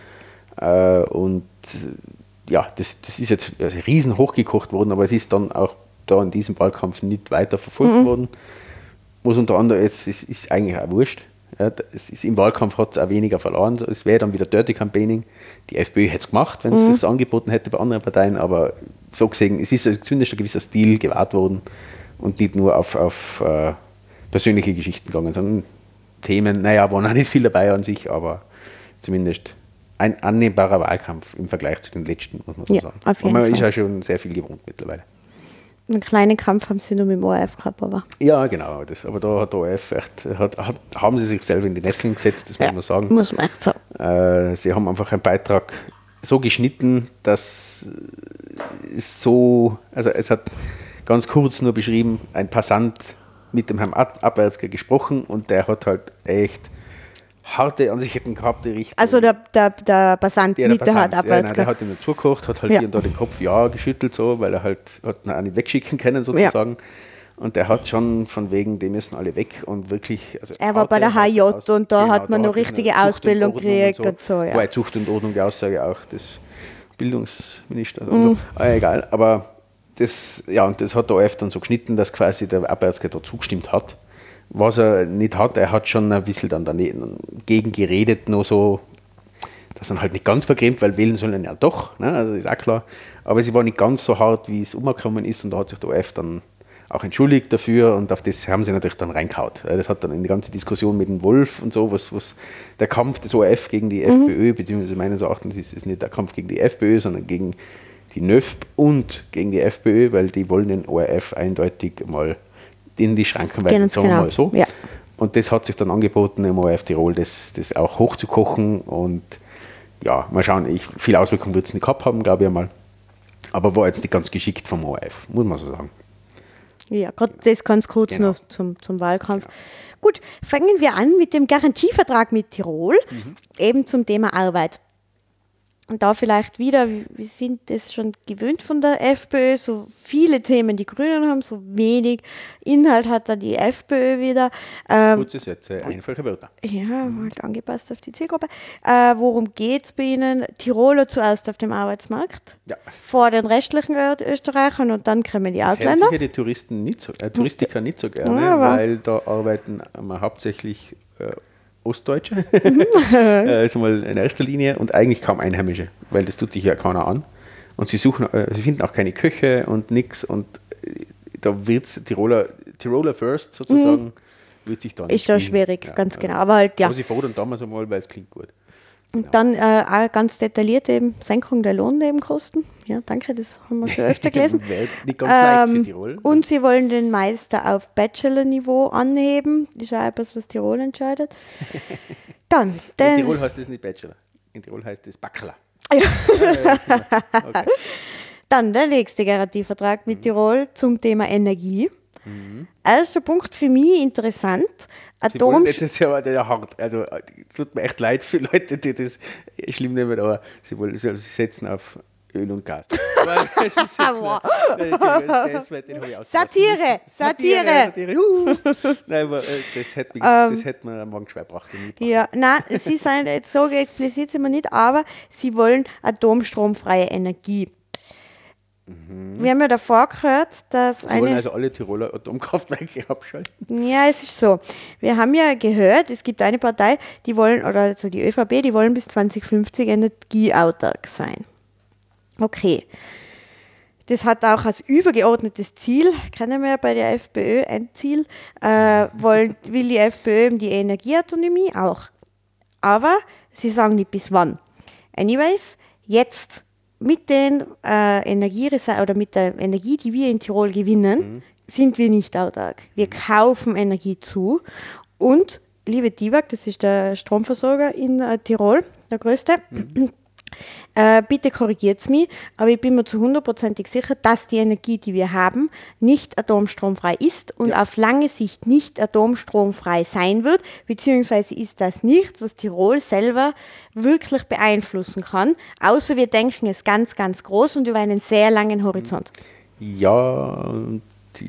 Und ja, das ist jetzt riesen hochgekocht worden, aber es ist dann auch da in diesem Wahlkampf nicht weiter verfolgt worden. Was unter anderem jetzt ist eigentlich auch wurscht. Ja, im Wahlkampf hat es auch weniger verloren. Es wäre dann wieder Dirty Campaigning. Die FPÖ hätte es gemacht, wenn es sich angeboten hätte bei anderen Parteien, aber so gesehen, es ist zumindest ein gewisser Stil gewahrt worden und nicht nur auf persönliche Geschichten gegangen, sondern Themen, waren auch nicht viel dabei an sich, aber zumindest ein annehmbarer Wahlkampf im Vergleich zu den letzten, muss man so sagen. Auf jeden und man Fall. ist ja schon sehr viel gewohnt mittlerweile. Einen kleinen Kampf haben sie nur mit dem ORF gehabt, aber. Ja, genau. Aber da hat der ORF haben sie sich selber in die Nesseln gesetzt, das muss man sagen. Muss man echt sagen. Sie haben einfach einen Beitrag so geschnitten, dass es so, also es hat ganz kurz nur beschrieben, ein Passant mit dem Herrn Abwärtsker gesprochen und der hat halt echt harte Ansichten gehabt, die Richtung. Also der Passant, nicht der Herr Abwärtsker. Der hat ihm nur zugekocht, hat halt hier und da den Kopf geschüttelt, so, weil er halt hat ihn auch nicht wegschicken können sozusagen. Ja. Und der hat schon von wegen, die müssen alle weg und wirklich. Also er war bei der HJ und da hat man noch richtige Ausbildung gekriegt und so. Ja. Bei Zucht und Ordnung die Aussage auch des Bildungsministers und so. Egal, aber das hat der ORF dann so geschnitten, dass quasi der Abwärtsker da zugestimmt hat. Was er nicht hat, er hat schon ein bisschen dann daneben gegengeredet, noch so, dass er halt nicht ganz vergrämt, weil wählen sollen ja doch, ne? Also ist auch klar. Aber sie war nicht ganz so hart, wie es umgekommen ist und da hat sich der ORF dann auch entschuldigt dafür und auf das haben sie natürlich dann reingehauen. Das hat dann in die ganze Diskussion mit dem Wolf und so, was der Kampf des ORF gegen die FPÖ, beziehungsweise meines Erachtens ist es nicht der Kampf gegen die FPÖ, sondern gegen die NÖFP und gegen die FPÖ, weil die wollen den ORF eindeutig mal in die Schranken weisen, sagen wir mal so. Ja. Und das hat sich dann angeboten, im ORF Tirol das auch hochzukochen und ja, mal schauen, viel Auswirkungen wird es nicht gehabt haben, glaube ich einmal. Aber war jetzt nicht ganz geschickt vom ORF, muss man so sagen. Ja, gerade das ganz kurz noch zum Wahlkampf. Genau. Gut, fangen wir an mit dem Garantievertrag mit Tirol, eben zum Thema Arbeit. Und da vielleicht wieder, wir sind das schon gewöhnt von der FPÖ, so viele Themen die Grünen haben, so wenig Inhalt hat dann die FPÖ wieder. Kurze Sätze, einfache Wörter. Ja, halt angepasst auf die Zielgruppe. Worum geht es bei Ihnen? Tiroler zuerst auf dem Arbeitsmarkt, vor den restlichen Österreichern und dann kommen die Ausländer. Das die Touristen nicht so, Touristiker nicht so gerne, weil da arbeiten hauptsächlich Ostdeutsche, also mal in erster Linie und eigentlich kaum Einheimische, weil das tut sich ja keiner an. Und sie finden auch keine Köche und nichts und da wird es Tiroler First sozusagen, wird sich da nicht ist da schwierig, ganz genau. Aber halt, aber sie fordern damals einmal, weil es klingt gut. Und dann auch ganz detailliert eben Senkung der Lohnnebenkosten. Ja, danke, das haben wir schon öfter gelesen. Nicht ganz leicht für Tirol. Und sie wollen den Meister auf Bachelor-Niveau anheben. Das ist auch etwas, was Tirol entscheidet. Dann, in Tirol heißt das nicht Bachelor. In Tirol heißt das Bachelor. Ja. Okay. Dann der nächste Garantievertrag mit Tirol zum Thema Energie. Erster Punkt für mich interessant. Das ist ja hart. Also, tut mir echt leid für Leute, die das schlimm nehmen, aber sie setzen auf Öl und Gas. Aber das ist jetzt den habe ich Satire! Nein, aber das hätte man am Morgen schwer gebracht. Ja, nein, Sie sind jetzt so explizit sind wir nicht, aber Sie wollen atomstromfreie Energie. Wir haben ja davor gehört, dass Sie wollen also alle Tiroler Atomkraftwerke abschalten? Ja, es ist so. Wir haben ja gehört, es gibt eine Partei, die wollen, oder also die ÖVP, die wollen bis 2050 energieautark sein. Okay. Das hat auch als übergeordnetes Ziel, kennen wir ja bei der FPÖ ein Ziel, will die FPÖ eben die Energieautonomie auch. Aber sie sagen nicht bis wann. Anyways, jetzt mit den oder mit der Energie, die wir in Tirol gewinnen, sind wir nicht autark. Wir kaufen Energie zu. Und, liebe DIVAG, das ist der Stromversorger in Tirol, der größte, bitte korrigiert mich, aber ich bin mir zu 100% sicher, dass die Energie, die wir haben, nicht atomstromfrei ist und auf lange Sicht nicht atomstromfrei sein wird, beziehungsweise ist das nicht, was Tirol selber wirklich beeinflussen kann, außer wir denken es ganz, ganz groß und über einen sehr langen Horizont. Jein.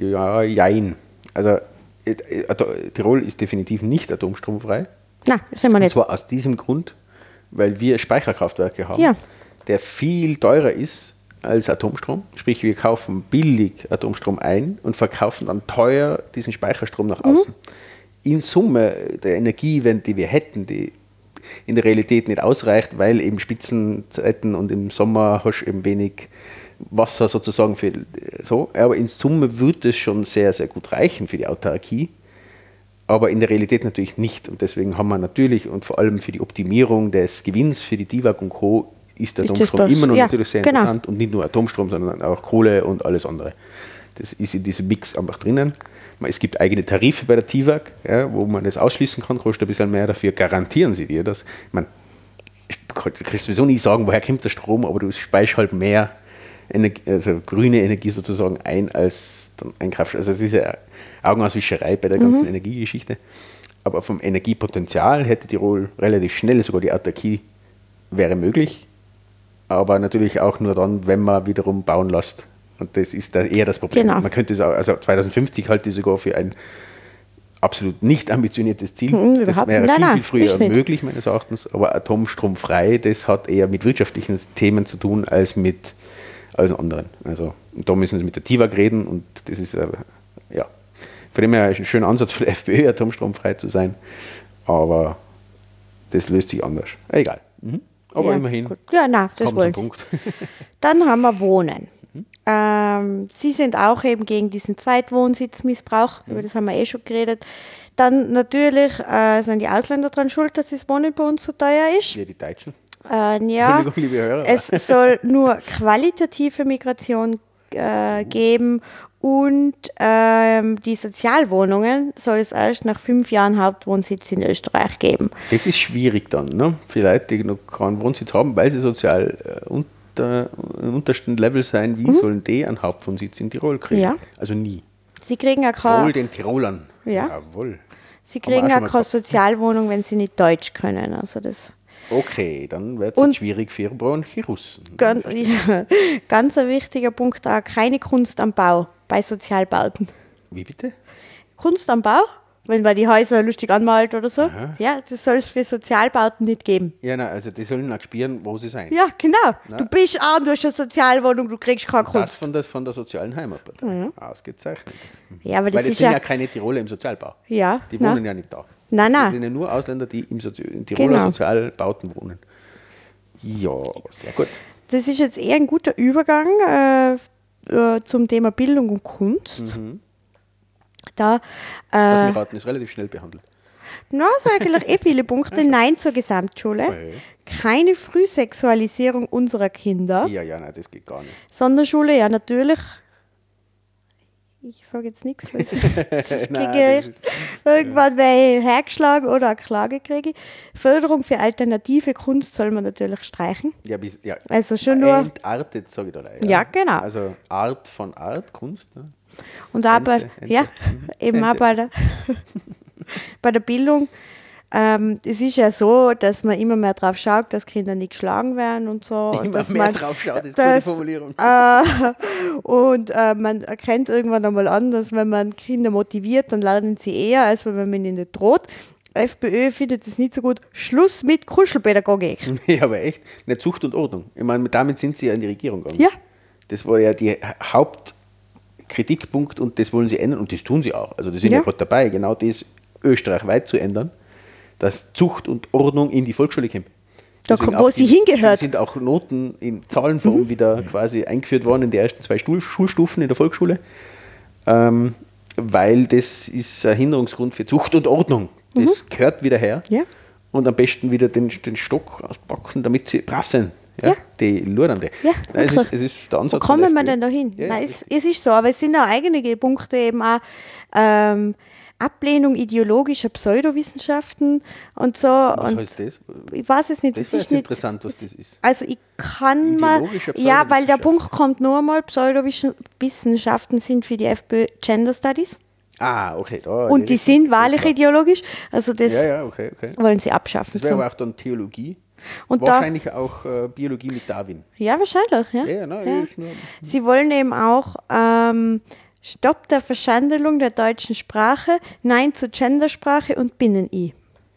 Also Tirol ist definitiv nicht atomstromfrei. Nein, sind wir nicht. Und zwar aus diesem Grund, weil wir Speicherkraftwerke haben, der viel teurer ist als Atomstrom. Sprich, wir kaufen billig Atomstrom ein und verkaufen dann teuer diesen Speicherstrom nach außen. In Summe der Energie, die wir hätten, die in der Realität nicht ausreicht, weil eben Spitzenzeiten und im Sommer hast du eben wenig Wasser sozusagen für so. Aber in Summe wird es schon sehr, sehr gut reichen für die Autarkie. Aber in der Realität natürlich nicht. Und deswegen haben wir natürlich und vor allem für die Optimierung des Gewinns für die DIVAG und Co. ist der Atomstrom immer noch natürlich sehr interessant. Und nicht nur Atomstrom, sondern auch Kohle und alles andere. Das ist in diesem Mix einfach drinnen. Es gibt eigene Tarife bei der DIVAG, wo man das ausschließen kann, kostet ein bisschen mehr. Dafür garantieren sie dir das. Du kannst sowieso nie sagen, woher kommt der Strom, aber du speicherst halt mehr grüne Energie sozusagen ein als dann ein Kraftstoff. Also es ist ja Augenauswischerei bei der ganzen Energiegeschichte. Aber vom Energiepotenzial hätte Tirol relativ schnell, sogar die Autarkie wäre möglich. Aber natürlich auch nur dann, wenn man wiederum bauen lässt. Und das ist da eher das Problem. Genau. Man könnte es auch, also 2050 halte ich sogar für ein absolut nicht ambitioniertes Ziel. Das wäre viel früher möglich, meines Erachtens. Aber atomstromfrei, das hat eher mit wirtschaftlichen Themen zu tun als mit alles anderen. Also da müssen sie mit der DIVAG reden und das ist von dem her ein schöner Ansatz für die FPÖ, atomstromfrei zu sein, aber das löst sich anders. Egal. Aber immerhin. Gut. Ja, nein, das wollen Sie. Dann haben wir Wohnen. Sie sind auch eben gegen diesen Zweitwohnsitzmissbrauch, über das haben wir schon geredet. Dann natürlich sind die Ausländer daran schuld, dass das Wohnen bei uns so teuer ist. Ja, die Deutschen. Liebe Hörer. Es soll nur qualitative Migration geben und die Sozialwohnungen soll es erst nach 5 Jahren Hauptwohnsitz in Österreich geben. Das ist schwierig dann, ne? Für Leute, die noch keinen Wohnsitz haben, weil sie sozial im untersten Level sein, wie sollen die einen Hauptwohnsitz in Tirol kriegen? Ja. Also nie. Sie kriegen ja keine... Wohl den Tirolern. Ja. Jawohl. Sie kriegen ja keine Sozialwohnung, wenn sie nicht Deutsch können. Also das... Okay, dann wird es schwierig für manche Russen. Ganz ein wichtiger Punkt auch, keine Kunst am Bau bei Sozialbauten. Wie bitte? Kunst am Bau, wenn man die Häuser lustig anmalt oder so. Aha. Ja, das soll es für Sozialbauten nicht geben. Ja, nein, also die sollen auch spüren, wo sie sein. Ja, genau. Na? Du bist arm, du hast eine Sozialwohnung, du kriegst keine Kunst. Das von der sozialen Heimatpartei. Ausgezeichnet. Ja, aber weil das sind ja keine Tiroler im Sozialbau. Ja. Die wohnen ja nicht da. Nein. Das sind ja nur Ausländer, die in Tiroler Sozialbauten wohnen. Ja, sehr gut. Das ist jetzt eher ein guter Übergang zum Thema Bildung und Kunst. Da, was wir raten, ist relativ schnell behandelt. Na, so eigentlich viele Punkte. Nein zur Gesamtschule. Okay. Keine Frühsexualisierung unserer Kinder. Ja, nein, das geht gar nicht. Sonderschule, ja, natürlich. Ich sage jetzt nichts, weil ich kriege irgendwann werde hergeschlagen oder eine Klage kriege. Förderung für alternative Kunst soll man natürlich streichen. Ja, also schon nur... Entartet, sage ich da leider. Ja, genau. Also Art von Art, Kunst. Ne? Und auch eben auch bei der Bildung. Es ist ja so, dass man immer mehr drauf schaut, dass Kinder nicht geschlagen werden und so. Immer und dass mehr man, drauf schaut, ist eine gute Formulierung. Man erkennt irgendwann einmal an, dass wenn man Kinder motiviert, dann lernen sie eher, als wenn man ihnen nicht droht. FPÖ findet es nicht so gut. Schluss mit Kuschelpädagogik. Ja, aber echt, nicht Zucht und Ordnung. Ich meine, damit sind sie ja in die Regierung gegangen. Ja. Das war ja der Hauptkritikpunkt und das wollen sie ändern und das tun sie auch. Also die sind ja gerade dabei, genau das österreichweit zu ändern, dass Zucht und Ordnung in die Volksschule kommt. Wo sie hingehört. Sind auch Noten in Zahlenform wieder quasi eingeführt worden in die ersten 2 Schulstufen in der Volksschule, weil das ist ein Hinderungsgrund für Zucht und Ordnung. Das gehört wieder her und am besten wieder den Stock auspacken, damit sie brav sind. Ja, die Lurende. Ja, es ist der Ansatz. Wo kommen wir denn da hin? Ja, Nein, es ist so, aber es sind auch einige Punkte eben auch Ablehnung ideologischer Pseudowissenschaften und so. Was heißt das? Ich weiß es nicht. Das ist interessant, was das ist. Also ich kann mal, weil der Punkt kommt nur einmal, Pseudowissenschaften sind für die FPÖ Gender Studies. Ah, okay. Und die sind wahrlich ideologisch, also das okay. wollen sie abschaffen. Das wäre aber auch dann Theologie. Und wahrscheinlich auch Biologie mit Darwin. Ja, wahrscheinlich. Sie wollen eben auch Stopp der Verschandelung der deutschen Sprache, Nein zur Gendersprache und Binnen-I.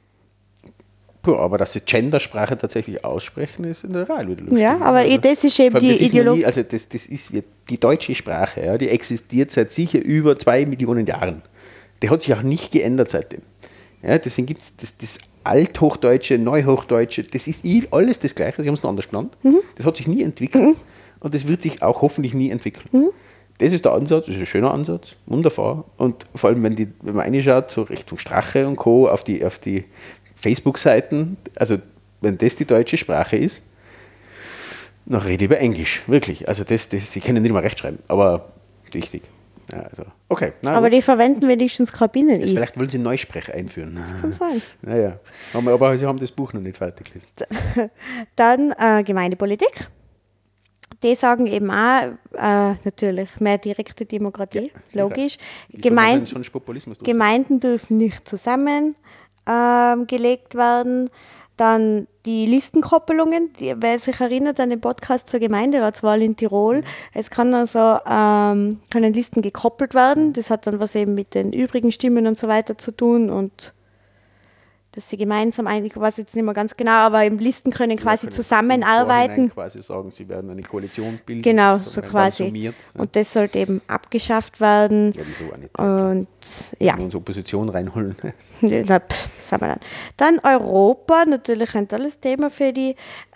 Aber dass sie Gendersprache tatsächlich aussprechen, ist in der Wahl wieder lustig. Ja, aber das ist eben die Ideologie. Also das ist die deutsche Sprache, ja, die existiert seit sicher über 2 Millionen Jahren. Die hat sich auch nicht geändert seitdem. Ja, deswegen gibt es das Althochdeutsche, Neuhochdeutsche, das ist alles das Gleiche, sie haben es noch anders genannt. Das hat sich nie entwickelt und das wird sich auch hoffentlich nie entwickeln. Das ist der Ansatz, das ist ein schöner Ansatz, wunderbar. Und vor allem, wenn man reinschaut, so Richtung Strache und Co. auf die Facebook-Seiten, also wenn das die deutsche Sprache ist, dann rede ich über Englisch, wirklich. Also sie können nicht mal rechtschreiben, aber wichtig. Ja, also, okay. Aber die verwenden wenigstens kein Binnen-I. Vielleicht wollen sie Neusprech einführen. Das kann sein. Naja, aber sie haben das Buch noch nicht fertig gelesen. Dann Gemeindepolitik. Die sagen eben auch, natürlich, mehr direkte Demokratie, logisch. Gemeinden dürfen nicht zusammengelegt werden. Dann die Listenkoppelungen, wer sich erinnert an den Podcast zur Gemeinderatswahl in Tirol, es kann also, können Listen gekoppelt werden, das hat dann was eben mit den übrigen Stimmen und so weiter zu tun und dass sie gemeinsam, ich weiß jetzt nicht mehr ganz genau, aber im Listen können quasi zusammenarbeiten. Quasi sagen, sie werden eine Koalition bilden. Genau, so quasi. Summiert, und das sollte eben abgeschafft werden. Ja, wieso auch nicht? Und ja. Wenn wir unsere Opposition reinholen. Sagen wir dann. Dann Europa, natürlich ein tolles Thema für die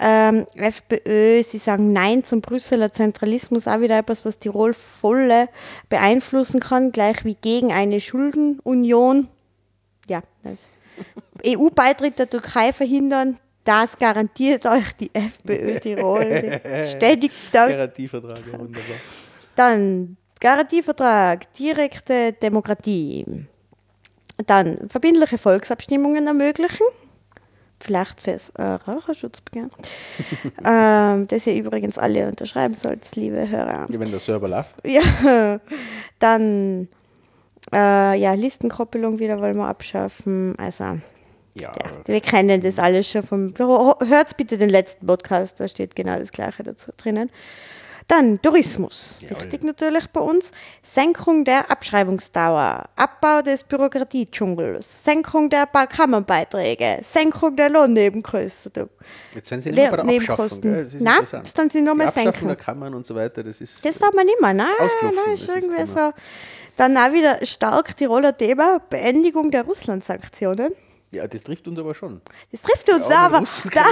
FPÖ. Sie sagen Nein zum Brüsseler Zentralismus, auch wieder etwas, was Tirol voll beeinflussen kann, gleich wie gegen eine Schuldenunion. Ja, das EU-Beitritt der Türkei verhindern, das garantiert euch die FPÖ Tirol. Ständig Garantievertrag, ja, wunderbar. Dann Garantievertrag, direkte Demokratie. Dann verbindliche Volksabstimmungen ermöglichen. Vielleicht fürs Raucherschutzbegehren. Das ihr übrigens alle unterschreiben sollt, liebe Hörer. Ja, wenn der Server läuft. Ja, dann Listenkoppelung wieder wollen wir abschaffen. Also, ja, wir kennen das alles schon vom Büro. Hört bitte den letzten Podcast, da steht genau das Gleiche dazu drinnen. Dann Tourismus, wichtig natürlich bei uns. Senkung der Abschreibungsdauer, Abbau des Bürokratiedschungels, Senkung der Kammernbeiträge, Senkung der Lohnnebenkosten. Jetzt sind Sie nicht mehr bei der Abschaffung, gell? Das ist nein, dann sind nur mehr Senkung. Abschaffung der Kammern und so weiter, das ist... Das sagt man nicht mehr, nein, ist irgendwie so. Dann auch wieder stark Tiroler Thema, Beendigung der Russland-Sanktionen. Ja, das trifft uns aber schon. Das trifft uns ja, aber...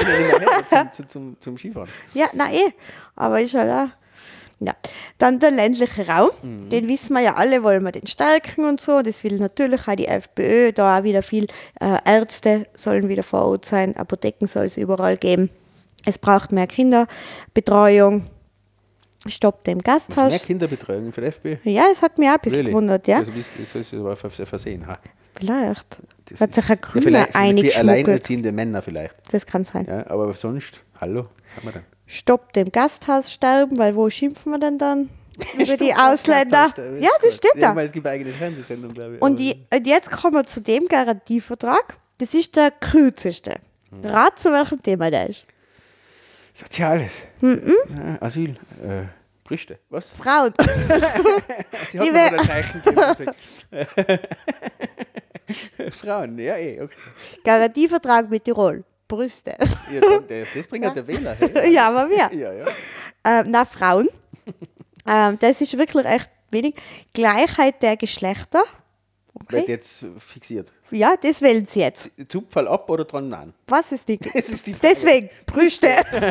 Zum Skifahren. Ja, aber ist halt auch... Ja. Dann der ländliche Raum, den wissen wir ja alle, wollen wir den stärken und so. Das will natürlich auch die FPÖ, da auch wieder viel Ärzte sollen wieder vor Ort sein, Apotheken soll es überall geben. Es braucht mehr Kinderbetreuung. Stopp dem Gasthaus. Mehr Kinderbetreuung für die FPÖ? Ja, es hat mich auch ein bisschen gewundert, ja. Also das ist aber versehen, ha? Vielleicht. Das hat sich ein Grüner eingeschmuggelt. Alleinerziehende Männer vielleicht. Das kann sein. Ja, aber sonst, hallo, was haben wir denn? Stopp dem Gasthaus sterben, weil wo schimpfen wir denn dann? über die Ausländer. Ja, das steht da. Weil es gibt eine eigene Fernsehsendung, glaube ich. Und jetzt kommen wir zu dem Garantievertrag. Das ist der kürzeste. Rat, zu welchem Thema der ist. Soziales. Asyl. Brüste. Was? Frauen. Sie hat mir ein Zeichen gegeben. Frauen, ja okay. Garantievertrag mit Tirol. Brüste. Ja, das bringt der Wähler. Hey. Ja, aber wir. Ja. Frauen. Das ist wirklich echt wenig. Gleichheit der Geschlechter. Okay. Wird jetzt fixiert. Ja, das wählen sie jetzt. Zupfall ab oder dran nein? Was ist nicht? Das ist die Frage. Deswegen, Brüste.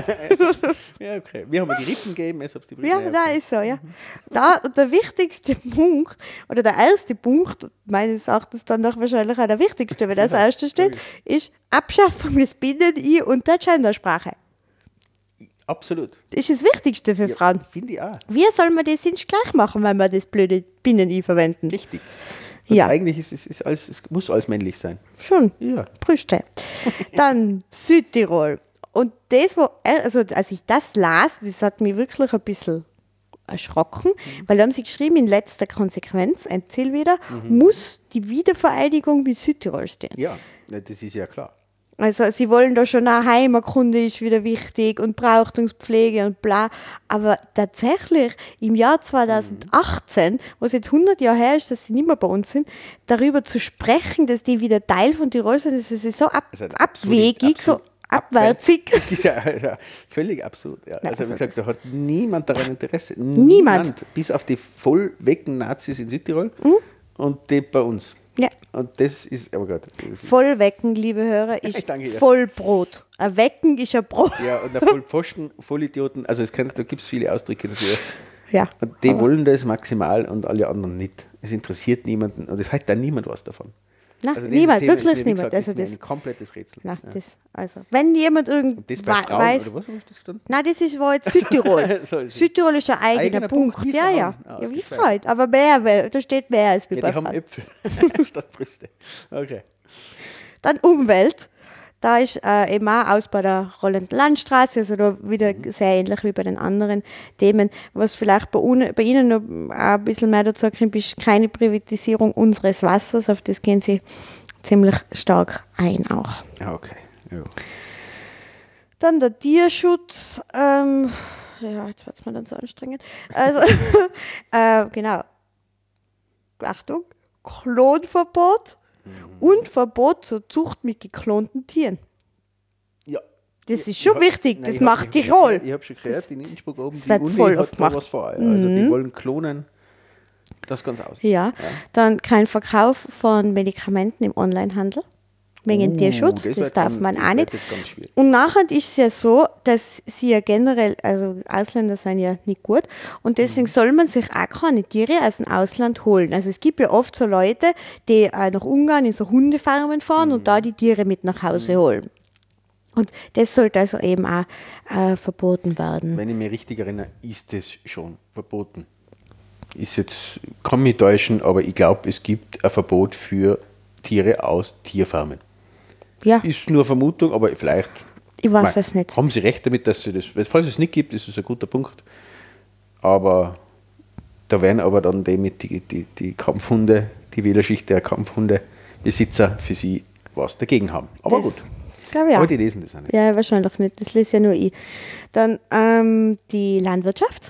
Ja, okay. Wir haben die Rippen gegeben, jetzt hab's die Brüste. Ja, da ist so, ja. Da, der wichtigste Punkt, oder der erste Punkt, meines Erachtens dann noch wahrscheinlich auch der wichtigste, wenn das erste steht, ist Abschaffung des Binnen-I und der Gendersprache. Absolut. Das ist das Wichtigste für Frauen. Finde ich auch. Wie soll man das sonst gleich machen, wenn wir das blöde Binnen-I verwenden? Richtig. Ja. Eigentlich es muss alles männlich sein. Schon. Ja. Brüste. Dann Südtirol. Und das, als ich das las, das hat mich wirklich ein bisschen erschrocken, weil da haben sie geschrieben, in letzter Konsequenz, ein Ziel wieder, muss die Wiedervereinigung mit Südtirol stehen. Ja, das ist ja klar. Also sie wollen da schon eine Heimatkunde ist wieder wichtig und Brauchtungspflege und bla. Aber tatsächlich im Jahr 2018, wo es jetzt 100 Jahre her ist, dass sie nicht mehr bei uns sind, darüber zu sprechen, dass die wieder Teil von Tirol sind, das ist so abwegig, so abwärtsig. Ja, völlig absurd. Ja. Nein, also wie gesagt, da hat niemand daran Interesse. Niemand. Bis auf die vollwecken Nazis in Südtirol und die bei uns. Ja. Und das ist, aber Gott. Vollwecken, liebe Hörer, ist Vollbrot. Ein Wecken ist ein Brot. Ja, und der Vollpfosten, Vollidioten, also da gibt es viele Ausdrücke dafür. Ja. Und die wollen das maximal und alle anderen nicht. Es interessiert niemanden und es hat dann niemand was davon. Nein, also niemand, Thema wirklich ist, niemand. Gesagt, Also das ist ein komplettes Rätsel. Nein, wenn jemand das bei Frauen, weiß. oder was habe ich das gestanden? Nein, das war jetzt Südtirol. Südtirol ist ein eigener Punkt. Ja. Ja, wie freut. Aber mehr, da steht mehr als bei die Frauen. haben Äpfel statt Brüste. Okay. Dann Umwelt. Da ist eben auch Ausbau der rollenden Landstraße, also da wieder sehr ähnlich wie bei den anderen Themen. Was vielleicht bei Ihnen noch ein bisschen mehr dazu kommt, ist keine Privatisierung unseres Wassers, auf das gehen Sie ziemlich stark ein auch. Ja, okay. Ja. Dann der Tierschutz, jetzt wird es mir dann so anstrengend. Also, genau. Achtung, Klonverbot. Und Verbot zur Zucht mit geklonten Tieren. Ja. Das ist schon wichtig, das macht Tirol. Ich habe schon gehört, in Innsbruck oben, die Uni hat da was vor. Also die wollen klonen, das ganz aus. Ja, dann kein Verkauf von Medikamenten im Onlinehandel. Wegen Tierschutz, das darf man auch nicht. Und nachher ist es ja so, dass sie ja generell, also Ausländer sind ja nicht gut und deswegen soll man sich auch keine Tiere aus dem Ausland holen. Also es gibt ja oft so Leute, die nach Ungarn in so Hundefarmen fahren und da die Tiere mit nach Hause holen. Und das sollte also eben auch verboten werden. Wenn ich mich richtig erinnere, ist das schon verboten. Kann mich täuschen, aber ich glaube, es gibt ein Verbot für Tiere aus Tierfarmen. Ja. Ist nur Vermutung, aber vielleicht. Ich weiß es nicht. Haben Sie recht damit, dass Sie das. Falls es nicht gibt, ist es ein guter Punkt. Aber da werden aber dann die Kampfhunde, die Wählerschicht der Kampfhundebesitzer für sie was dagegen haben. Aber das, gut. Glaube ich auch. Aber die lesen das auch nicht. Ja, wahrscheinlich nicht. Das lese ja nur ich. Dann die Landwirtschaft.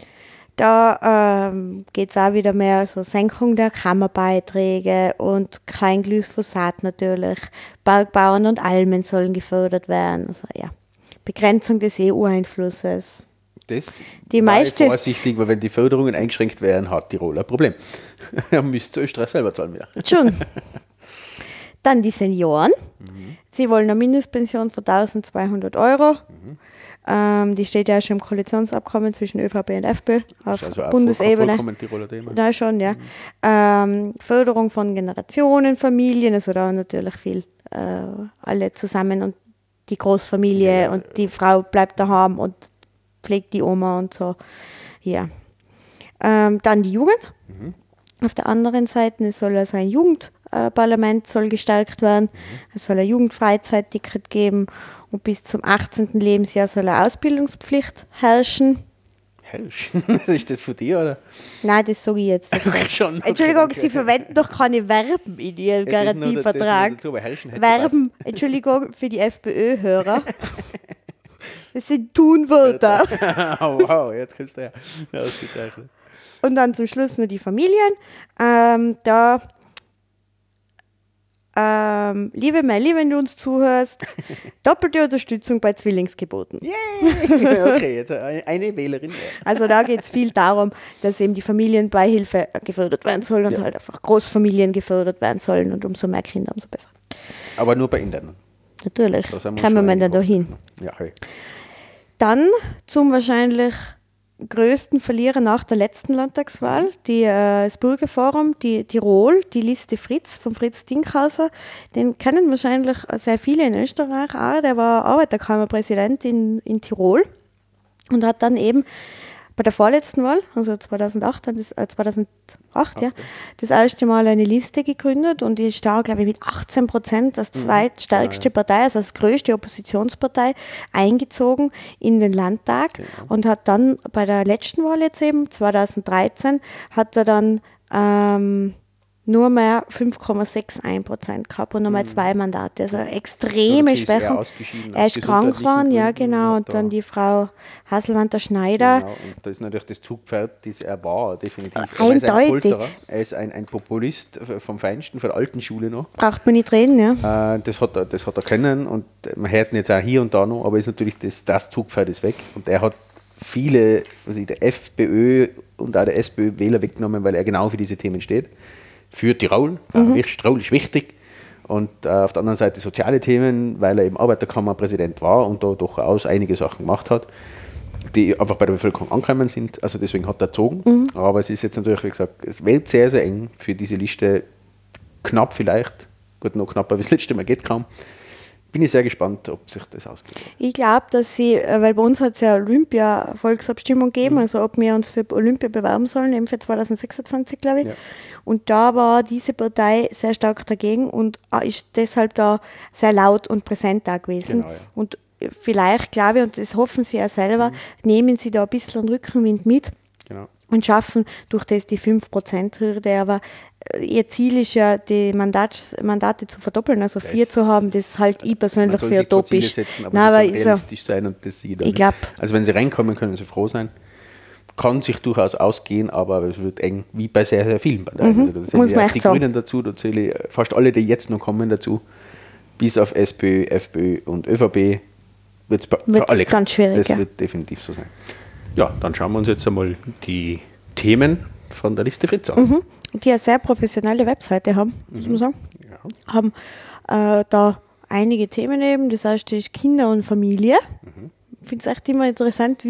Da geht es auch wieder mehr so Senkung der Kammerbeiträge und Kleinglyphosat natürlich. Bergbauern und Almen sollen gefördert werden. Also ja, Begrenzung des EU-Einflusses. Das die war vorsichtig, weil wenn die Förderungen eingeschränkt werden, hat Tirol ein Problem. Dann müsste Österreich selber zahlen wieder. Schon. Dann die Senioren. Sie wollen eine Mindestpension von 1.200 €. Die steht ja schon im Koalitionsabkommen zwischen ÖVP und FPÖ auf also Bundesebene. Tiroler Thema. Da schon, ja. Förderung von Generationenfamilien, also da natürlich viel alle zusammen und die Großfamilie und die Frau bleibt daheim und pflegt die Oma und so. Ja. Dann die Jugend. Auf der anderen Seite, es soll also ein Jugendparlament soll gestärkt werden. Es soll ein Jugendfreizeit-Ticket geben und bis zum 18. Lebensjahr soll eine Ausbildungspflicht herrschen. Herrsch. Ist das von dir, oder? Nein, das sage ich jetzt nicht. Schon, okay, Entschuldigung, okay. Sie verwenden doch keine Verben in Ihrem Garantievertrag. Verben, Entschuldigung, für die FPÖ-Hörer. Das sind Tunwörter. Wow, jetzt kommst du her. Ja, ausgezeichnet. Und dann zum Schluss noch die Familien. Liebe Melli, wenn du uns zuhörst, doppelte Unterstützung bei Zwillingsgeburten. Yay! Okay, jetzt eine Wählerin. Also da geht es viel darum, dass eben die Familienbeihilfe gefördert werden soll und halt einfach Großfamilien gefördert werden sollen und umso mehr Kinder, umso besser. Aber nur bei Indern. Natürlich, kommen wir dann da hin. Ja, hey. Dann zum wahrscheinlich größten Verlierer nach der letzten Landtagswahl, das Bürgerforum, die Tirol, die Liste Fritz von Fritz Dinkhauser. Den kennen wahrscheinlich sehr viele in Österreich auch. Der war Arbeiterkammerpräsident in Tirol und hat dann eben bei der vorletzten Wahl, also 2008, das erste Mal eine Liste gegründet und die ist da, glaube ich, mit 18% als zweitstärkste Partei, also als größte Oppositionspartei eingezogen in den Landtag und hat dann bei der letzten Wahl jetzt eben, 2013, hat er dann nur mehr 5,61% gehabt und nochmal 2 Mandate. Also extreme Schwächung. Er ist krank geworden, ja genau. Und dann die Frau Haselwanter-Schneider. Genau, und das ist natürlich das Zugpferd, das er war, definitiv. Eindeutig. Er ist ein Populist vom Feinsten, von der alten Schule noch. Braucht man nicht reden, ja. Das hat er können und man hört ihn jetzt auch hier und da noch, aber ist natürlich das Zugpferd ist weg. Und er hat viele, der FPÖ und auch der SPÖ Wähler weggenommen, weil er genau für diese Themen steht. Für Tirol, Tirol ist wichtig und auf der anderen Seite soziale Themen, weil er eben Arbeiterkammerpräsident war und da durchaus einige Sachen gemacht hat, die einfach bei der Bevölkerung angekommen sind, also deswegen hat er gezogen, aber es ist jetzt natürlich, wie gesagt, es wählt sehr, sehr eng für diese Liste, knapp vielleicht, gut, noch knapper, wie das letzte Mal geht kaum. Bin ich sehr gespannt, ob sich das ausgeht. Ich glaube, dass weil bei uns hat es ja Olympia-Volksabstimmung gegeben, also ob wir uns für Olympia bewerben sollen, eben für 2026, glaube ich. Ja. Und da war diese Partei sehr stark dagegen und ist deshalb da sehr laut und präsent da gewesen. Genau, ja. Und vielleicht, glaube ich, und das hoffen sie ja selber, nehmen sie da ein bisschen Rückenwind mit. Genau. Und schaffen durch das die 5%-Hürde. Aber ihr Ziel ist ja, die Mandate zu verdoppeln, also 4 zu haben, das halte ich persönlich für utopisch. Aber es soll realistisch sein und das sieht ich glaub, also wenn sie reinkommen, können sie froh sein. Kann sich durchaus ausgehen, aber es wird eng, wie bei sehr, sehr vielen Parteien. Da zähle ich auch die Grünen dazu, da zähle ich fast alle, die jetzt noch kommen, dazu. Bis auf SPÖ, FPÖ und ÖVP wird es für alle ganz schwierig. Das wird definitiv so sein. Ja, dann schauen wir uns jetzt einmal die Themen von der Liste Fritz an. Die eine sehr professionelle Webseite haben, muss man sagen. Ja. Haben da einige Themen eben. Das erste ist Kinder und Familie. Ich finde es echt immer interessant,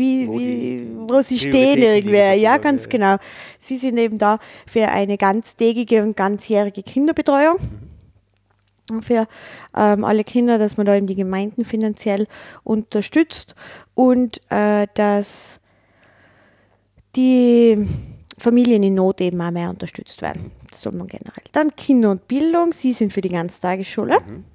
wo sie stehen irgendwie. Ja, ganz genau. Sie sind eben da für eine ganztägige und ganzjährige Kinderbetreuung. Für alle Kinder, dass man da eben die Gemeinden finanziell unterstützt und dass die Familien in Not eben auch mehr unterstützt werden. Das soll man generell. Dann Kinder und Bildung, sie sind für die Ganztagesschule.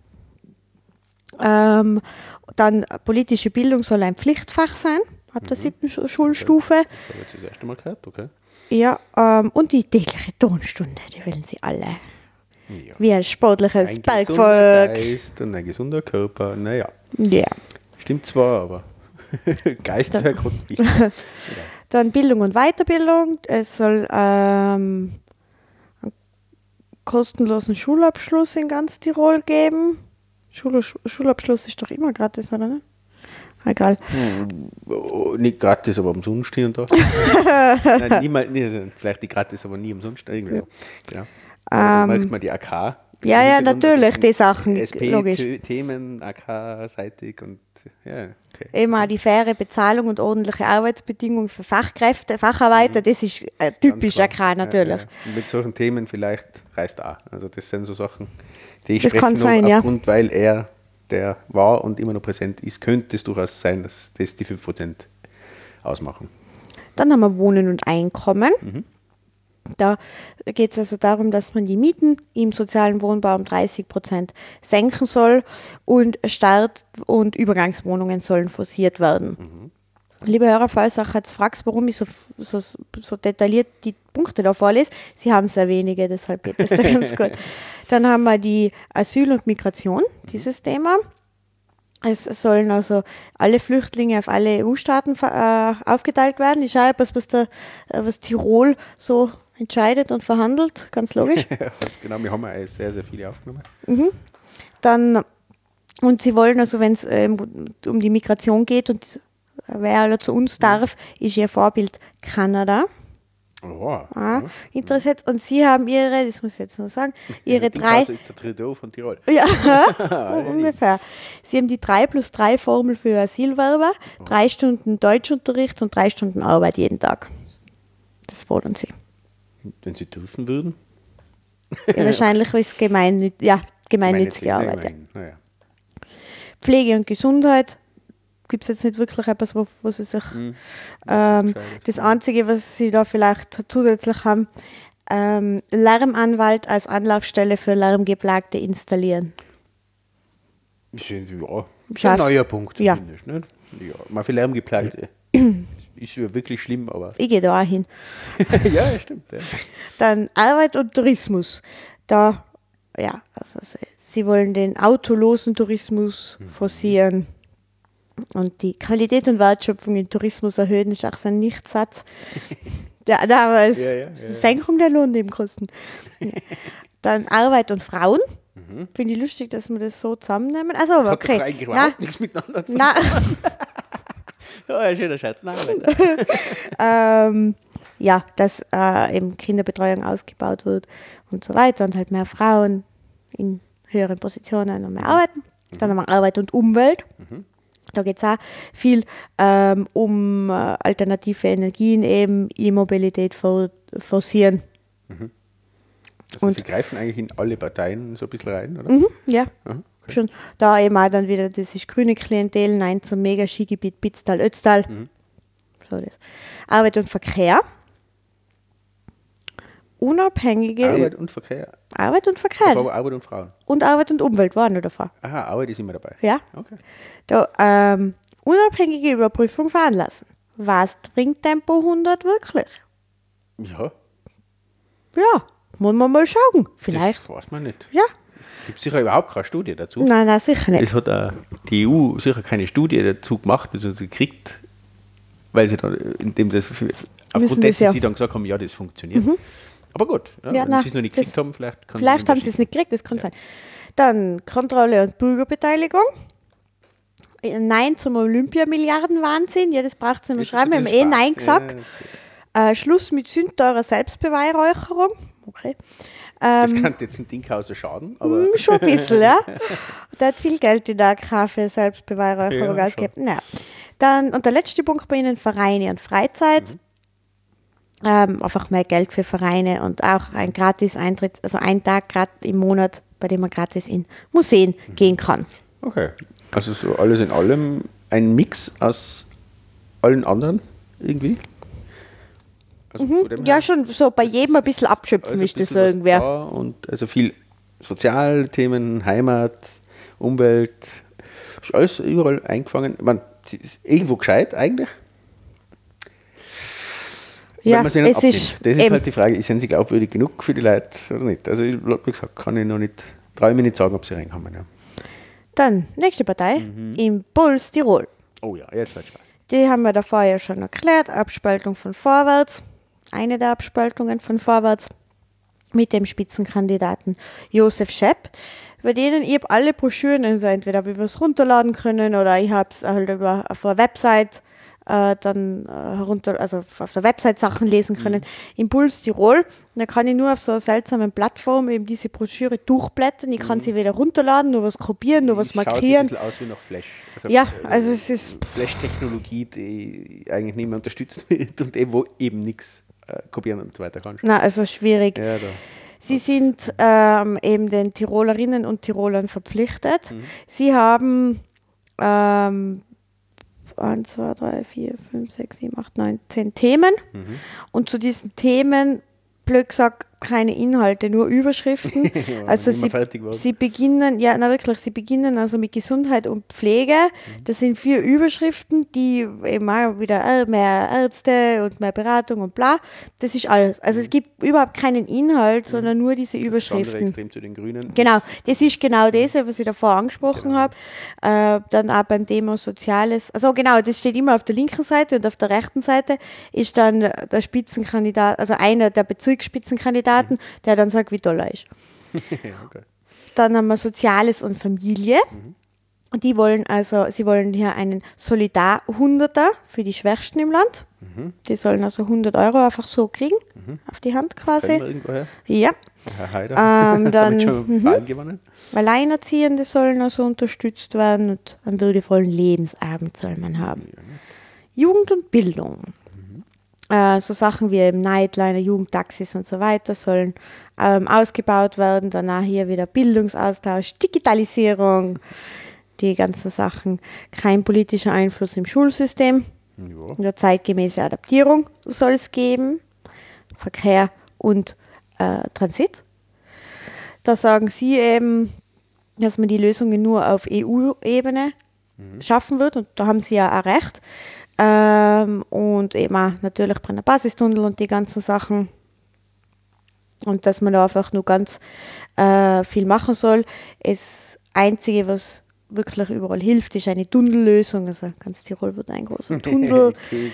Dann politische Bildung soll ein Pflichtfach sein, ab der 7. Schulstufe. Das habe ich jetzt das erste Mal gehört, okay. Ja, und die tägliche Tonstunde, die wollen sie alle. Ja. Wie ein sportliches Bergvolk. Ein gesunder Geist und ein gesunder Körper, naja. Ja. Stimmt zwar, aber Geist wäre gerade wichtig. Dann Bildung und Weiterbildung. Es soll einen kostenlosen Schulabschluss in ganz Tirol geben. Schulabschluss ist doch immer gratis, oder nicht? Egal. Nicht gratis, aber umsonst hier und da. Nein, vielleicht nicht gratis, aber nie umsonst. Irgendwie so. Genau. Merkt man die AK. Ja, natürlich, die Sachen. SP-Themen, AK-seitig und ja, okay. Eben auch die faire Bezahlung und ordentliche Arbeitsbedingungen für Fachkräfte, Facharbeiter, das ist typisch AK natürlich. Ja. Und mit solchen Themen vielleicht reißt auch. Also das sind so Sachen, die ich das spreche kann sein, ja. Aufgrund, weil er der war und immer noch präsent ist, könnte es durchaus sein, dass das die 5% ausmachen. Dann haben wir Wohnen und Einkommen. Da geht es also darum, dass man die Mieten im sozialen Wohnbau um 30% senken soll und Start- und Übergangswohnungen sollen forciert werden. Liebe Hörer, falls ihr jetzt fragst, warum ich so detailliert die Punkte da vorlese, sie haben sehr wenige, deshalb geht das da ganz gut. Dann haben wir die Asyl und Migration, dieses Thema. Es sollen also alle Flüchtlinge auf alle EU-Staaten aufgeteilt werden. Ich schaue etwas, was Tirol so entscheidet und verhandelt, ganz logisch. Ja, ganz genau, wir haben ja sehr, sehr viele aufgenommen. Und sie wollen also, wenn es um die Migration geht und wer alle zu uns darf, ist ihr Vorbild Kanada. Oh, Interessiert. Und sie haben das muss ich jetzt noch sagen, ihre drei. Also ist der Trudeau von Tirol. Ja, ungefähr. Sie haben die 3+3-Formel für Asylwerber, 3 Stunden Deutschunterricht und 3 Stunden Arbeit jeden Tag. Das fordern sie. Wenn sie dürfen würden? Ja, wahrscheinlich ist es gemeinnützige Arbeit. Ja. Pflege und Gesundheit gibt es jetzt nicht wirklich etwas, wo sie sich. Das Einzige, was sie da vielleicht zusätzlich haben, Lärmanwalt als Anlaufstelle für Lärmgeplagte installieren. Ja, ein neuer Punkt zumindest. Nicht? Ja, mal für Lärmgeplagte. Ist ja wirklich schlimm, aber. Ich gehe da auch hin. Ja, stimmt. Ja. Dann Arbeit und Tourismus. Da, ja, also sie wollen den autolosen Tourismus forcieren. Und die Qualität und Wertschöpfung im Tourismus erhöhen, ist auch so ein Nichtsatz. Ja, aber es Senkung der Lohnnebenkosten. Ja. Dann Arbeit und Frauen. Finde ich lustig, dass wir das so zusammennehmen. Also, das okay. Hat doch eigentlich überhaupt nichts miteinander zu tun. Ja, schöner Schatz. Ja, dass eben Kinderbetreuung ausgebaut wird und so weiter und halt mehr Frauen in höheren Positionen und mehr arbeiten. Dann haben wir Arbeit und Umwelt. Da geht es auch viel um alternative Energien, eben E-Mobilität forcieren. Also sie greifen eigentlich in alle Parteien so ein bisschen rein, oder? Ja, okay. Schon. Da eben auch dann wieder, das ist grüne Klientel, nein zum Mega-Skigebiet Bitztal-Ötztal. So das. Arbeit und Verkehr. Unabhängige. Arbeit und Verkehr. Arbeit und Verkehr. Aber Arbeit und Frauen. Und Arbeit und Umwelt waren noch davor. Aha, Arbeit ist immer dabei. Ja. Okay. Da, unabhängige Überprüfung veranlassen. Was bringt Tempo 100 wirklich? Ja. Ja, muss man mal schauen. Vielleicht. Das weiß man nicht. Ja. Gibt es sicher überhaupt keine Studie dazu? Nein, sicher nicht. Es hat die EU sicher keine Studie dazu gemacht, beziehungsweise sie kriegt, weil sie dann, indem sie aufgrund dessen sie dann gesagt haben, ja, das funktioniert. Aber gut, wenn sie es noch nicht gekriegt haben, vielleicht haben sie es nicht gekriegt, das kann sein. Dann Kontrolle und Bürgerbeteiligung. Nein zum Olympiamilliardenwahnsinn. Ja, das braucht es nicht mehr schreiben. Wir haben Nein gesagt. Schluss mit sündteurer Selbstbeweihräucherung. Okay. Das könnte jetzt ein Dinkhauser schaden, aber. Schon ein bisschen, ja. Der hat viel Geld in der AK für Selbstbeweihräucherung ausgegeben. Ja. Dann, und der letzte Punkt bei Ihnen, Vereine und Freizeit. Einfach mehr Geld für Vereine und auch ein Gratis-Eintritt, also ein Tag gerade im Monat, bei dem man gratis in Museen gehen kann. Okay, also so alles in allem ein Mix aus allen anderen irgendwie? Also ja, schon so bei jedem ein bisschen abschöpfen also ist das irgendwer. Da und also viel Sozialthemen, Heimat, Umwelt, ist alles überall eingefangen. Man, irgendwo gescheit eigentlich. Ja, es ist das ist halt die Frage, sind sie glaubwürdig genug für die Leute oder nicht? Also, wie gesagt, traue ich mir nicht sagen, ob sie reinkommen. Ja. Dann, nächste Partei, Impuls Tirol. Oh ja, jetzt wird Spaß. Die haben wir davor ja schon erklärt, Abspaltung von Vorwärts, eine der Abspaltungen von Vorwärts, mit dem Spitzenkandidaten Josef Schepp, bei denen ich habe alle Broschüren, also entweder habe ich was runterladen können oder ich habe es halt auf einer Website also auf der Website Sachen lesen können. Impuls Tirol, da kann ich nur auf so einer seltsamen Plattform eben diese Broschüre durchblättern. Ich kann sie weder runterladen, nur was kopieren, nur was markieren. Schaut ein bisschen aus wie nach Flash. Also, ja, also es ist Flash-Technologie, die eigentlich nicht mehr unterstützt wird und wo eben nichts kopieren und so weiter kannst. Nein, also schwierig. Ja, Sie sind eben den Tirolerinnen und Tirolern verpflichtet. Sie haben 1, 2, 3, 4, 5, 6, 7, 8, 9, 10 Themen. Und zu diesen Themen, blöd gesagt, keine Inhalte, nur Überschriften. Also sie beginnen, sie beginnen also mit Gesundheit und Pflege. Das sind 4 Überschriften, die eben auch wieder mehr Ärzte und mehr Beratung und bla. Das ist alles. Also es gibt überhaupt keinen Inhalt, sondern nur diese Überschriften. Das extrem zu den Grünen. Genau, das ist genau das, was ich davor angesprochen habe. Dann auch beim Thema Soziales. Also genau, das steht immer auf der linken Seite und auf der rechten Seite ist dann der Spitzenkandidat, also einer der Bezirksspitzenkandidaten, der dann sagt, wie toll er ist. Okay. Dann haben wir Soziales und Familie. Und sie wollen hier einen Solidar-Hunderter für die Schwächsten im Land. Die sollen also 100 Euro einfach so kriegen, auf die Hand quasi. Ja. Herr Haider, dann schon Wahlen gewonnen. Alleinerziehende sollen also unterstützt werden und einen würdevollen Lebensabend soll man haben. Jugend und Bildung. So Sachen wie eben Nightliner, Jugendtaxis und so weiter sollen ausgebaut werden. Danach hier wieder Bildungsaustausch, Digitalisierung, die ganzen Sachen. Kein politischer Einfluss im Schulsystem. Ja. Eine zeitgemäße Adaptierung soll es geben. Verkehr und Transit. Da sagen sie eben, dass man die Lösungen nur auf EU-Ebene schaffen wird. Und da haben sie ja auch recht. Und eben auch natürlich Brenner-Basistunnel und die ganzen Sachen. Und dass man da einfach nur ganz viel machen soll. Das Einzige, was wirklich überall hilft, ist eine Tunnellösung. Also ganz Tirol wird ein großer Tunnel.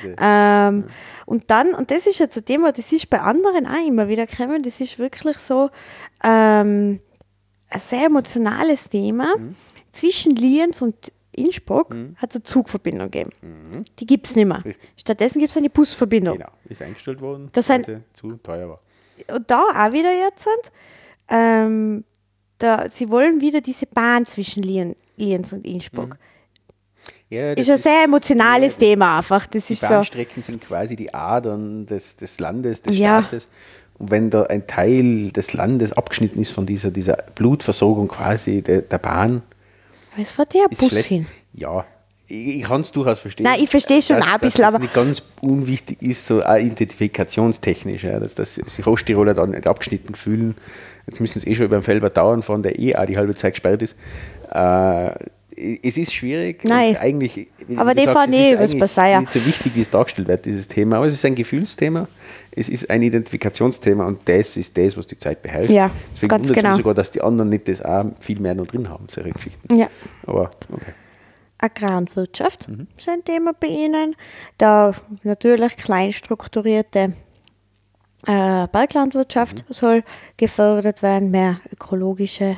Und dann, und das ist jetzt ein Thema, das ist bei anderen auch immer wieder gekommen, das ist wirklich so ein sehr emotionales Thema. Zwischen Lienz und Innsbruck hat es eine Zugverbindung gegeben. Die gibt es nicht mehr. Richtig. Stattdessen gibt es eine Busverbindung. Genau, ist eingestellt worden, weil sie zu teuer war. Und da auch wieder jetzt sie wollen wieder diese Bahn zwischen Lienz und Innsbruck. Ja, das ist ein sehr emotionales Thema einfach. Das die ist Bahnstrecken sind quasi die Adern des Landes, des Staates. Und wenn da ein Teil des Landes abgeschnitten ist von dieser Blutversorgung quasi der Bahn. Was fährt der Bus hin? Ja, ich kann es durchaus verstehen. Nein, ich verstehe schon ein bisschen, aber. Was nicht ganz unwichtig ist, so auch identifikationstechnisch, dass sich Osttiroler da nicht abgeschnitten fühlen. Jetzt müssen sie schon über den Felber Dauern fahren, der auch die halbe Zeit gesperrt ist. Es ist schwierig. Nein, eigentlich, aber die fahren übers Passaier. Nicht so wichtig, wie es dargestellt wird, dieses Thema. Aber es ist ein Gefühlsthema, es ist ein Identifikationsthema und das ist das, was die Zeit beherrscht. Ja, deswegen ganz genau. Mich sogar, dass die anderen nicht das auch viel mehr noch drin haben, solche Geschichten. Ja. Aber okay. Agrar- und Wirtschaft ist ein Thema bei Ihnen. Da natürlich kleinstrukturierte Berglandwirtschaft soll gefördert werden, mehr ökologische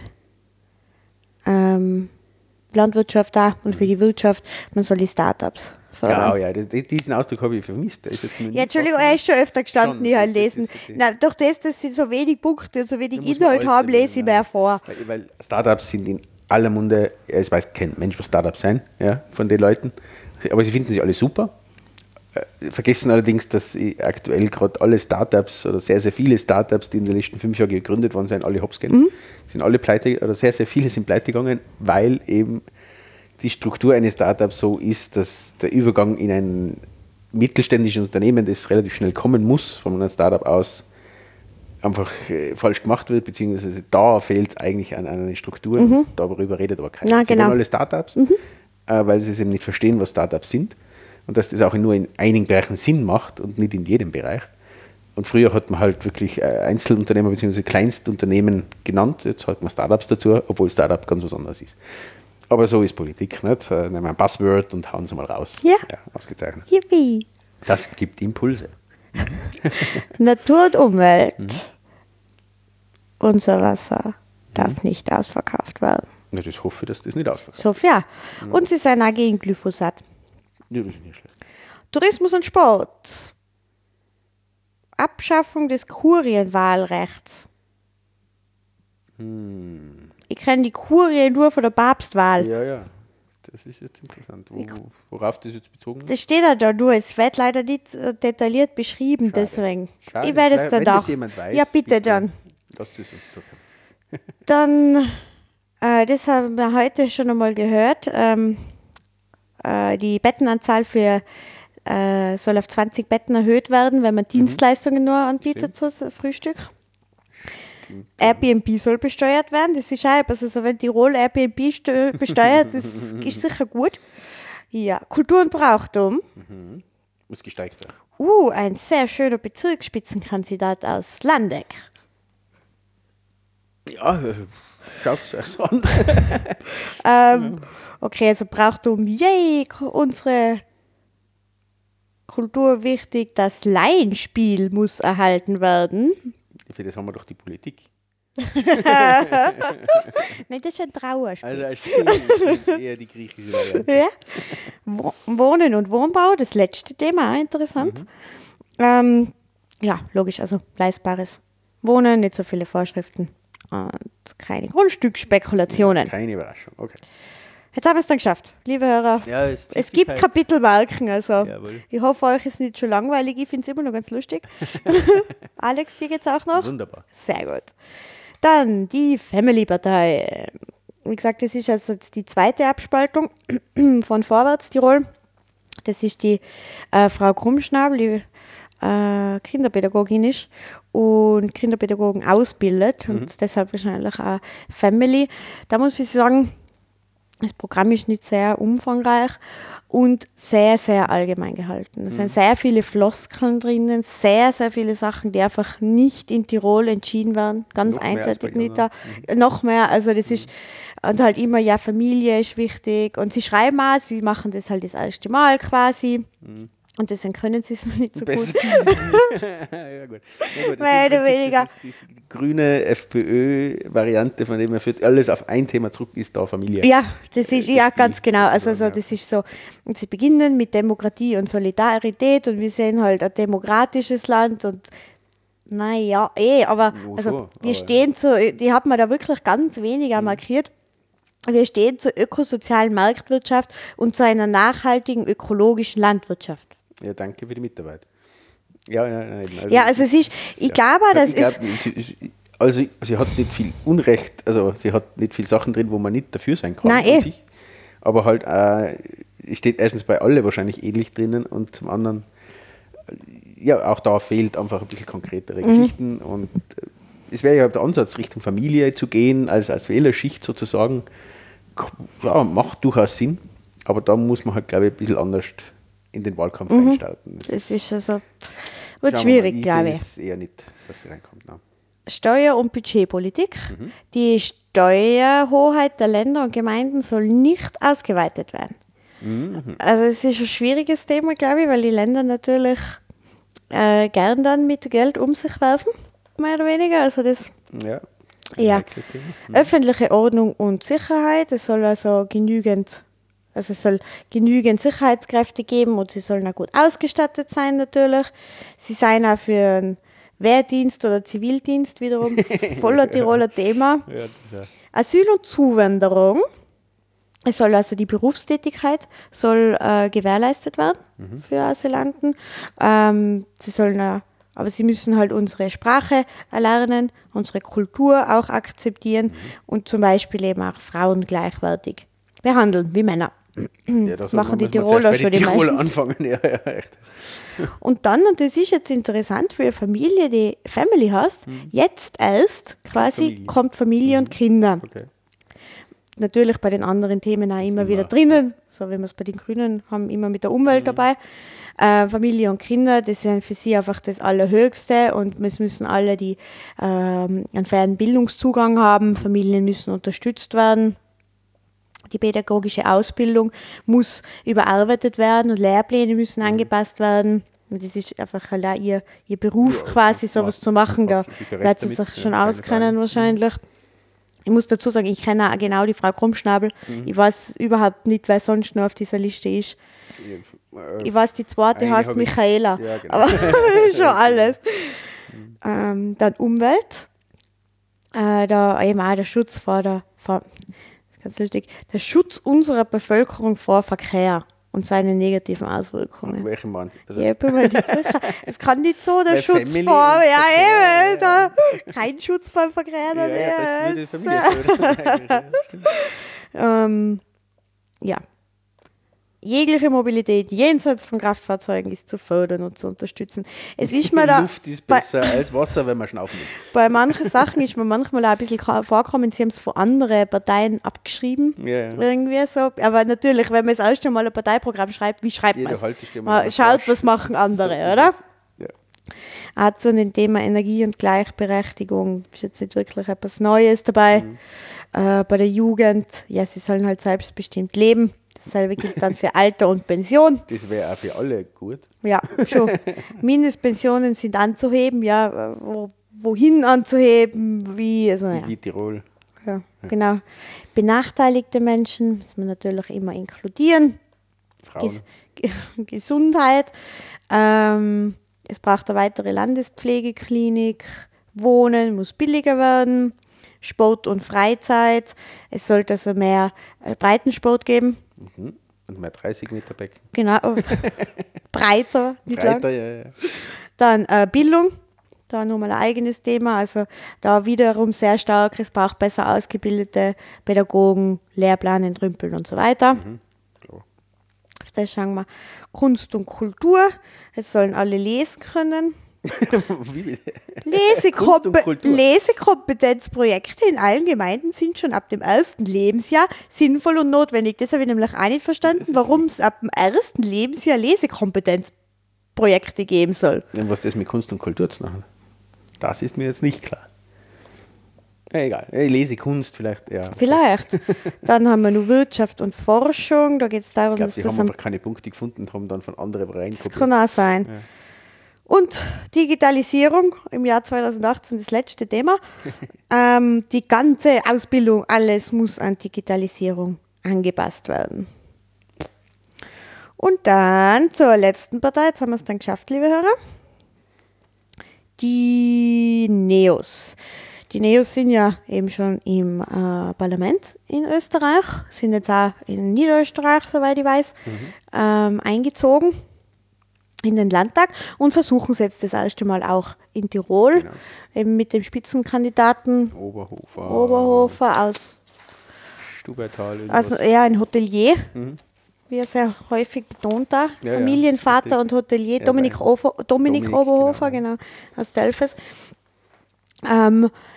Landwirtschaft da und für die Wirtschaft, man soll die Startups fördern. Ja, diesen Ausdruck habe ich vermisst. Entschuldigung, er ist schon öfter gestanden, ich habe lesen. Durch das, dass sie so wenig Punkte und so wenig Inhalt haben, lese ich mehr vor. Weil Startups sind in aller Munde, es weiß kein Mensch, was Startups sein, ja, von den Leuten, aber sie finden sie alle super. Vergessen allerdings, dass aktuell gerade alle Startups oder sehr, sehr viele Startups, die in den letzten 5 Jahren gegründet worden sind, alle hops gehen. Sind alle pleite oder sehr, sehr viele sind pleite gegangen, weil eben die Struktur eines Startups so ist, dass der Übergang in ein mittelständisches Unternehmen, das relativ schnell kommen muss, von einem Startup aus, einfach falsch gemacht wird, beziehungsweise da fehlt es eigentlich an den Strukturen. Darüber redet aber keiner. Sie wollen alle Startups, weil sie es eben nicht verstehen, was Startups sind. Und dass das auch nur in einigen Bereichen Sinn macht und nicht in jedem Bereich. Und früher hat man halt wirklich Einzelunternehmer bzw. Kleinstunternehmen genannt. Jetzt hat man Startups dazu, obwohl Startup ganz was anderes ist. Aber so ist Politik, nicht? Nehmen wir ein Buzzword und hauen sie mal raus. Ja, ausgezeichnet. Yippie. Das gibt Impulse. Natur und Umwelt. Unser Wasser darf nicht ausverkauft werden. Ja, ich hoffe, dass das nicht ausverkauft wird. So, ja. Und sie sind auch gegen Glyphosat. Ja, das ist nicht schlecht. Tourismus und Sport. Abschaffung des Kurienwahlrechts. Ich kenne die Kurie nur von der Papstwahl. Ja. Das ist jetzt interessant. Worauf das jetzt bezogen ist? Das steht ja da nur. Es wird leider nicht detailliert beschrieben, schade. Deswegen. Schade. Ich werde es dann auch. Weiß, ja, bitte dann. Lasst es uns sagen. Dann, das haben wir heute schon einmal gehört. Die Bettenanzahl soll auf 20 Betten erhöht werden, wenn man Dienstleistungen nur anbietet, so Frühstück. Airbnb soll besteuert werden, das ist auch, also wenn Tirol Airbnb besteuert, das ist sicher gut. Ja, Kultur und Brauchtum. Muss gesteigert werden. Ein sehr schöner Bezirksspitzenkandidat aus Landeck. Ja, schaut es euch an. Okay, also Brauchtum, yay, unsere Kultur wichtig, das Laienspiel muss erhalten werden. Für das haben wir doch die Politik. Nein, das ist ein Trauerspiel. Also das ist eher die griechische Variante. Ja. Wohnen und Wohnbau, das letzte Thema, auch interessant. Ja, logisch, also leistbares Wohnen, nicht so viele Vorschriften und keine Grundstückspekulationen. Keine Überraschung, okay. Jetzt haben wir es dann geschafft, liebe Hörer. Ja, es gibt halt Kapitelmarken, also Jawohl. Ich hoffe, euch ist nicht schon langweilig, ich finde es immer noch ganz lustig. Alex, dir geht's auch noch? Wunderbar. Sehr gut. Dann die Family-Partei. Wie gesagt, das ist also die zweite Abspaltung von Vorwärts Tirol. Das ist die Frau Krummschnabel, die Kinderpädagogin ist und Kinderpädagogen ausbildet und deshalb wahrscheinlich auch Family. Da muss ich sagen, das Programm ist nicht sehr umfangreich und sehr, sehr allgemein gehalten. Es sind sehr viele Floskeln drinnen, sehr, sehr viele Sachen, die einfach nicht in Tirol entschieden werden. Ganz eindeutig nicht da. Noch mehr, also das ist, und halt immer, ja, Familie ist wichtig. Und sie schreiben auch, sie machen das halt das erste Mal quasi. Und deswegen können sie es noch nicht so gut. Ja, gut. Mehr oder weniger. Das ist die grüne FPÖ-Variante, von dem man führt alles auf ein Thema zurück, ist da Familie. Ja, das ist, ja, ganz genau. Also das ist so, und sie beginnen mit Demokratie und Solidarität und wir sehen halt ein demokratisches Land und naja, aber also wir stehen zu, die hat man da wirklich ganz weniger markiert. Wir stehen zur ökosozialen Marktwirtschaft und zu einer nachhaltigen ökologischen Landwirtschaft. Ja, danke für die Mitarbeit. Ja, also es ist, ich glaube, das ist... Also sie hat nicht viel Unrecht, also sie hat nicht viele Sachen drin, wo man nicht dafür sein kann. Nein, aber halt steht erstens bei alle wahrscheinlich ähnlich drinnen und zum anderen, ja, auch da fehlt einfach ein bisschen konkretere Geschichten und es wäre ja der Ansatz, Richtung Familie zu gehen, als Wählerschicht sozusagen, ja, macht durchaus Sinn, aber da muss man halt, glaube ich, ein bisschen anders in den Wahlkampf einstarten. Das ist also, wird schwierig, glaube ich. Ich eher nicht, dass sie reinkommt. Nein. Steuer- und Budgetpolitik. Die Steuerhoheit der Länder und Gemeinden soll nicht ausgeweitet werden. Also es ist ein schwieriges Thema, glaube ich, weil die Länder natürlich gern dann mit Geld um sich werfen, mehr oder weniger. Also das... Ja. Öffentliche Ordnung und Sicherheit, es soll also genügend Sicherheitskräfte geben und sie sollen auch gut ausgestattet sein natürlich. Sie seien auch für einen Wehrdienst oder Zivildienst wiederum voller Tiroler Thema. Asyl und Zuwanderung, es soll also die Berufstätigkeit soll gewährleistet werden für Asylanten. Sie sollen aber sie müssen halt unsere Sprache erlernen, unsere Kultur auch akzeptieren und zum Beispiel eben auch Frauen gleichwertig behandeln wie Männer. Ja, das machen die Tiroler schon die meisten. Anfangen. Ja, echt. Und dann, und das ist jetzt interessant für eine Familie, die Family hast, jetzt erst quasi kommt Familie und Kinder. Okay. Natürlich bei den anderen Themen auch immer wieder drinnen, so wie wir es bei den Grünen haben, immer mit der Umwelt dabei. Familie und Kinder, das sind für sie einfach das Allerhöchste und es müssen alle, die einen fairen Bildungszugang haben, Familien müssen unterstützt werden. Die pädagogische Ausbildung muss überarbeitet werden und Lehrpläne müssen angepasst werden. Und das ist einfach halt ihr Beruf quasi, sowas zu machen. Da wird sie sich schon auskennen wahrscheinlich. Ich muss dazu sagen, ich kenne auch genau die Frau Krummschnabel. Ich weiß überhaupt nicht, wer sonst noch auf dieser Liste ist. Ich weiß, die zweite heißt Michaela, ja, genau. Aber das ist schon alles. Dann Umwelt. Da eben auch der Schutz ganz lustig, der Schutz unserer Bevölkerung vor Verkehr und seine negativen Auswirkungen. Welchen Mann? Also ja, ich bin mir nicht sicher. Es kann nicht so der Schutz vor, kein Schutz vor Verkehr. Ja. jegliche Mobilität jenseits von Kraftfahrzeugen ist zu fördern und zu unterstützen. Es ist mir da, Luft ist besser als Wasser, wenn man schnaufen will. bei manchen Sachen ist mir manchmal auch ein bisschen vorgekommen, sie haben es von anderen Parteien abgeschrieben. Ja. Irgendwie so. Aber natürlich, wenn man das erste Mal ein Parteiprogramm schreibt, wie schreibt man es? Man schaut, was machen andere, so oder? Ja. Auch zu dem Thema Energie und Gleichberechtigung ist jetzt nicht wirklich etwas Neues dabei. Bei der Jugend, ja, sie sollen halt selbstbestimmt leben. Dasselbe gilt dann für Alter und Pension. Das wäre auch für alle gut. Ja, schon. Mindestpensionen sind anzuheben, ja, wohin anzuheben, wie, also, ja. Wie Tirol. Ja, genau. Benachteiligte Menschen muss man natürlich immer inkludieren. Frauen. Gesundheit. Es braucht eine weitere Landespflegeklinik. Wohnen muss billiger werden. Sport und Freizeit. Es sollte also mehr Breitensport geben. Und mehr 30 Meter Becken. Genau. Breiter, nicht Breiter, lang. Ja. Dann Bildung. Da nochmal ein eigenes Thema. Also da wiederum sehr stark. Es braucht besser ausgebildete Pädagogen, Lehrplan entrümpeln und so weiter. So. Das schauen wir. Kunst und Kultur. Es sollen alle lesen können. Lesekompetenzprojekte in allen Gemeinden sind schon ab dem 1. Lebensjahr sinnvoll und notwendig. Das habe ich nämlich auch nicht verstanden, warum es ab dem 1. Lebensjahr Lesekompetenzprojekte geben soll. Und was das mit Kunst und Kultur zu tun hat, das ist mir jetzt nicht klar. Egal, ich lese Kunst vielleicht, ja. Vielleicht. Dann haben wir noch Wirtschaft und Forschung. Da geht es darum, dass sie haben einfach keine Punkte gefunden und haben dann von anderen reingeguckt. Das kann auch sein. Ja. Und Digitalisierung im Jahr 2018, das letzte Thema. Die ganze Ausbildung, alles muss an Digitalisierung angepasst werden. Und dann zur letzten Partei, jetzt haben wir es dann geschafft, liebe Hörer. Die NEOS. Die NEOS sind ja eben schon im Parlament in Österreich, sind jetzt auch in Niederösterreich, soweit ich weiß, eingezogen in den Landtag und versuchen es jetzt das erste Mal auch in Tirol, genau. Eben mit dem Spitzenkandidaten Oberhofer aus Stubertal. Also eher ein Hotelier, wie er sehr häufig betont da, ja, Familienvater ja, und Hotelier, ja, Dominik Oberhofer, genau, aus Delfes. Da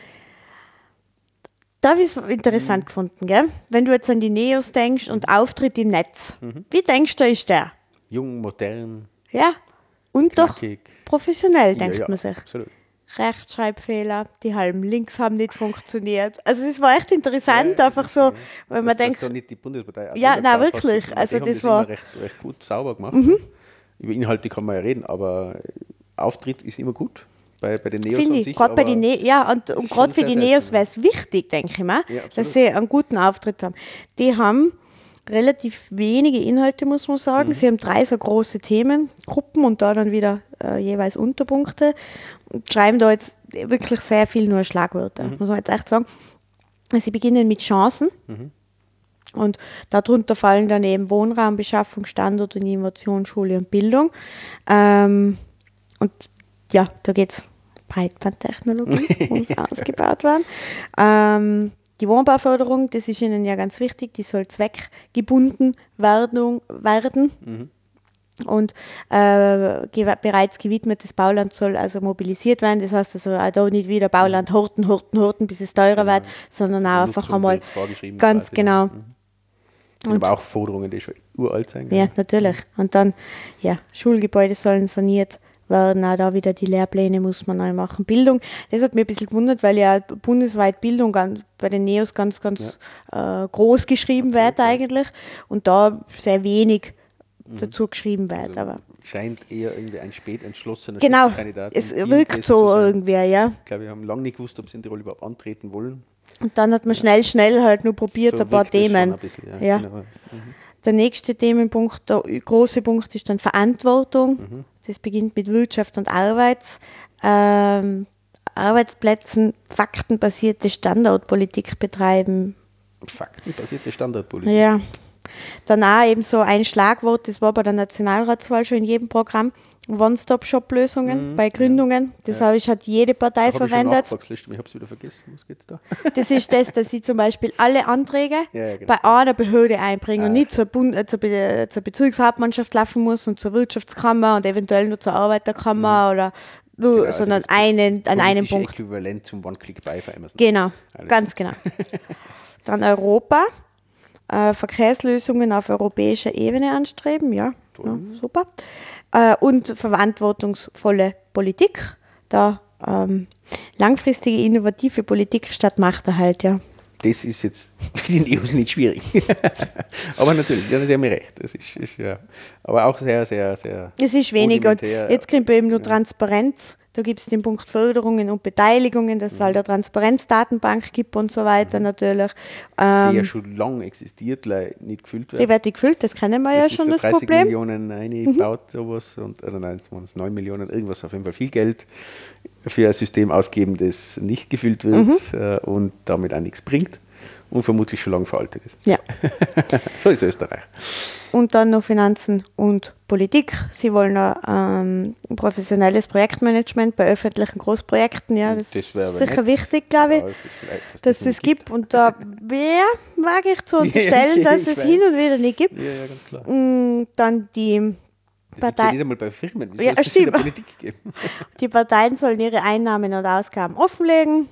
habe ich es interessant gefunden, gell? Wenn du jetzt an die NEOS denkst und Auftritt im Netz, wie denkst du, ist der? Jung, modern. Ja, und knackig. Doch professionell, denkt man sich. Absolut. Rechtschreibfehler, die halben Links haben nicht funktioniert. Also es war echt interessant, einfach so, weil man denkt... Das nicht die Bundespartei... Ja, nein, wirklich. Also das war... recht gut sauber gemacht. Über Inhalte kann man ja reden, aber Auftritt ist immer gut. Bei den NEOS finde ich, gerade bei den NEOS, ja, und gerade für die NEOS wäre es wichtig, denke ich mal, dass sie einen guten Auftritt haben. Die haben relativ wenige Inhalte, muss man sagen. Sie haben 3 so große Themengruppen und da dann wieder jeweils Unterpunkte und schreiben da jetzt wirklich sehr viel nur Schlagwörter, muss man jetzt echt sagen. Sie beginnen mit Chancen und darunter fallen dann eben Wohnraum, Beschaffung, Standort und Innovation, Schule und Bildung. Und ja, da geht es Breitbandtechnologie, muss ausgebaut werden. Die Wohnbauförderung, das ist Ihnen ja ganz wichtig, die soll zweckgebunden werden. Und bereits gewidmetes Bauland soll also mobilisiert werden. Das heißt also auch da nicht wieder Bauland horten, bis es teurer wird, sondern auch einfach einmal ganz quasi. Genau. Das sind aber auch Forderungen, die schon uralt sind. Ja, natürlich. Und dann, ja, Schulgebäude sollen saniert werden, auch da wieder die Lehrpläne muss man neu machen. Bildung, das hat mich ein bisschen gewundert, weil ja bundesweit Bildung bei den NEOS ganz groß geschrieben wird eigentlich und da sehr wenig dazu geschrieben wird. Also aber scheint eher irgendwie ein spät entschlossener Kandidat. Es wirkt so irgendwie, ja. Ich glaube, wir haben lange nicht gewusst, ob sie in Tirol überhaupt antreten wollen. Und dann hat man schnell halt nur probiert, so ein paar Themen. Ein bisschen, ja. Genau. Der nächste Themenpunkt, der große Punkt ist dann Verantwortung. Das beginnt mit Wirtschaft und Arbeitsplätzen, faktenbasierte Standortpolitik betreiben. Faktenbasierte Standortpolitik? Ja. Dann auch eben so ein Schlagwort, das war bei der Nationalratswahl schon in jedem Programm, One-Stop-Shop-Lösungen bei Gründungen. Das hat jede Partei verwendet. Ich habe es wieder vergessen. Was geht's da? Das ist das, dass sie zum Beispiel alle Anträge bei einer Behörde einbringen und nicht zur Bezirkshauptmannschaft laufen muss und zur Wirtschaftskammer und eventuell nur zur Arbeiterkammer oder nur, sondern an einem Punkt. Äquivalent zum One-Click-Buy für Amazon. Genau, ganz genau. Dann Europa. Verkehrslösungen auf europäischer Ebene anstreben, ja super. Und verantwortungsvolle Politik, da langfristige innovative Politik statt Machterhalt, ja. Das ist jetzt für die Neos nicht schwierig. Aber natürlich, Sie haben mir recht. Das ist ja, aber auch sehr, sehr, sehr. Es ist weniger. Jetzt kriegen wir eben nur Transparenz. Da gibt es den Punkt Förderungen und Beteiligungen, dass es halt eine Transparenzdatenbank gibt und so weiter natürlich. Die ja schon lange existiert, nicht gefüllt wird. Die wird nicht gefüllt, das kennen wir ja schon, das 30 Problem. 30 Millionen eingebaut, sowas. Oder nein, 9 Millionen, irgendwas, auf jeden Fall viel Geld für ein System ausgeben, das nicht gefüllt wird und damit auch nichts bringt und vermutlich schon lange veraltet ist. Ja. So ist Österreich. Und dann noch Finanzen und Politik. Sie wollen ein professionelles Projektmanagement bei öffentlichen Großprojekten. Ja, das ist sicher wichtig, glaube ich, dass es gibt. Und da mag ich zu unterstellen, dass es hin und wieder nicht gibt. Ja, ganz klar. Dann die Partei. Das nicht einmal bei Firmen. Wieso soll es in der Politik geben? Die Parteien sollen ihre Einnahmen und Ausgaben offenlegen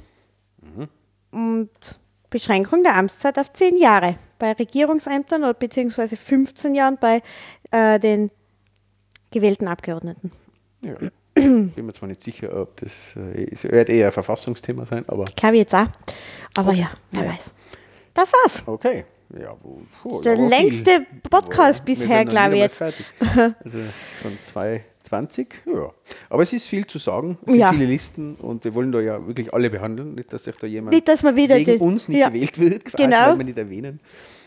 und Beschränkung der Amtszeit auf 10 Jahre bei Regierungsämtern oder beziehungsweise 15 Jahren bei den gewählten Abgeordneten. Ja. Bin mir zwar nicht sicher, ob das wird eher ein Verfassungsthema sein, aber. Ich glaube jetzt auch. Aber ja, wer weiß. Das war's. Okay. Ja, der längste Podcast bisher, glaube ich jetzt. Also von 2020, ja. Aber es ist viel zu sagen, es sind viele Listen und wir wollen da ja wirklich alle behandeln. Nicht, dass sich da jemand nicht, dass man wieder gegen uns nicht gewählt wird, quasi, genau. weil wir nicht erwähnen.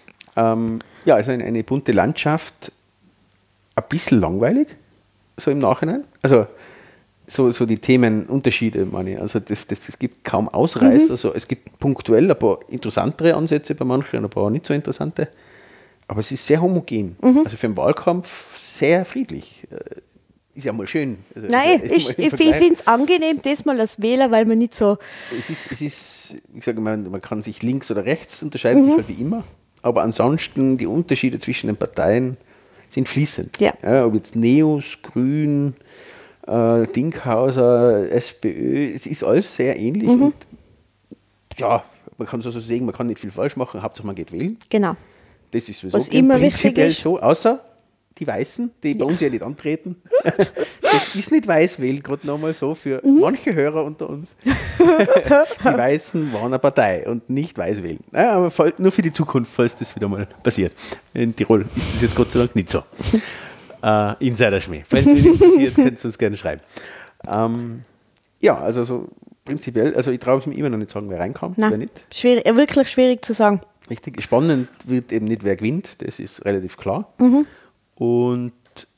Also eine bunte Landschaft, ein bisschen langweilig, so im Nachhinein. Also so die Themenunterschiede, meine ich. Also es gibt kaum Ausreißer. Also es gibt punktuell ein paar interessantere Ansätze bei manchen und ein paar nicht so interessante. Aber es ist sehr homogen. Also für den Wahlkampf sehr friedlich. Ist ja mal schön. Also nein, ich finde es angenehm, das mal als Wähler, weil man nicht so. Es ist ich sage mal, man kann sich links oder rechts unterscheiden, sich halt wie immer. Aber ansonsten die Unterschiede zwischen den Parteien sind fließend. Ja. Ob jetzt Neos, Grün, Dinkhauser, SPÖ, es ist alles sehr ähnlich. Und ja, man kann so sagen, man kann nicht viel falsch machen, Hauptsache man geht wählen. Genau. Das ist sowieso was immer wichtig ist. So, außer die Weißen, die bei uns ja nicht antreten. Das ist nicht weiß wählen, gerade nochmal so für manche Hörer unter uns. Die Weißen waren eine Partei und nicht weiß wählen. Naja, aber nur für die Zukunft, falls das wieder mal passiert. In Tirol ist das jetzt Gott sei Dank nicht so. Insider-Schmäh. Falls es nicht passiert, könnt ihr uns gerne schreiben. Also so prinzipiell, also ich traue es mir immer noch nicht sagen, wer reinkam, wer nicht. Wirklich schwierig zu sagen. Richtig, spannend wird eben nicht, wer gewinnt, das ist relativ klar. Und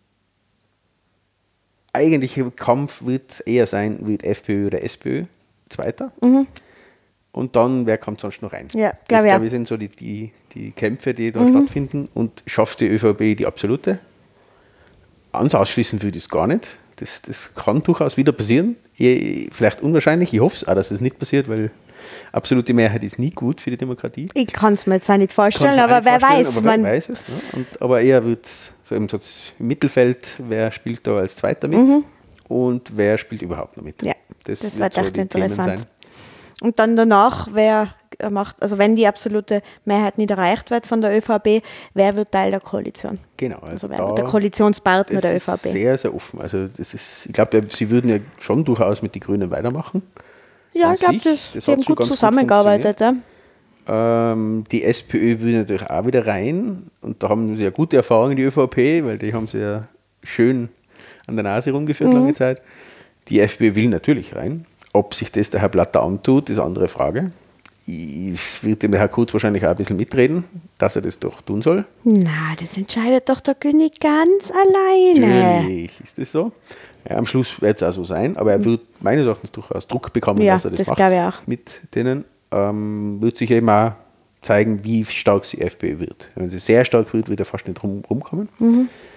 eigentlicher Kampf wird eher sein, wird FPÖ oder SPÖ Zweiter. Und dann, wer kommt sonst noch rein? Ja, das, glaube ich, sind so die Kämpfe, die da stattfinden. Und schafft die ÖVP die absolute? Ausschließen würde ich es gar nicht. Das kann durchaus wieder passieren. Vielleicht unwahrscheinlich. Ich hoffe es auch, dass es nicht passiert, weil absolute Mehrheit ist nie gut für die Demokratie. Ich kann es mir jetzt auch nicht vorstellen, aber wer weiß. Aber wer weiß es. Ne? Aber er wird so im Mittelfeld, wer spielt da als Zweiter mit und wer spielt überhaupt noch mit. Ja, das wird so echt interessant. Und dann danach, wer macht, also wenn die absolute Mehrheit nicht erreicht wird von der ÖVP, wer wird Teil der Koalition? Genau. Also wer wird der Koalitionspartner der ÖVP? Ist sehr, sehr offen. Also ich glaube, sie würden ja schon durchaus mit den Grünen weitermachen. Ja, ich glaube, die haben gut zusammengearbeitet. Die SPÖ will natürlich auch wieder rein und da haben sie ja gute Erfahrungen, die ÖVP, weil die haben sie ja schön an der Nase rumgeführt lange Zeit. Die FPÖ will natürlich rein. Ob sich das der Herr Blatter antut, ist eine andere Frage. Es wird dem Herr Kurz wahrscheinlich auch ein bisschen mitreden, dass er das doch tun soll. Na, das entscheidet doch der König ganz alleine. Natürlich ist das so. Ja, am Schluss wird es auch so sein, aber er wird meines Erachtens durchaus Druck bekommen, dass er das macht. Glaube ich auch. Mit denen. Wird sich eben auch zeigen, wie stark die FPÖ wird. Wenn sie sehr stark wird, wird er fast nicht rumkommen.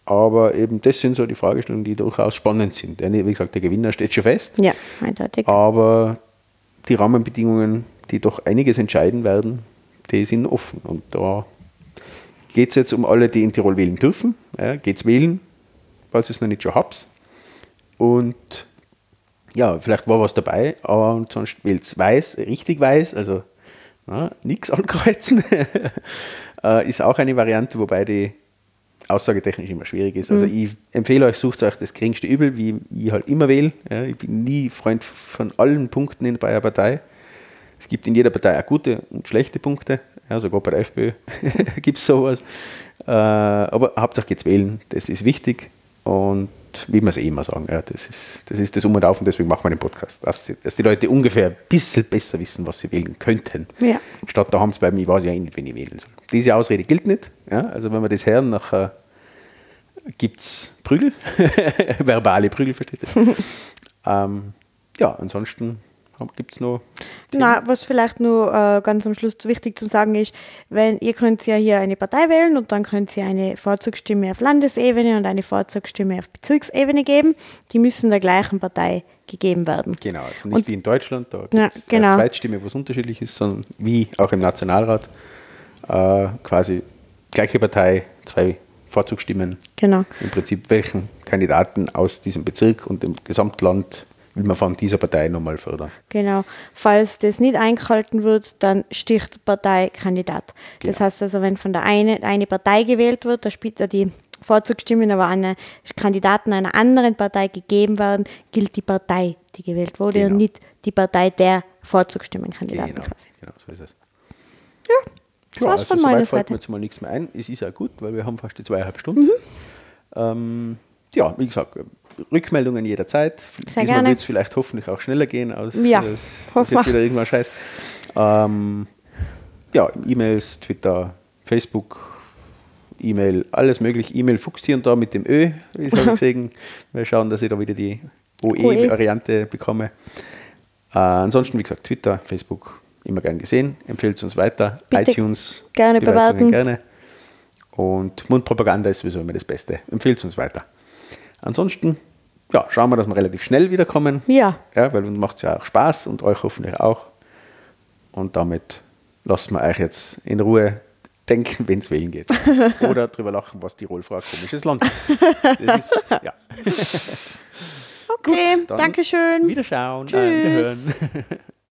Aber eben das sind so die Fragestellungen, die durchaus spannend sind. Wie gesagt, der Gewinner steht schon fest. Ja, eindeutig. Aber die Rahmenbedingungen, die doch einiges entscheiden werden, die sind offen. Und da geht es jetzt um alle, die in Tirol wählen dürfen. Ja, geht's wählen, falls ihr es noch nicht schon habt. Und ja, vielleicht war was dabei, aber sonst wählt es weiß, richtig weiß, also nichts ankreuzen. Ist auch eine Variante, wobei die aussagetechnisch immer schwierig ist. Also ich empfehle euch, sucht euch das geringste Übel, wie ich halt immer wähle. Ja, ich bin nie Freund von allen Punkten bei einer Partei. Es gibt in jeder Partei auch gute und schlechte Punkte. Ja, sogar bei der FPÖ gibt es sowas. Aber Hauptsache geht's wählen, das ist wichtig. Und wie wir es immer sagen, ja, das ist das Um und Auf und deswegen machen wir den Podcast. Dass die Leute ungefähr ein bisschen besser wissen, was sie wählen könnten. Ja. Statt daheim zu bleiben, ich weiß ja eh nicht, wen ich wählen soll. Diese Ausrede gilt nicht. Ja? Also wenn wir das hören, nachher gibt es Prügel, verbale Prügel, versteht ihr? Ansonsten gibt es noch... Was vielleicht nur ganz am Schluss wichtig zu sagen ist, ihr könnt ja hier eine Partei wählen und dann könnt ihr eine Vorzugsstimme auf Landesebene und eine Vorzugsstimme auf Bezirksebene geben. Die müssen der gleichen Partei gegeben werden. Genau, also nicht wie in Deutschland, da gibt es eine Zweitstimme, was unterschiedlich ist, sondern wie auch im Nationalrat quasi gleiche Partei, 2 Vorzugsstimmen. Genau. Im Prinzip welchen Kandidaten aus diesem Bezirk und dem Gesamtland will man von dieser Partei nochmal fördern. Genau. Falls das nicht eingehalten wird, dann sticht Parteikandidat. Genau. Das heißt also, wenn von der eine Partei gewählt wird, da spielt die Vorzugsstimmen aber an Kandidaten einer anderen Partei gegeben werden, gilt die Partei, die gewählt wurde, und nicht die Partei der Vorzugsstimmenkandidaten quasi. Genau, so ist es. Ja, das war's von meiner Seite. Fällt mir jetzt mal nichts mehr ein. Es ist auch gut, weil wir haben fast die 2,5 Stunden. Wie gesagt, Rückmeldungen jederzeit. Sehr gerne. Wird es vielleicht hoffentlich auch schneller gehen. Das hoffen wir. Wieder irgendwann scheiß. E-Mails, Twitter, Facebook, E-Mail, alles möglich. E-Mail fuchst hier und da mit dem Ö, wie ich habe gesehen. Wir schauen, dass ich da wieder die OE-Variante bekomme. Ansonsten, wie gesagt, Twitter, Facebook, immer gern gesehen. Empfehlt es uns weiter. Bitte iTunes, gerne bewerten. Gerne. Und Mundpropaganda ist sowieso immer das Beste. Empfehlt es uns weiter. Ansonsten, schauen wir, dass wir relativ schnell wiederkommen. Ja. Weil uns macht es ja auch Spaß und euch hoffentlich auch. Und damit lassen wir euch jetzt in Ruhe denken, wenn es wählen geht. Oder drüber lachen, was Tirol für ein komisches Land ist. Das ist okay, danke schön. Wiederschauen. Tschüss. Wiederhören.